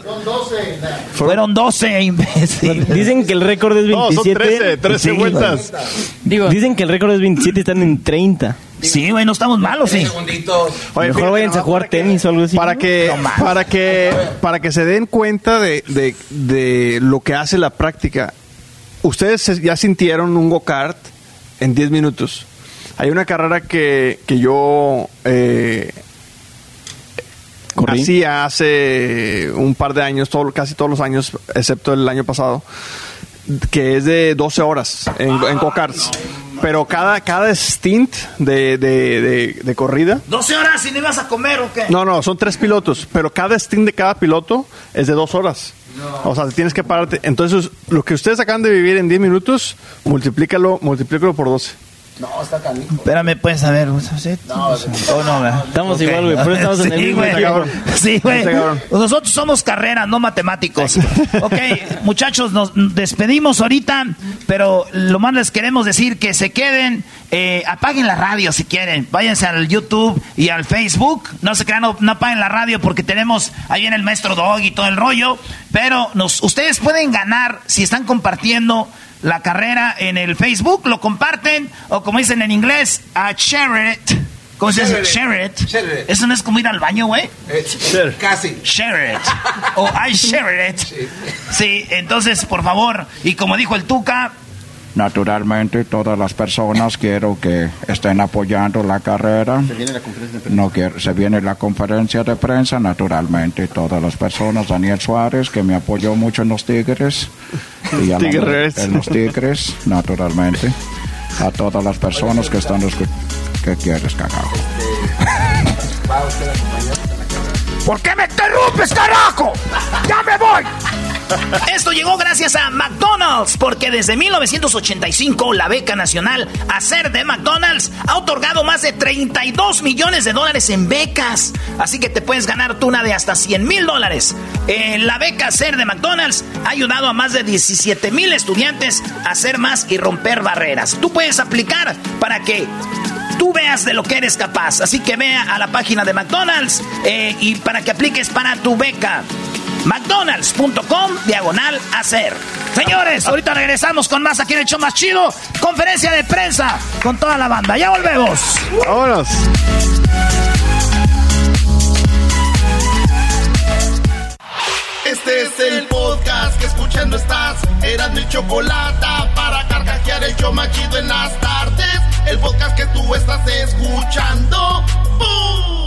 S3: Fueron doce, imbécil.
S23: Dicen que el récord es
S21: No, son
S23: veintisiete.
S21: trece, trece
S3: Sí,
S21: vueltas.
S6: Digo,
S23: Dicen que el récord es veintisiete y están en treinta.
S3: Sí, güey, no estamos malos, sí.
S4: Segunditos.
S21: Oye,
S23: Mejor
S21: fíjate,
S23: váyanse a jugar tenis o algo así.
S21: Para que, para que, para que se den cuenta de, de, de lo que hace la práctica. Ustedes se- ya sintieron un go-kart en diez minutos. Hay una carrera que, que yo eh,
S23: Corrí.
S21: hacía hace un par de años, todo, casi todos los años, excepto el año pasado, que es de doce horas en, en go-karts. Pero cada, cada stint de, de, de, de corrida...
S3: ¿doce horas y no ibas a comer o qué?
S21: No, no, son tres pilotos, pero cada stint de cada piloto es de dos horas. O sea, tienes que pararte. Entonces, lo que ustedes acaban de vivir en diez minutos, multiplícalo, multiplícalo por doce.
S4: No, está canijo.
S3: Espérame, pues, a ver. No,
S23: oh, no, ¿verdad? Estamos okay. igual, güey. Pero estamos sí, en el mismo equipo.
S3: Sí, güey. Nosotros somos carreras, no matemáticos. Ok, muchachos, nos despedimos ahorita, pero lo más les queremos decir que se queden, eh, apaguen la radio si quieren. Váyanse al YouTube y al Facebook. No se crean, no, no apaguen la radio porque tenemos ahí en el maestro Dog y todo el rollo. Pero nos, ustedes pueden ganar si están compartiendo la carrera en el Facebook, lo comparten, o como dicen en inglés, a share it. ¿Cómo se dice? Share it. Share it. Eso no es como ir al baño, güey.
S4: Eh, share. Casi.
S3: Share it. O I share it. Sí. Sí, entonces, por favor, y como dijo el Tuca,
S7: naturalmente, todas las personas quiero que estén apoyando la carrera.
S17: Se viene la conferencia de prensa.
S7: No quiero, se viene la conferencia de prensa, naturalmente. Todas las personas, Daniel Suárez, que me apoyó mucho en los Tigres. Y
S21: Tigres.
S7: En los Tigres, naturalmente. A todas las personas que están escuchando. ¿Qué quieres, carajo?
S3: ¿Por qué me interrumpes, carajo? ¡Ya me voy! Esto llegó gracias a McDonald's, porque desde mil novecientos ochenta y cinco la beca nacional Hacer de McDonald's ha otorgado más de treinta y dos millones de dólares en becas. Así que te puedes ganar tú una de hasta cien mil dólares. Eh, la beca Hacer de McDonald's ha ayudado a más de diecisiete mil estudiantes a hacer más y romper barreras. Tú puedes aplicar para que tú veas de lo que eres capaz. Así que ve a la página de McDonald's eh, y para que apliques para tu beca. McDonald's.com diagonal hacer. Señores, ahorita regresamos con más aquí en el show más chido. Conferencia de prensa con toda la banda. Ya volvemos.
S21: Vámonos.
S1: Este es el podcast que escuchando estás. Eran mi chocolate para carcajear el show más chido en las tardes. El podcast que tú estás escuchando. ¡Bum!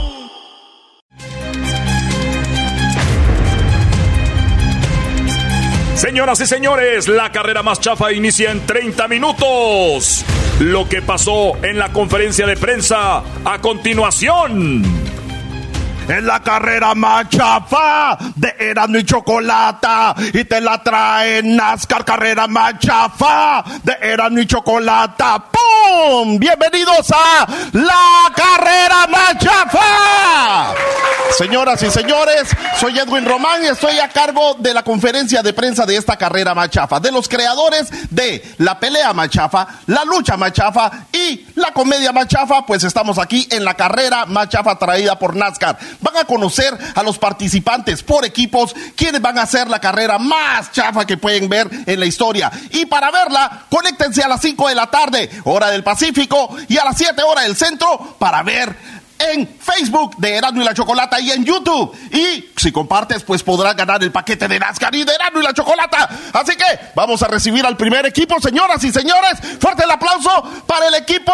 S8: Señoras y señores, la carrera más chafa inicia en treinta minutos. Lo que pasó en la conferencia de prensa a continuación.
S1: En la carrera más chafa de Erasmo y Chocolata, y te la trae NASCAR, carrera más chafa de Erasmo y Chocolata. ¡Pum! Bienvenidos a la carrera más chafa. Señoras y señores, soy Edwin Román y estoy a cargo de la conferencia de prensa de esta carrera más chafa, de los creadores de la pelea más chafa, la lucha más chafa y la comedia más chafa. Pues estamos aquí en la carrera más chafa traída por NASCAR. Van a conocer a los participantes por equipos, quienes van a hacer la carrera más chafa que pueden ver en la historia. Y para verla, conéctense a las cinco de la tarde, hora del Pacífico, y a las siete, hora del Centro, para ver en Facebook de Erasmo y la Chocolata y en YouTube. Y si compartes, pues podrás ganar el paquete de NASCAR y de Erasmo y la Chocolata. Así que vamos a recibir al primer equipo, señoras y señores. Fuerte el aplauso para el equipo.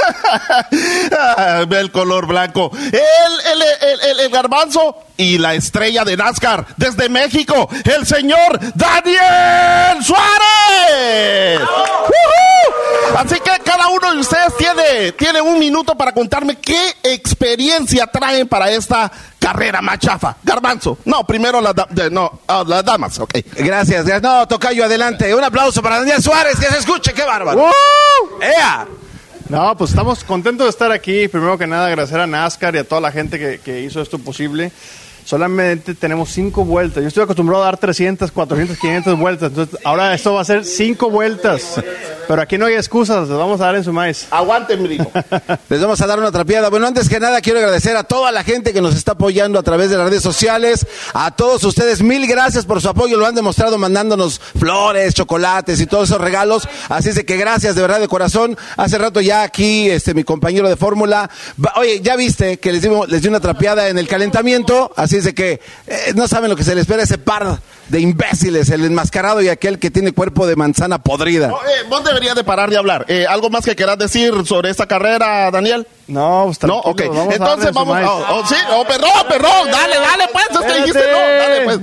S1: Ve el color blanco. El, el, el, el, el garbanzo y la estrella de NASCAR desde México, el señor Daniel Suárez. ¡Uh-huh! Así que cada uno de ustedes tiene, tiene un minuto para contarme qué experiencia traen para esta carrera más chafa. Garbanzo. No, primero las da, no, uh, las damas, ok.
S4: Gracias, gracias. No, tocayo, adelante. Un aplauso para Daniel Suárez, que se escuche, qué bárbaro.
S21: ¡Uh! ¡Ea! No, pues estamos contentos de estar aquí. Primero que nada, agradecer a NASCAR y a toda la gente que, que hizo esto posible. Solamente tenemos cinco vueltas. Yo estoy acostumbrado a dar trescientas, cuatrocientas, quinientas vueltas. Entonces, ahora esto va a ser cinco vueltas. Pero aquí no hay excusas, les vamos a dar en su maíz.
S1: Aguanten, mi hijo.
S4: Les vamos a dar una trapeada. Bueno, antes que nada, quiero agradecer a toda la gente que nos está apoyando a través de las redes sociales. A todos ustedes, mil gracias por su apoyo. Lo han demostrado mandándonos flores, chocolates y todos esos regalos. Así es de que gracias, de verdad, de corazón. Hace rato ya aquí, este, mi compañero de fórmula. Oye, ya viste que les di, les di una trapeada en el calentamiento. Así es de que eh, no saben lo que se les espera ese par de imbéciles, el enmascarado y aquel que tiene cuerpo de manzana podrida.
S1: No, eh, vos deberías de parar de hablar. Eh, ¿Algo más que quieras decir sobre esta carrera, Daniel?
S21: No, pues
S1: no, ok. Vamos Entonces vamos. Oh, oh, sí, oh, perdón, perdón. Dale, dale, pues. Es que dijiste no. Dale, pues.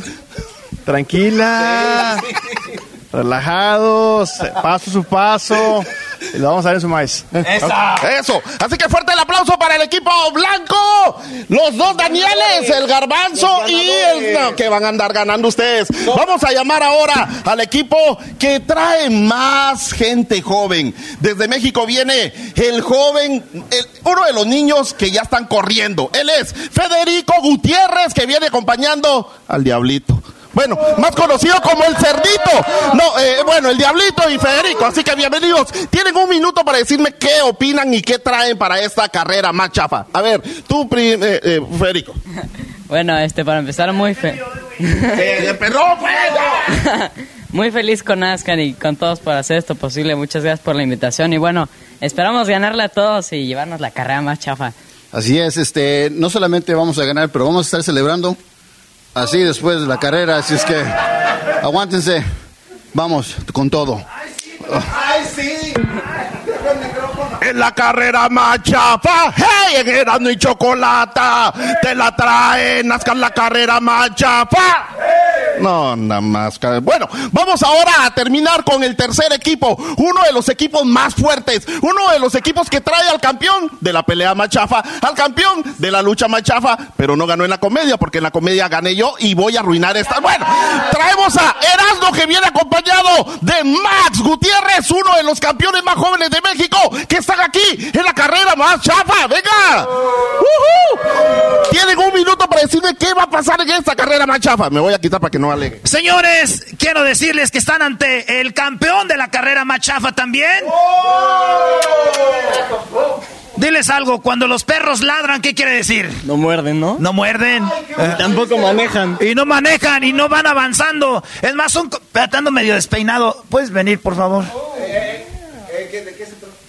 S21: Tranquila. Sí. Relajados. Paso su paso. Lo vamos a ver en su maíz.
S1: ¡Esa! Eso. Así que fuerte el aplauso para el equipo blanco. Los dos Danieles, el Garbanzo y el... No, que van a andar ganando ustedes. No. Vamos a llamar ahora al equipo que trae más gente joven. Desde México viene el joven, el, uno de los niños que ya están corriendo. Él es Federico Gutiérrez, que viene acompañando al Diablito. Bueno, más conocido como el Cerdito. No, eh, bueno, el Diablito y Federico. Así que bienvenidos. Tienen un minuto para decirme qué opinan y qué traen para esta carrera más chafa. A ver, tú, eh, eh, Federico.
S6: Bueno, este, para empezar, muy fe...
S1: ¡Eh, perdón, pues!
S6: Muy feliz con NASCAR y con todos por hacer esto posible. Muchas gracias por la invitación. Y bueno, esperamos ganarle a todos y llevarnos la carrera más chafa.
S17: Así es, este, no solamente vamos a ganar, pero vamos a estar celebrando así después de la carrera, así es que aguántense, vamos con todo.
S1: ¡Ay, sí! En la carrera más chafa, hey, en Erasmo y Chocolata, te la trae NASCAR, la carrera más chafa. No, nada más. Bueno, vamos ahora a terminar con el tercer equipo, uno de los equipos más fuertes, uno de los equipos que trae al campeón de la pelea más chafa, al campeón de la lucha más chafa, pero no ganó en la comedia, porque en la comedia gané yo y voy a arruinar esta. Bueno, traemos a Erasmo, que viene acompañado de Max Gutiérrez, uno de los campeones más jóvenes de México, que están aquí en la carrera más chafa. ¡Venga! Uh-huh. Tienen un minuto para decirme qué va a pasar en esta carrera más chafa. Me voy a quitar para que no alegue.
S3: Señores, quiero decirles que están ante el campeón de la carrera más chafa también. Diles algo, cuando los perros ladran, ¿qué quiere decir?
S23: No muerden, ¿no?
S3: No muerden.
S23: Eh, tampoco manejan.
S3: Y no manejan y no van avanzando. Es más, son tratando medio despeinado. ¿Puedes venir, por favor?
S1: Eh, eh, eh, ¿De qué se trata?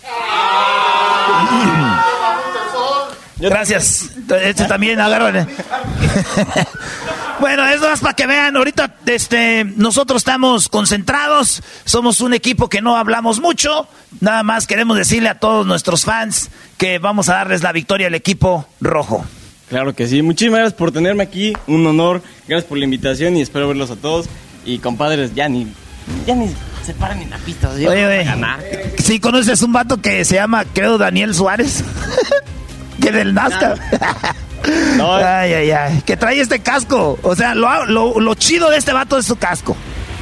S3: Gracias. Este también, agárrale. Bueno, eso es para que vean. Ahorita este, nosotros estamos concentrados. Somos un equipo que no hablamos mucho. Nada más queremos decirle a todos nuestros fans que vamos a darles la victoria al equipo rojo.
S23: Claro que sí. Muchísimas gracias por tenerme aquí. Un honor. Gracias por la invitación y espero verlos a todos. Y compadres, ya ni... Ya ni... se paran en la pista.
S3: Oye, oye, ¿sí conoces un vato que se llama, creo, Daniel Suárez? Que del NASCAR. No. Ay, ay, ay. Que trae este casco. O sea, lo, lo, lo chido de este vato es su casco.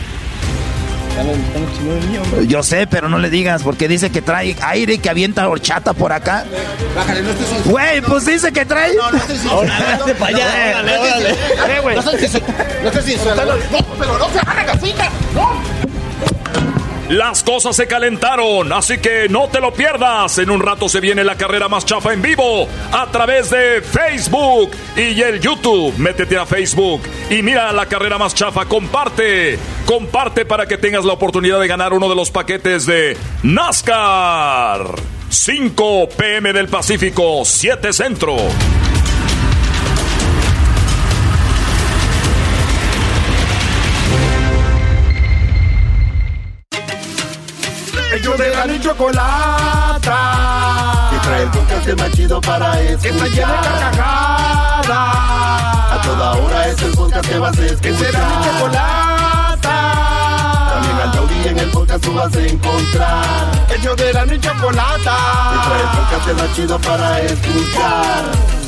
S3: Yo sé, pero no le digas, porque dice que trae aire, que avienta horchata por acá.
S1: Bájale, no estés insultando.
S3: Güey, pues dice que trae.
S1: No, no estés insultando.
S3: Vete para allá. Órale, órale.
S1: Eh, güey. No estés insultando. No, pero no se hagan así, no.
S8: Las cosas se calentaron, así que no te lo pierdas. En un rato se viene la carrera más chafa en vivo a través de Facebook y el YouTube. Métete a Facebook y mira la carrera más chafa. Comparte, comparte para que tengas la oportunidad de ganar uno de los paquetes de NASCAR. cinco p m del Pacífico, siete Centro.
S1: Ellos de la y Chocolata, que trae el podcast más chido para escuchar. Que está llena de carcajadas. A toda hora es el podcast que vas a escuchar. Que será mi Chocolata. También al Taurí en el podcast tú vas a encontrar. Ellos de la y Chocolata, que trae el podcast más chido para escuchar.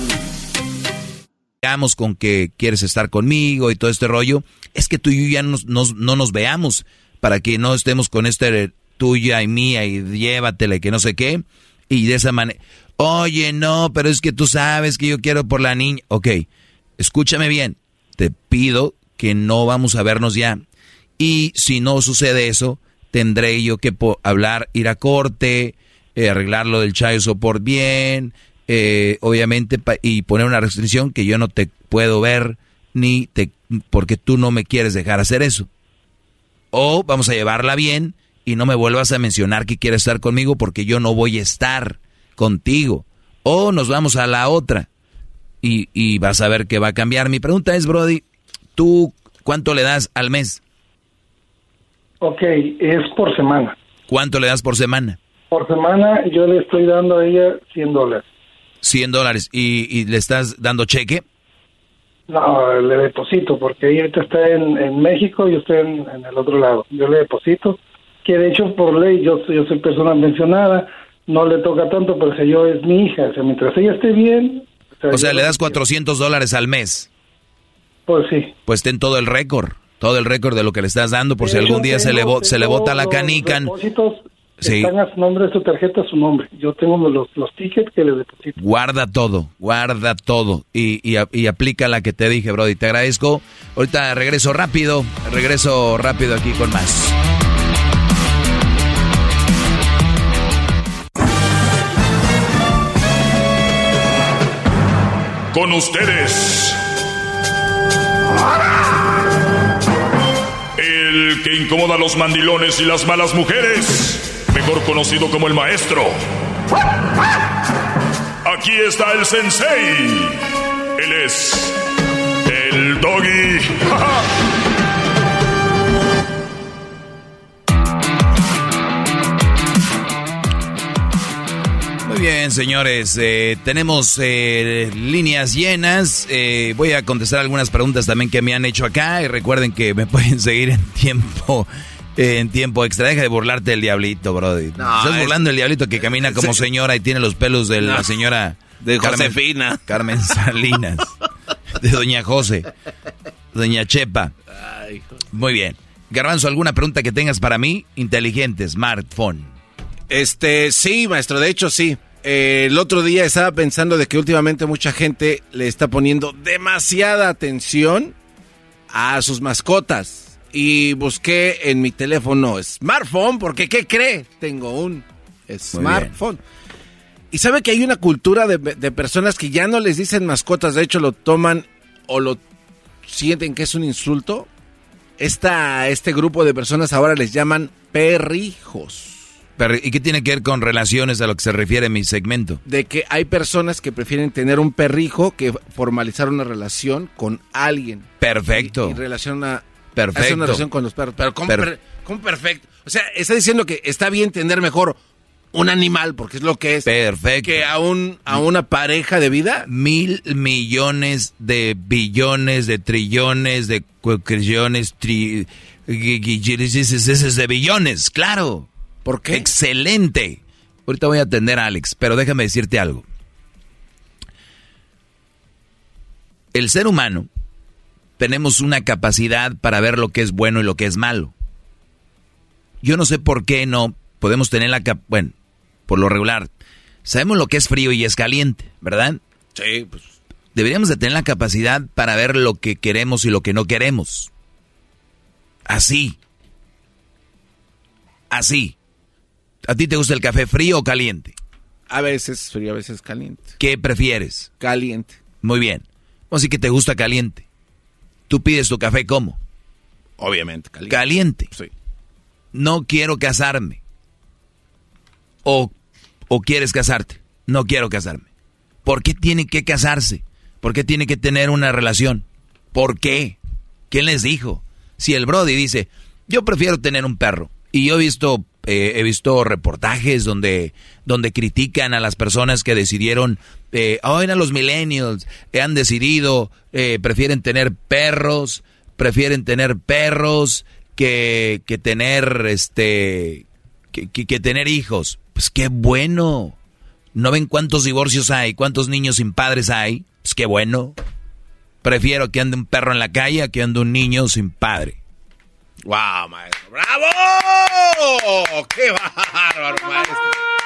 S5: Veamos con que quieres estar conmigo y todo este rollo. Es que tú y yo ya nos, nos, no nos veamos para que no estemos con este... tuya y mía y llévatela y que no sé qué, y de esa manera, oye, no, pero es que tú sabes que yo quiero por la niña. Ok, escúchame bien, te pido que no vamos a vernos ya, y si no sucede eso, tendré yo que po- hablar, ir a corte, eh, arreglar lo del child support bien, eh, obviamente, pa- y poner una restricción que yo no te puedo ver, ni te, porque tú no me quieres dejar hacer eso. O vamos a llevarla bien, y no me vuelvas a mencionar que quieres estar conmigo porque yo no voy a estar contigo. O nos vamos a la otra y, y vas a ver que va a cambiar. Mi pregunta es, Brody, ¿tú cuánto le das al mes?
S9: Ok, es por semana.
S5: ¿Cuánto le das por semana?
S9: Por semana yo le estoy dando a ella cien dólares.
S5: cien dólares. ¿Y, y le estás dando cheque?
S9: No, le deposito porque ella ahorita está en, en México y yo estoy en, en el otro lado. Yo le deposito que de hecho por ley yo, yo soy persona mencionada, no le toca tanto, pero si yo es mi hija, o sea, mientras ella esté bien...
S5: O sea, o sea le das cuatrocientos dólares al mes.
S9: Pues sí.
S5: Pues ten todo el récord, todo el récord de lo que le estás dando, por de si algún día tengo, se, le bo- se le bota la canica.
S9: Los depósitos sí. Están a su nombre, su tarjeta a su nombre. Yo tengo los, los tickets que le deposito.
S5: Guarda todo, guarda todo y, y, y aplica la que te dije, Brody. Te agradezco. Ahorita regreso rápido, regreso rápido aquí con más.
S8: Con ustedes, el que incomoda a los mandilones y las malas mujeres, mejor conocido como el maestro. Aquí está el sensei. Él es el Doggy.
S5: Muy bien, señores, eh, tenemos eh, líneas llenas. Eh, voy a contestar algunas preguntas también que me han hecho acá. Y recuerden que me pueden seguir en tiempo eh, en tiempo extra. Deja de burlarte del diablito, brody. No, Estás es... burlando del diablito que camina como sí. señora y tiene los pelos de la no. señora...
S12: De
S5: Carmen,
S12: Josefina.
S5: Carmen Salinas. De doña José. Doña Chepa. Ay, muy bien. Garbanzo, ¿alguna pregunta que tengas para mí? Inteligente, smartphone.
S12: Este, sí, maestro, de hecho sí. Eh, el otro día estaba pensando de que últimamente mucha gente le está poniendo demasiada atención a sus mascotas. Y busqué en mi teléfono smartphone, porque ¿qué cree? Tengo un smartphone. Y sabe que hay una cultura de, de personas que ya no les dicen mascotas, de hecho lo toman o lo sienten que es un insulto. Esta, este grupo de personas ahora les llaman perrijos.
S5: ¿Y qué tiene que ver con relaciones a lo que se refiere mi segmento?
S12: De que hay personas que prefieren tener un perrijo que formalizar una relación con alguien.
S5: Perfecto.
S12: Y, y relaciona,
S5: perfecto.
S12: hacer una relación con los perros. Pero ¿cómo, per- per- ¿cómo perfecto? O sea, está diciendo que está bien tener mejor un animal, porque es lo que es.
S5: Perfecto.
S12: Que a, un, a una pareja de vida.
S5: Mil millones de billones, de trillones, de cuatrillones, tri... de billones, claro.
S12: ¿Por qué?
S5: Excelente. Ahorita voy a atender a Alex, pero déjame decirte algo. El ser humano tenemos una capacidad para ver lo que es bueno y lo que es malo. Yo no sé por qué no podemos tener la cap- bueno, por lo regular, sabemos lo que es frío y es caliente, ¿verdad?
S12: Sí, pues.
S5: Deberíamos de tener la capacidad para ver lo que queremos y lo que no queremos. Así. Así. ¿A ti te gusta el café frío o caliente?
S12: A veces frío, a veces caliente.
S5: ¿Qué prefieres?
S12: Caliente.
S5: Muy bien. Vamos a decir que te gusta caliente. ¿Tú pides tu café cómo?
S12: Obviamente, caliente.
S5: Caliente.
S12: Sí.
S5: No quiero casarme. O, o quieres casarte. No quiero casarme. ¿Por qué tiene que casarse? ¿Por qué tiene que tener una relación? ¿Por qué? ¿Quién les dijo? Si el Brody dice, yo prefiero tener un perro. Y yo he visto, eh, he visto reportajes donde, donde critican a las personas que decidieron, eh, ahora los millennials eh, han decidido, eh, prefieren tener perros, prefieren tener perros que, que tener, este, que, que, que tener hijos. Pues qué bueno. ¿No ven cuántos divorcios hay? ¿Cuántos niños sin padres hay? Pues qué bueno. Prefiero que ande un perro en la calle a que ande un niño sin padre.
S12: ¡Wow, maestro! ¡Bravo! ¡Qué bárbaro, maestro!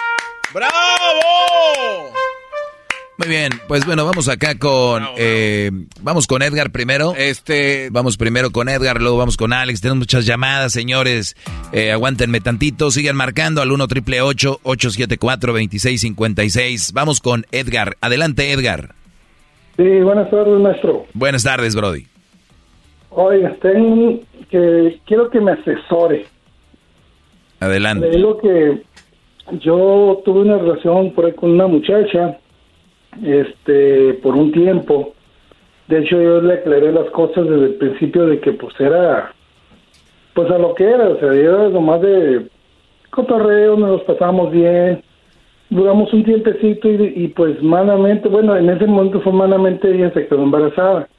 S12: ¡Bravo!
S5: Muy bien, pues bueno, vamos acá con... Bravo, eh, bravo. Vamos con Edgar primero.
S12: Este...
S5: Vamos primero con Edgar, luego vamos con Alex. Tenemos muchas llamadas, señores. Eh, aguántenme tantito. Sigan marcando al uno triple ocho ocho siete cuatro dos seis cinco seis. Vamos con Edgar. Adelante, Edgar.
S9: Sí, buenas tardes, maestro.
S5: Buenas tardes, Brody.
S9: Oiga, tengo que quiero que me asesore.
S5: Adelante.
S9: Le digo que yo tuve una relación por ahí con una muchacha, este, por un tiempo. De hecho, yo le aclaré las cosas desde el principio de que pues era, pues a lo que era, o sea, era nomás de cotorreo, nos los pasamos bien, duramos un tiempecito y, y pues malamente, bueno, en ese momento fue malamente ella se quedó embarazada.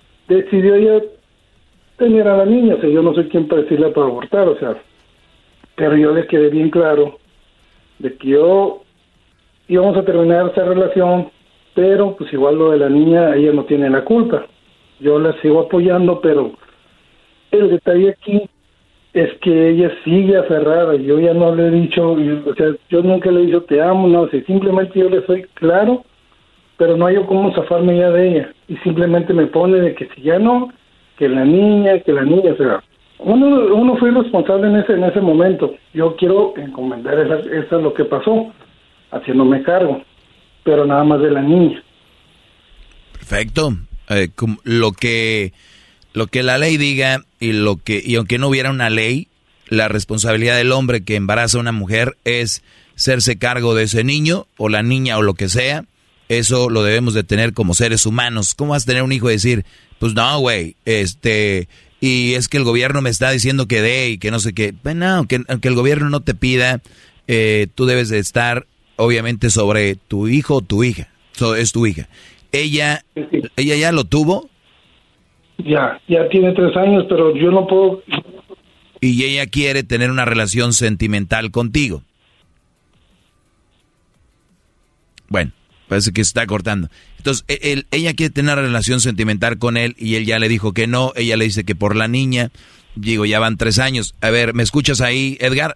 S9: Decidió ella tener a la niña, o sea, yo no soy quien para decirle para abortar, o sea, pero yo le quedé bien claro de que yo íbamos a terminar esa relación, pero pues igual lo de la niña, ella no tiene la culpa. Yo la sigo apoyando, pero el detalle aquí es que ella sigue aferrada. Yo ya no le he dicho, y, o sea, yo nunca le he dicho te amo, no, o sea, simplemente yo le soy claro, pero no hay cómo zafarme ya de ella. Y simplemente me pone de que si ya no, que la niña, que la niña, o sea, uno, uno fue responsable en ese en ese momento. Yo quiero encomendar esa, eso es lo que pasó, haciéndome cargo, pero nada más de la niña.
S5: Perfecto. Eh, lo que lo que la ley diga y lo que y aunque no hubiera una ley, la responsabilidad del hombre que embaraza a una mujer es hacerse cargo de ese niño o la niña o lo que sea. Eso lo debemos de tener como seres humanos. ¿Cómo vas a tener un hijo y decir, pues no, güey, este, y es que el gobierno me está diciendo que dé y que no sé qué? Pues no, aunque, aunque el gobierno no te pida, eh, tú debes de estar, obviamente, sobre tu hijo o tu hija. So, es tu hija. ¿Ella, sí. ¿Ella ya lo tuvo?
S9: Ya, ya tiene tres años, pero yo no puedo...
S5: Y ella quiere tener una relación sentimental contigo. Bueno, parece que se está cortando. Entonces, él, ella quiere tener una relación sentimental con él y él ya le dijo que no. Ella le dice que por la niña. Digo, ya van tres años. A ver, ¿me escuchas ahí, Edgar?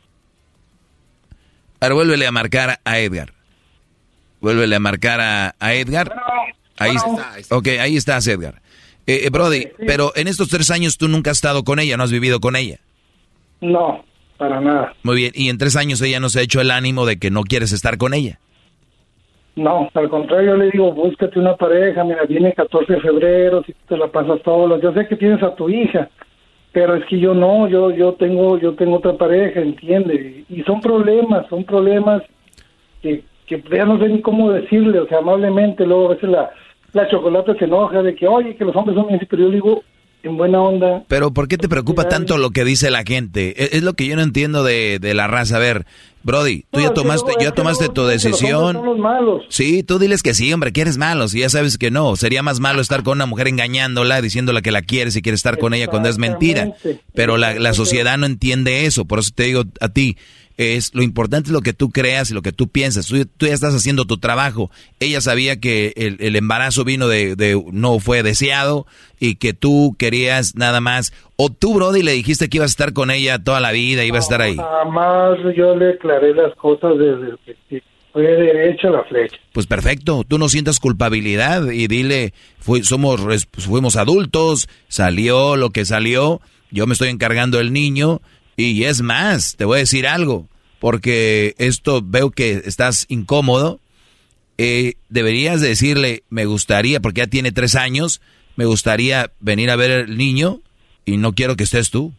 S5: A ver, vuélvele a marcar a Edgar. Vuélvele a marcar a, a Edgar. Ahí está. Ok, ahí estás, Edgar. Eh, eh, Brody, pero en estos tres años tú nunca has estado con ella, no has vivido con ella.
S9: No, para nada.
S5: Muy bien, y en tres años ella no se ha hecho el ánimo de que no quieres estar con ella.
S9: No, al contrario, yo le digo, búscate una pareja, mira, viene el catorce de febrero, si te la pasas todos, yo sé que tienes a tu hija, pero es que yo no, yo yo tengo yo tengo otra pareja, entiende, y son problemas, son problemas que, que ya no sé ni cómo decirle, o sea, amablemente, luego a veces la, la Chocolata se enoja de que, oye, que los hombres son bien, pero yo le digo, en buena onda.
S5: Pero ¿por qué te preocupa tanto lo que dice la gente? Es, es lo que yo no entiendo de, de la raza. A ver, Brody, tú no, ya tomaste, no, ya tomaste no, tu decisión.
S9: Los son los malos.
S5: Sí, tú diles que sí, hombre, que eres malo. Si ya sabes que no, sería más malo estar con una mujer engañándola, diciéndole que la quieres y quieres estar con ella cuando es mentira. Pero la, la sociedad no entiende eso. Por eso te digo a ti, es lo importante es lo que tú creas y lo que tú piensas. Tú, tú ya estás haciendo tu trabajo. Ella sabía que el, el embarazo vino de, de no fue deseado y que tú querías nada más. O tú, Brody, le dijiste que ibas a estar con ella toda la vida, ibas a estar ahí.
S9: Jamás yo le aclaré las cosas desde que fue derecha la flecha.
S5: Pues perfecto, tú no sientas culpabilidad y dile, fui, somos, fuimos adultos, salió lo que salió, yo me estoy encargando del niño. Y es más, te voy a decir algo, porque esto veo que estás incómodo, eh, deberías decirle, me gustaría, porque ya tiene tres años, me gustaría venir a ver el niño y no quiero que estés tú.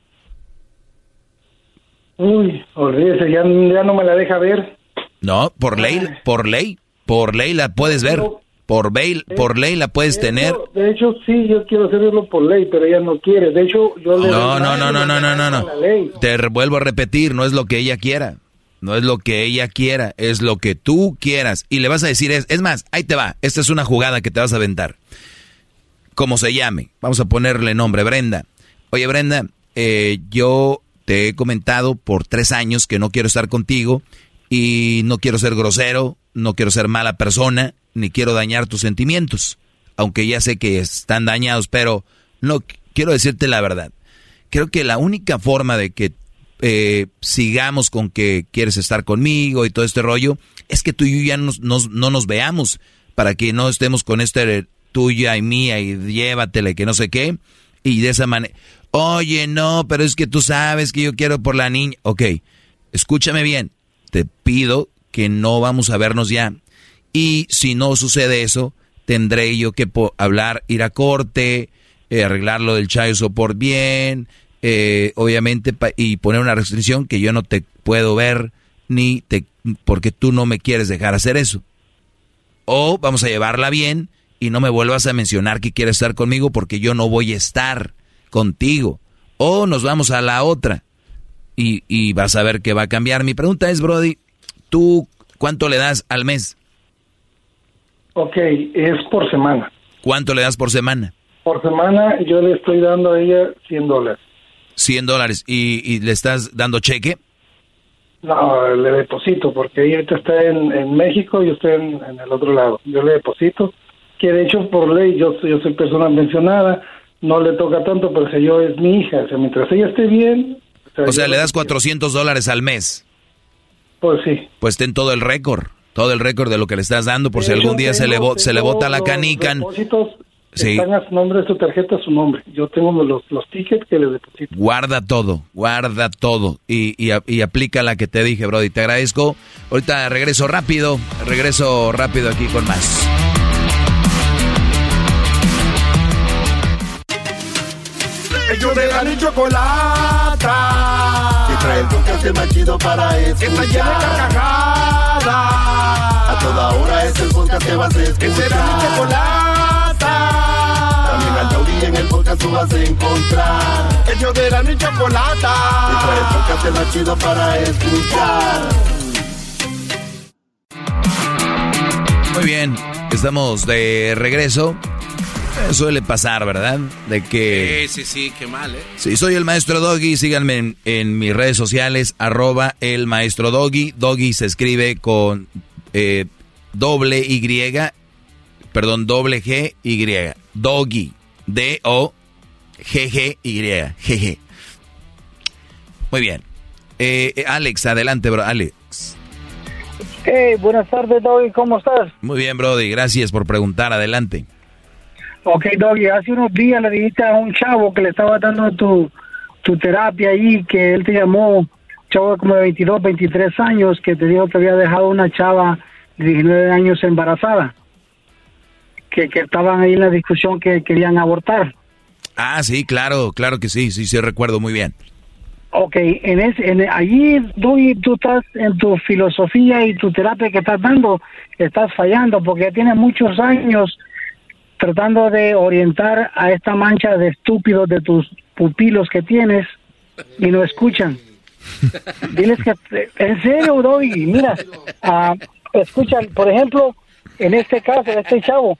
S9: Uy, olvídese, ya, ya no me la deja ver.
S5: No, por ley, por ley, por ley la puedes ver. Por ley, por ley la puedes
S9: de
S5: tener.
S9: Hecho, de hecho, sí, yo quiero hacerlo por ley, pero ella no quiere. De hecho, yo le...
S5: No, no, no, no, no, no, no, no. Te vuelvo a repetir, no es lo que ella quiera. No es lo que ella quiera, es lo que tú quieras. Y le vas a decir, es, es más, ahí te va. Esta es una jugada que te vas a aventar. Como se llame, vamos a ponerle nombre, Brenda. Oye, Brenda, eh, yo te he comentado por tres años que no quiero estar contigo y no quiero ser grosero, no quiero ser mala persona, ni quiero dañar tus sentimientos, aunque ya sé que están dañados, pero no quiero decirte la verdad. Creo que la única forma de que eh, sigamos con que quieres estar conmigo y todo este rollo es que tú y yo ya nos, nos, no nos veamos, para que no estemos con este tuya y mía y llévatela y que no sé qué, y de esa manera, oye, no, pero es que tú sabes que yo quiero por la niña. Ok, escúchame bien, te pido que no vamos a vernos ya. Y si no sucede eso, tendré yo que po- hablar, ir a corte, eh, arreglar lo del child support bien, eh, obviamente, pa- y poner una restricción que yo no te puedo ver, ni te, porque tú no me quieres dejar hacer eso. O vamos a llevarla bien y no me vuelvas a mencionar que quieres estar conmigo porque yo no voy a estar contigo. O nos vamos a la otra y, y vas a ver que va a cambiar. Mi pregunta es, Brody, ¿tú cuánto le das al mes?
S9: Ok, es por semana.
S5: ¿Cuánto le das por semana?
S9: Por semana yo le estoy dando a ella cien dólares.
S5: cien dólares. ¿Y, y le estás dando cheque?
S9: No, le deposito, porque ella está en, en México y yo estoy en, en el otro lado. Yo le deposito, que de hecho por ley yo, yo soy persona mencionada, no le toca tanto, pero si yo es mi hija, o sea, mientras ella esté bien... O sea,
S5: o sea le das cuatrocientos dólares al mes.
S9: Pues sí.
S5: Pues ten todo el récord, todo el récord de lo que le estás dando, por si algún día se le, bo- se le bota la canica.
S9: Los depósitos
S5: sí.
S9: Están a su nombre de su tarjeta, a su nombre. Yo tengo los, los tickets que le deposito.
S5: Guarda todo, guarda todo y, y, y aplica la que te dije, Brody. Te agradezco. Ahorita regreso rápido, regreso rápido aquí con más.
S1: Ellos de la y chocolata, que trae el podcast más chido para escuchar. Que está llena de carcajadas. A toda hora es el podcast que vas a escuchar. Que será mi chocolata. También al Taurí en el podcast tú vas a encontrar. Ellos de la y chocolata, que trae el podcast más chido para escuchar.
S5: Muy bien, estamos de regreso. Suele pasar, ¿verdad? De que...
S12: Sí, sí, sí, qué mal, ¿eh?
S5: Sí, soy el Maestro Doggy. Síganme en, en mis redes sociales, arroba el Maestro Doggy. Doggy se escribe con eh, doble Y, perdón, doble G, Y. Doggy. D O G G Y. G G. Muy bien. Eh, Alex, adelante, bro. Alex.
S13: Hey, buenas tardes, Doggy. ¿Cómo estás?
S5: Muy bien, Brody. Gracias por preguntar. Adelante.
S13: Ok, Doggy, hace unos días le dijiste a un chavo que le estaba dando tu, tu terapia ahí, que él te llamó, chavo como de veintidós, veintitrés años, que te dijo que había dejado una chava de diecinueve años embarazada, que, que estaban ahí en la discusión que querían abortar.
S5: Ah, sí, claro, claro que sí, sí, sí, recuerdo muy bien.
S13: Ok, en ese, en, allí, Doggy, tú estás en tu filosofía y tu terapia que estás dando, estás fallando, porque ya tienes muchos años tratando de orientar a esta mancha de estúpidos de tus pupilos que tienes y no escuchan. Diles que, en serio, Doggy, mira, uh, escuchan, por ejemplo, en este caso, este chavo,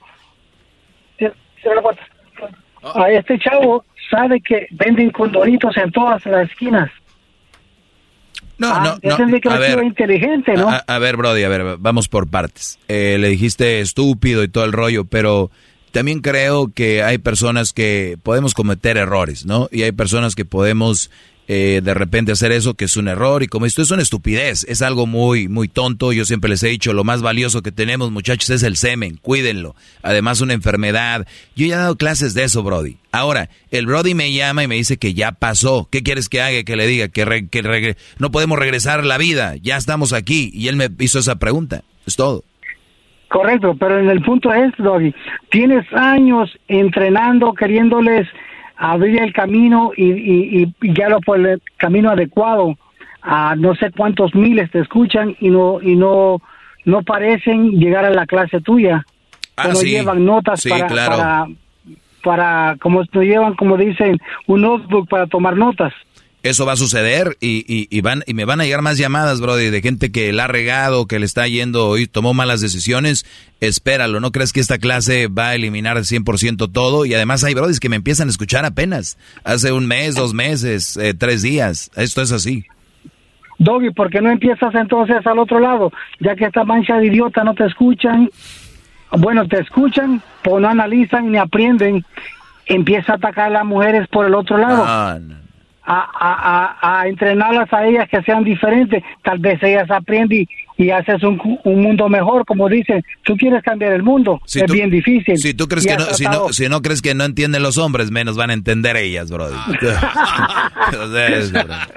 S13: a este chavo sabe que venden condoritos en todas las esquinas.
S5: No,
S13: ah,
S5: no,
S13: no.
S5: Que a ver,
S13: inteligente, ¿no?
S5: A, a ver, Brody, a ver, vamos por partes. Eh, le dijiste estúpido y todo el rollo, pero también creo que hay personas que podemos cometer errores, ¿no? Y hay personas que podemos eh, de repente hacer eso, que es un error. Y como esto es una estupidez, es algo muy, muy tonto. Yo siempre les he dicho, lo más valioso que tenemos, muchachos, es el semen. Cuídenlo. Además, una enfermedad. Yo ya he dado clases de eso, Brody. Ahora, el Brody me llama y me dice que ya pasó. ¿Qué quieres que haga? Que le diga que, re, que regre- no podemos regresar a la vida. Ya estamos aquí. Y él me hizo esa pregunta. Es todo.
S13: Correcto, pero en el punto es, Doggy, tienes años entrenando, queriéndoles abrir el camino y, y, y guiarlo por el camino adecuado. A no sé cuántos miles te escuchan y no y no no parecen llegar a la clase tuya.
S5: Ah,
S13: no
S5: sí.
S13: llevan notas
S5: Sí,
S13: para,
S5: claro.
S13: para, para, como no llevan, como dicen, un notebook para tomar notas.
S5: Eso va a suceder y, y, y van y me van a llegar más llamadas, Brody, de gente que la ha regado, que le está yendo y tomó malas decisiones. Espéralo, no creas que esta clase va a eliminar cien por ciento todo. Y además hay Brodys que me empiezan a escuchar apenas. Hace un mes, dos meses, eh, tres días. Esto es así.
S13: Doggy, ¿por qué no empiezas entonces al otro lado? Ya que esta mancha de idiota no te escuchan, bueno, te escuchan, pero no analizan ni aprenden, empieza a atacar a las mujeres por el otro lado.
S5: Ah, no.
S13: A, a, a, a entrenarlas a ellas que sean diferentes, tal vez ellas aprenden y, y haces un, un mundo mejor, como dicen, tú quieres cambiar el mundo,
S5: Si
S13: es
S5: tú-
S13: bien difícil.
S5: Si tú crees
S13: Y
S5: que
S13: has
S5: no, si
S13: tratado-
S5: no, si no crees que no entienden los hombres, menos van a entender ellas, Brody. O sea, es-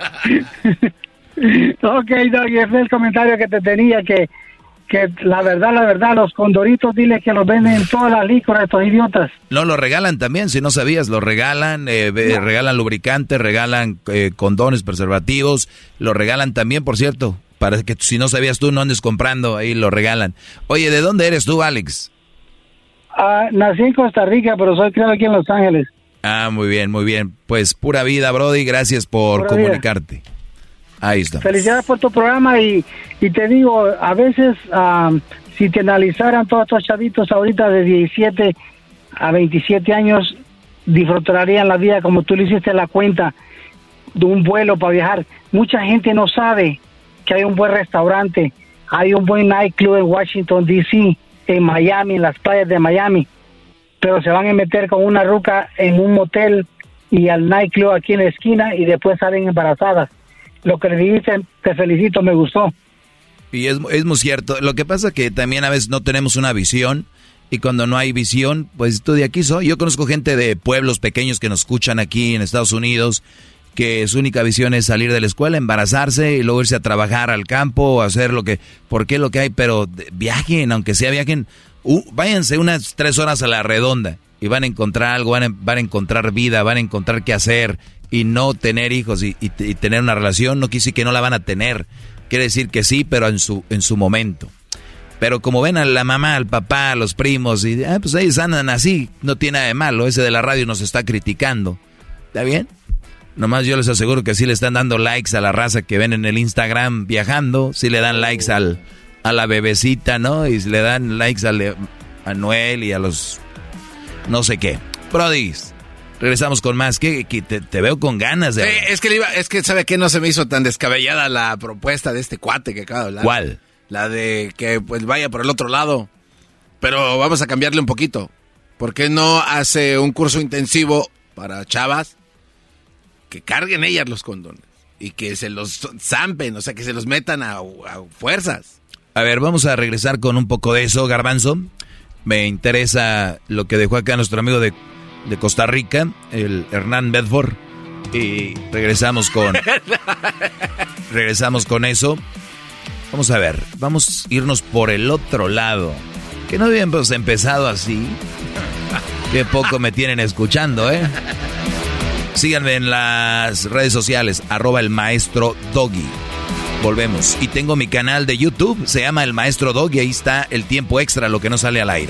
S13: Ok, Doggy, ese es el comentario que te tenía, que, que la verdad, la verdad, los condoritos, dile que los venden en todas las licores, estos idiotas.
S5: No, lo regalan también, si no sabías, lo regalan, eh, ve- regalan lubricantes, regalan eh, condones, preservativos, lo regalan también, por cierto, para que si no sabías tú, no andes comprando, ahí lo regalan. Oye, ¿de dónde eres tú, Alex?
S13: Ah, nací en Costa Rica, pero soy criado aquí en Los Ángeles.
S5: Ah, muy bien, muy bien. Pues pura vida, Brody, gracias por
S13: Pura vida.
S5: comunicarte. Ahí está.
S13: Felicidades por tu programa y, y te digo, a veces ah, si te analizaran todos estos chavitos ahorita de diecisiete a veintisiete años, disfrutarían la vida como tú le hiciste la cuenta de un vuelo para viajar. Mucha gente no sabe que hay un buen restaurante, hay un buen nightclub en Washington, D C, en Miami, en las playas de Miami, pero se van a meter con una ruca en un motel y al nightclub aquí en la esquina y después salen embarazadas. Lo que le dicen, te felicito, me gustó.
S5: Y es, es muy cierto. Lo que pasa es que también a veces no tenemos una visión, y cuando no hay visión, pues tú de aquí soy. Yo conozco gente de pueblos pequeños que nos escuchan aquí en Estados Unidos, que su única visión es salir de la escuela, embarazarse y luego irse a trabajar al campo o hacer lo que, porque es lo que hay, pero viajen, aunque sea viajen, uh, váyanse unas tres horas a la redonda y van a encontrar algo, van a, van a encontrar vida, van a encontrar qué hacer, y no tener hijos y, y, y tener una relación no quiere decir que no la van a tener, quiere decir que sí, pero en su, en su momento. Pero como ven a la mamá, al papá, a los primos, y ah, pues ellos andan así, no tiene nada de malo, ese de la radio nos está criticando, ¿está bien? Nomás yo les aseguro que sí le están dando likes a la raza que ven en el Instagram viajando, sí le dan likes al, a la bebecita, ¿no? Y le dan likes al, a Noel y a los no sé qué. Brodis, regresamos con más. ¿Qué, qué te, te veo con ganas de
S12: sí, es que le iba, es que sabe que no se me hizo tan descabellada la propuesta de este cuate que acaba de hablar.
S5: ¿Cuál?
S12: La de que pues vaya por el otro lado. Pero vamos a cambiarle un poquito. ¿Por qué no hace un curso intensivo para chavas? Que carguen ellas los condones y que se los zampen, o sea, que se los metan a, a fuerzas.
S5: A ver, vamos a regresar con un poco de eso, Garbanzo. Me interesa lo que dejó acá nuestro amigo de, de Costa Rica, el Hernán Bedford. Y regresamos con... regresamos con eso. Vamos a ver, vamos a irnos por el otro lado. Que no habíamos empezado así. Qué poco me tienen escuchando, ¿eh? Síganme en las redes sociales, arroba el maestro Doggy. Volvemos. Y tengo mi canal de YouTube, se llama El Maestro Doggy, ahí está el tiempo extra, lo que no sale al aire.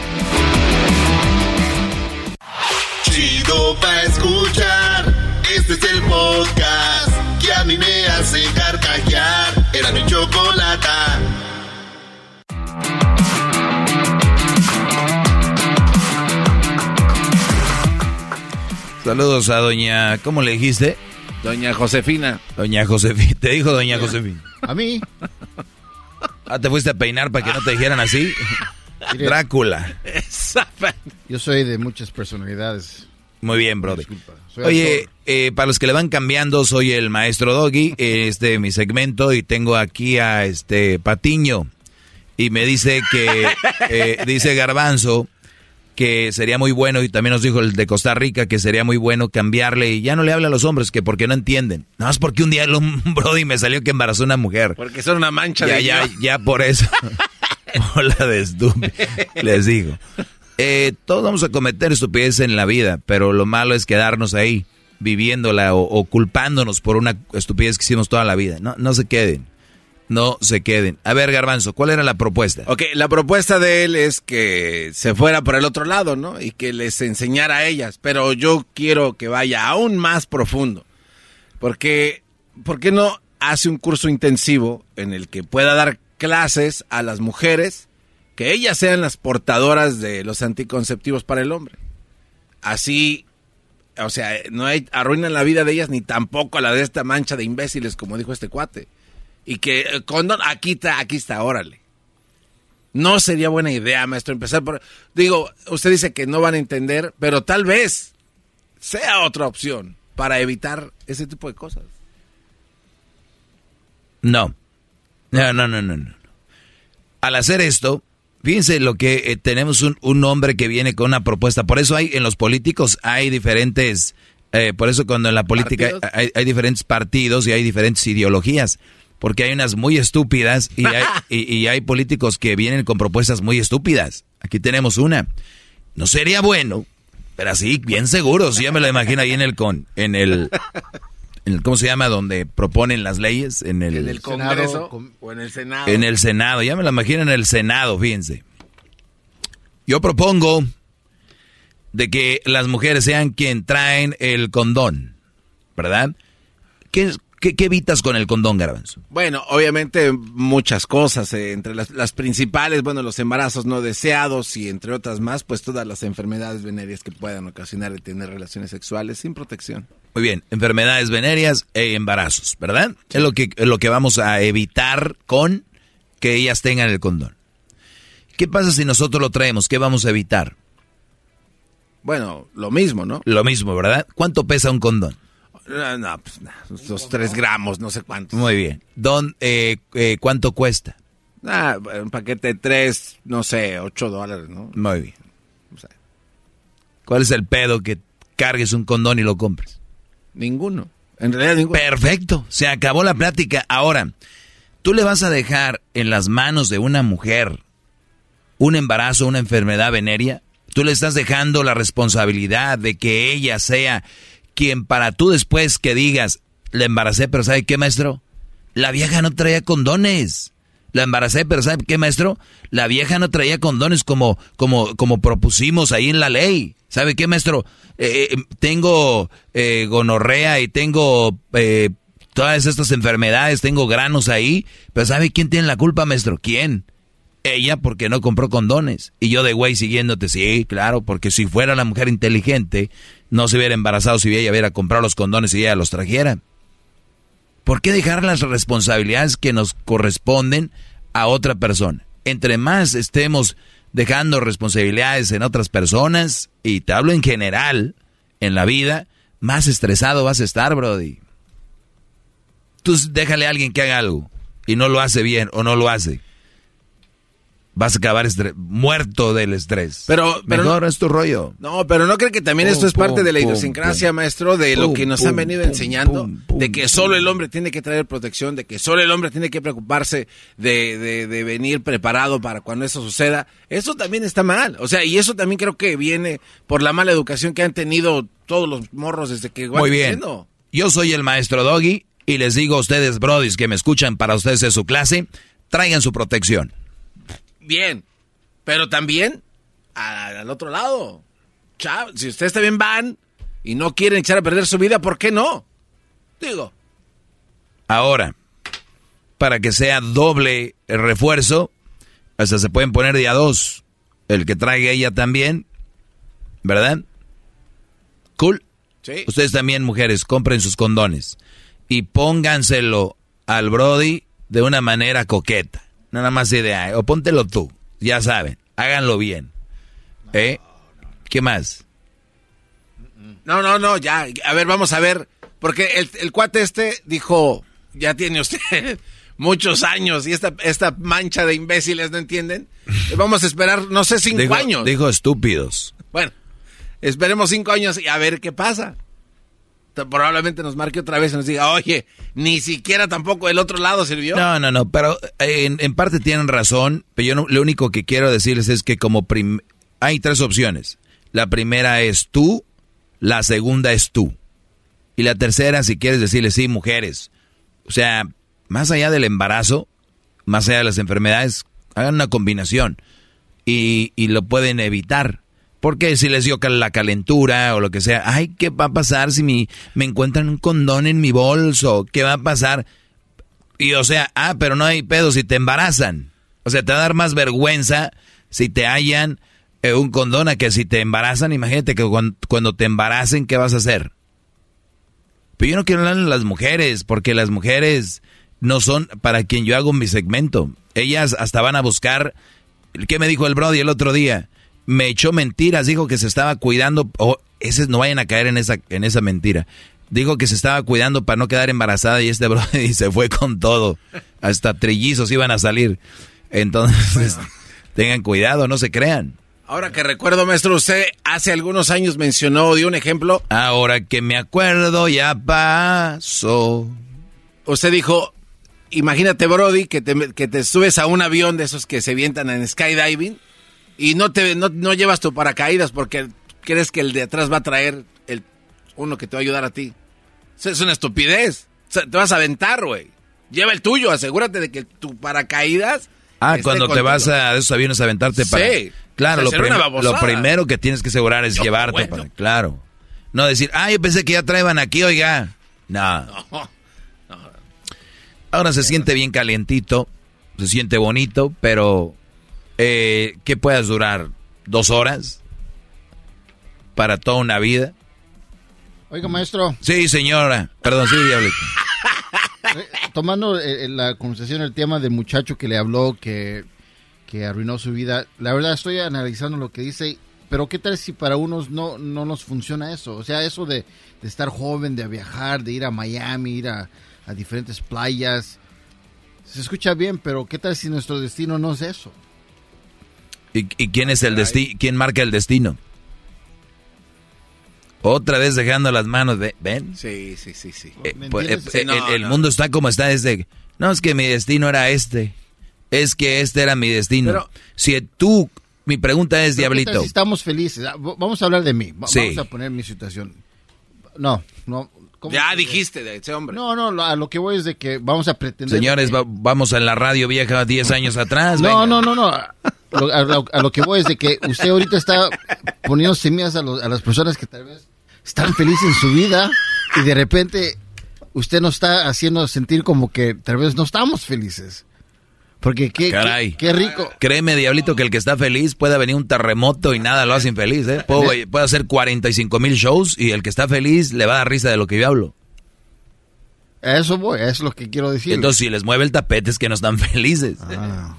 S1: Chido pa' escuchar, este es el podcast que a mí me hace carcajear. Era mi chocolata.
S5: Saludos a doña... ¿Cómo le dijiste?
S12: Doña Josefina.
S5: Doña Josefina. ¿Te dijo doña Josefina?
S17: ¿A mí?
S5: Ah, ¿te fuiste a peinar para que no te dijeran así? Mire, Drácula.
S17: Yo soy de muchas personalidades.
S5: Muy bien, brother. Oye, eh, para los que le van cambiando, soy el maestro Doggy, este mi segmento, y tengo aquí a este Patiño. Y me dice que, eh, dice Garbanzo, que sería muy bueno, y también nos dijo el de Costa Rica, que sería muy bueno cambiarle, y ya no le habla a los hombres, que porque no entienden. Nada más porque un día el Brody me salió que embarazó una mujer.
S12: Porque son una mancha
S5: ya,
S12: de...
S5: Ya, ya, ya por eso. Hola de estúpido. Les digo. Eh, todos vamos a cometer estupideces en la vida, pero lo malo es quedarnos ahí, viviéndola o, o culpándonos por una estupidez que hicimos toda la vida. No, no se queden. No se queden. A ver, Garbanzo, ¿cuál era la propuesta?
S12: Ok, la propuesta de él es que se fuera por el otro lado, ¿no? Y que les enseñara a ellas. Pero yo quiero que vaya aún más profundo. Porque, ¿por qué no hace un curso intensivo en el que pueda dar clases a las mujeres, que ellas sean las portadoras de los anticonceptivos para el hombre? Así, o sea, no hay, arruinan la vida de ellas ni tampoco la de esta mancha de imbéciles, como dijo este cuate. Y que condón, aquí está, aquí está, órale. No sería buena idea, maestro, empezar por... Digo, usted dice que no van a entender, pero tal vez sea otra opción para evitar ese tipo de cosas.
S5: No. No, no, no, no. no. Al hacer esto, fíjense lo que eh, tenemos un, un hombre que viene con una propuesta. Por eso hay en los políticos hay diferentes... Eh, por eso cuando en la política hay, hay diferentes partidos y hay diferentes ideologías. Porque hay unas muy estúpidas y hay, y, y hay políticos que vienen con propuestas muy estúpidas. Aquí tenemos una. No sería bueno, pero así, bien seguro. Si ya me lo imagino ahí en el con, en el, en el, ¿cómo se llama? Donde proponen las leyes, en el,
S12: en el Congreso Senado, o en el Senado.
S5: En el Senado, ya me lo imagino en el Senado, fíjense. Yo propongo de que las mujeres sean quien traen el condón, ¿verdad? ¿Qué es? ¿Qué, qué evitas con el condón, Garbanzo?
S12: Bueno, obviamente muchas cosas, eh, entre las, las principales, bueno, los embarazos no deseados y entre otras más, pues todas las enfermedades venéreas que puedan ocasionar el tener relaciones sexuales sin protección.
S5: Muy bien, enfermedades venéreas e embarazos, ¿verdad? Sí. Es lo que, es lo que vamos a evitar con que ellas tengan el condón. ¿Qué pasa si nosotros lo traemos? ¿Qué vamos a evitar?
S12: Bueno, lo mismo, ¿no?
S5: Lo mismo, ¿verdad? ¿Cuánto pesa un condón?
S12: No, no pues no, los tres gramos, no sé cuántos.
S5: Muy bien. Don, eh, eh, ¿cuánto cuesta?
S12: Ah, un paquete de tres, no sé, ocho dólares, ¿no?
S5: Muy bien. O sea, ¿cuál es el pedo que cargues un condón y lo compres?
S12: Ninguno. En realidad ninguno.
S5: Perfecto. Se acabó la plática. Ahora, ¿tú le vas a dejar en las manos de una mujer un embarazo, una enfermedad venérea? Tú le estás dejando la responsabilidad de que ella sea quien para tú después que digas, la embaracé, pero ¿sabe qué, maestro? La vieja no traía condones. La embaracé, pero ¿sabe qué, maestro? La vieja no traía condones como, como, como propusimos ahí en la ley. ¿Sabe qué, maestro? Eh, tengo eh, gonorrea y tengo eh, todas estas enfermedades, tengo granos ahí, pero ¿sabe quién tiene la culpa, maestro? ¿Quién? Ella, porque no compró condones. Y yo de güey siguiéndote, sí, claro, porque si fuera la mujer inteligente, no se hubiera embarazado si ella hubiera comprado los condones y ella los trajera. ¿Por qué dejar las responsabilidades que nos corresponden a otra persona? Entre más estemos dejando responsabilidades en otras personas, y te hablo en general, en la vida, más estresado vas a estar, brody. Tú déjale a alguien que haga algo y no lo hace bien o no lo hace. Vas a acabar muerto del estrés.
S12: Pero, pero
S5: Mejor
S12: no,
S5: es tu rollo.
S12: No, pero ¿no cree que también pum, esto es parte pum, de la idiosincrasia, pum, maestro, de pum, lo que nos pum, han venido pum, enseñando? Pum, pum, de que solo el hombre tiene que traer protección, de que solo el hombre tiene que preocuparse de, de, de venir preparado para cuando eso suceda. Eso también está mal. O sea, y eso también creo que viene por la mala educación que han tenido todos los morros desde que van
S5: Muy bien.
S12: Diciendo.
S5: Yo soy el maestro Doggy y les digo a ustedes, brodis, que me escuchan, para ustedes es su clase, traigan su protección.
S12: Bien, pero también al, al otro lado. Chao, si ustedes también van y no quieren echar a perder su vida, ¿por qué no? Digo.
S5: Ahora, para que sea doble el refuerzo, hasta se pueden poner día dos. El que traiga ella también, ¿verdad? Cool.
S12: Sí.
S5: Ustedes también, mujeres, compren sus condones y pónganselo al brody de una manera coqueta. Nada más idea, o póntelo tú, ya saben, háganlo bien. ¿Eh? ¿Qué más?
S12: No, no, no, ya, a ver, vamos a ver, porque el, el cuate este dijo, ya tiene usted muchos años y esta, esta mancha de imbéciles, ¿no entienden? Vamos a esperar, no sé, cinco
S5: dijo,
S12: años.
S5: Dijo estúpidos.
S12: Bueno, esperemos cinco años y a ver qué pasa. Probablemente nos marque otra vez y nos diga, oye, ni siquiera tampoco el otro lado sirvió.
S5: No, no, no, pero en, en parte tienen razón, pero yo no, lo único que quiero decirles es que como prim- hay tres opciones. La primera es tú, la segunda es tú. Y la tercera, si quieres decirle, sí, mujeres. O sea, más allá del embarazo, más allá de las enfermedades, hagan una combinación y, y lo pueden evitar. Porque si les dio la calentura o lo que sea, ay, ¿qué va a pasar si mi, me encuentran un condón en mi bolso? ¿Qué va a pasar? Y o sea, ah, pero no hay pedo si te embarazan. O sea, te va a dar más vergüenza si te hallan eh, un condón a que si te embarazan. Imagínate que cuando, cuando te embaracen, ¿qué vas a hacer? Pero yo no quiero hablar de las mujeres, porque las mujeres no son para quien yo hago mi segmento. Ellas hasta van a buscar, ¿qué me dijo el brody el otro día? Me echó mentiras, dijo que se estaba cuidando, oh, esos no vayan a caer en esa, en esa mentira. Dijo que se estaba cuidando para no quedar embarazada y este brody se fue con todo. Hasta trillizos iban a salir. Entonces, bueno, tengan cuidado, no se crean.
S12: Ahora que recuerdo, maestro, usted hace algunos años mencionó, dio un ejemplo.
S5: Ahora que me acuerdo, ya pasó.
S12: Usted dijo, imagínate, brody, que te, que te subes a un avión de esos que se avientan en skydiving. Y no te no, no llevas tu paracaídas porque crees que el de atrás va a traer el uno que te va a ayudar a ti. Eso es una estupidez. O sea, te vas a aventar, güey. Lleva el tuyo, asegúrate de que tu paracaídas...
S5: Ah, cuando te vas a esos aviones a aventarte para...
S12: Sí.
S5: Claro, lo, prim lo primero que tienes que asegurar es no, llevarte bueno. para... Claro. No decir, ah, yo pensé que ya traían aquí, oiga. No.
S12: no.
S5: Ahora se siente bien calientito, se siente bonito, pero eh, ¿qué puedas durar? ¿Dos horas? ¿Para toda una vida?
S17: Oiga, maestro.
S5: Sí, señora. Perdón, sí, diablito.
S17: Tomando eh, la conversación, el tema del muchacho que le habló, que, que arruinó su vida, la verdad estoy analizando lo que dice, pero ¿qué tal si para unos no, no nos funciona eso? O sea, eso de, de estar joven, de viajar, de ir a Miami, ir a, a diferentes playas, se escucha bien, pero ¿qué tal si nuestro destino no es eso?
S5: ¿Y, y quién es el destino? ¿Quién marca el destino? Otra vez dejando las manos de... ¿Ven?
S12: Sí, sí, sí, sí.
S5: Eh, pues, eh, sí, no, el, el no. mundo está como está desde... No, es que mi destino era este. Es que este era mi destino. Pero, si tú... Mi pregunta es, Diablito...
S17: Si estamos felices. Vamos a hablar de mí. Sí. Vamos a poner mi situación. No, no...
S12: Ya dijiste de ese hombre.
S17: No, no, a lo que voy es de que vamos a pretender...
S5: Señores,
S17: que...
S5: va, vamos a la radio vieja diez años atrás.
S17: No,
S5: venga.
S17: no, no, no. A lo, a, lo, a lo que voy es de que usted ahorita está poniendo semillas a, los, a las personas que tal vez están felices en su vida y de repente usted nos está haciendo sentir como que tal vez no estamos felices. Porque qué,
S5: Caray.
S17: qué, qué rico.
S5: Créeme, Diablito, que el que está feliz puede venir un terremoto y nada lo hace infeliz, ¿eh? Puedo, puede hacer cuarenta y cinco mil shows y el que está feliz le va a dar risa de lo que yo hablo.
S17: A eso voy, eso es lo que quiero decir.
S5: Entonces, si les mueve el tapete es que no están felices.
S17: Ah.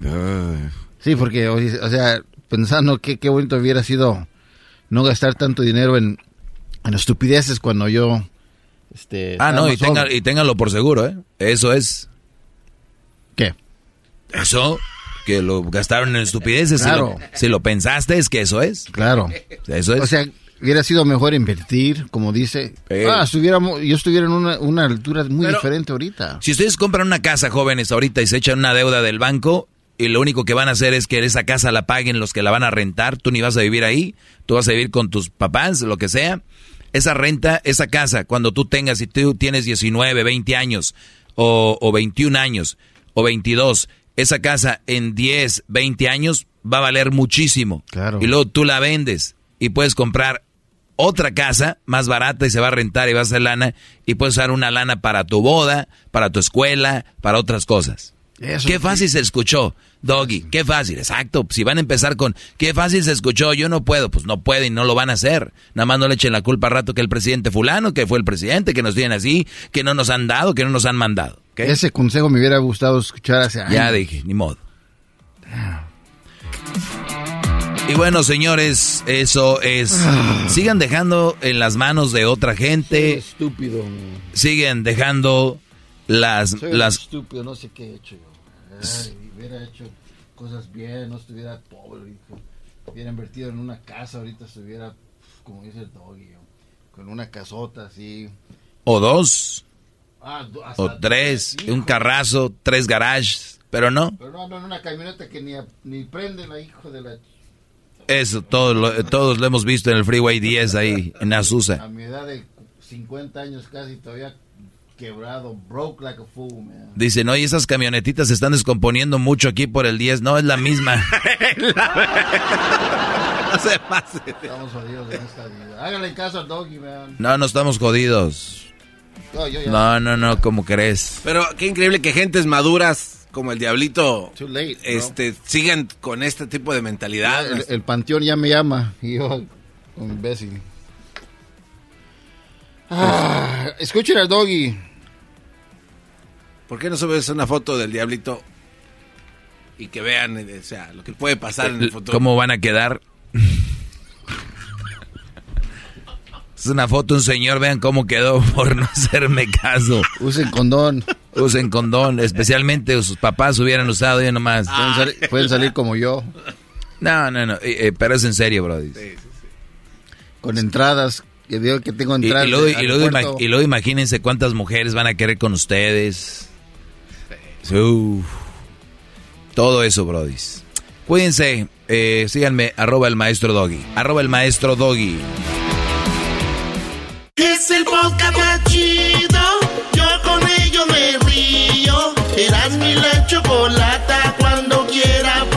S17: Sí, porque, o sea, pensando que qué bonito hubiera sido no gastar tanto dinero en, en estupideces cuando yo... Este,
S5: ah, no, y, tenga, y ténganlo por seguro, ¿eh? Eso es...
S17: ¿Qué?
S5: Eso, que lo gastaron en estupideces.
S17: Claro.
S5: Si lo, si lo pensaste, es que eso es.
S17: Claro.
S5: Eso es.
S17: O sea, hubiera sido mejor invertir, como dice. Eh. Ah, estuviéramos, yo estuviera en una, una altura muy Pero, diferente ahorita.
S5: Si ustedes compran una casa, jóvenes, ahorita y se echan una deuda del banco y lo único que van a hacer es que esa casa la paguen los que la van a rentar, tú ni vas a vivir ahí, tú vas a vivir con tus papás, lo que sea. Esa renta, esa casa, cuando tú tengas, si tú tienes diecinueve, veinte años o, o veintiún años o veintidós, esa casa en diez, veinte años va a valer muchísimo.
S17: Claro.
S5: Y luego tú la vendes y puedes comprar otra casa más barata y se va a rentar y va a hacer lana y puedes usar una lana para tu boda, para tu escuela, para otras cosas. Eso qué fácil sí. Se escuchó, Doggy, qué fácil, exacto. Si van a empezar con, qué fácil se escuchó, yo no puedo, pues no pueden, no lo van a hacer. Nada más no le echen la culpa al rato que el presidente fulano, que fue el presidente, que nos tienen así, que no nos han dado, que no nos han mandado. ¿Okay?
S17: Ese consejo me hubiera gustado escuchar hace años.
S5: Ya dije, ni modo. Y bueno, señores, eso es... Sigan dejando en las manos de otra gente.
S17: Soy estúpido. Man.
S5: Siguen dejando las...
S17: Soy
S5: las...
S17: estúpido, no sé qué he hecho yo. Ay, hubiera hecho cosas bien, no estuviera pobre. Hijo. Hubiera invertido en una casa, ahorita estuviera, como dice el Doggy, con una casota así.
S5: O dos.
S17: Ah,
S5: o tres, un carrazo, tres garages, pero no.
S17: Pero no ando en una camioneta que ni, ni prende la hijo de la...
S5: Eso, todos lo, todos lo hemos visto en el Freeway diez ahí, en Azusa.
S17: A mi edad de cincuenta años casi todavía quebrado, broke like a fool, man.
S5: Dicen, oye, esas camionetitas se están descomponiendo mucho aquí por el diez. No, es la misma.
S12: No se pase.
S17: Estamos jodidos en esta vida. Háganle caso al Doggy, man.
S5: No, no estamos jodidos.
S17: No, yo ya...
S5: no, no, no, ¿cómo crees?
S12: Pero qué increíble que gentes maduras como el Diablito
S17: Too late,
S12: este, sigan con este tipo de mentalidad.
S17: El, el panteón ya me llama y yo, un imbécil. Ah, escuchen al Doggy.
S12: ¿Por qué no subes una foto del Diablito y que vean, o sea, lo que puede pasar en el futuro?
S5: ¿Cómo van a quedar? Es una foto de un señor, vean cómo quedó por no hacerme caso.
S17: Usen condón.
S5: Usen condón, especialmente sus papás hubieran usado yo nomás.
S17: Pueden, sal pueden salir como yo.
S5: No, no, no, eh, eh, pero es en serio, brody.
S12: Sí, sí, sí.
S17: Con entradas, que digo que tengo entradas.
S5: Y, y, luego, y, luego ima y luego imagínense cuántas mujeres van a querer con ustedes. Sí. Uf. Todo eso, brody. Cuídense, eh, síganme, arroba el maestro Doggy. Arroba el maestro Doggy.
S1: Es el podcast más chido, yo con ello me río. Eras mi la chocolata, cuando quiera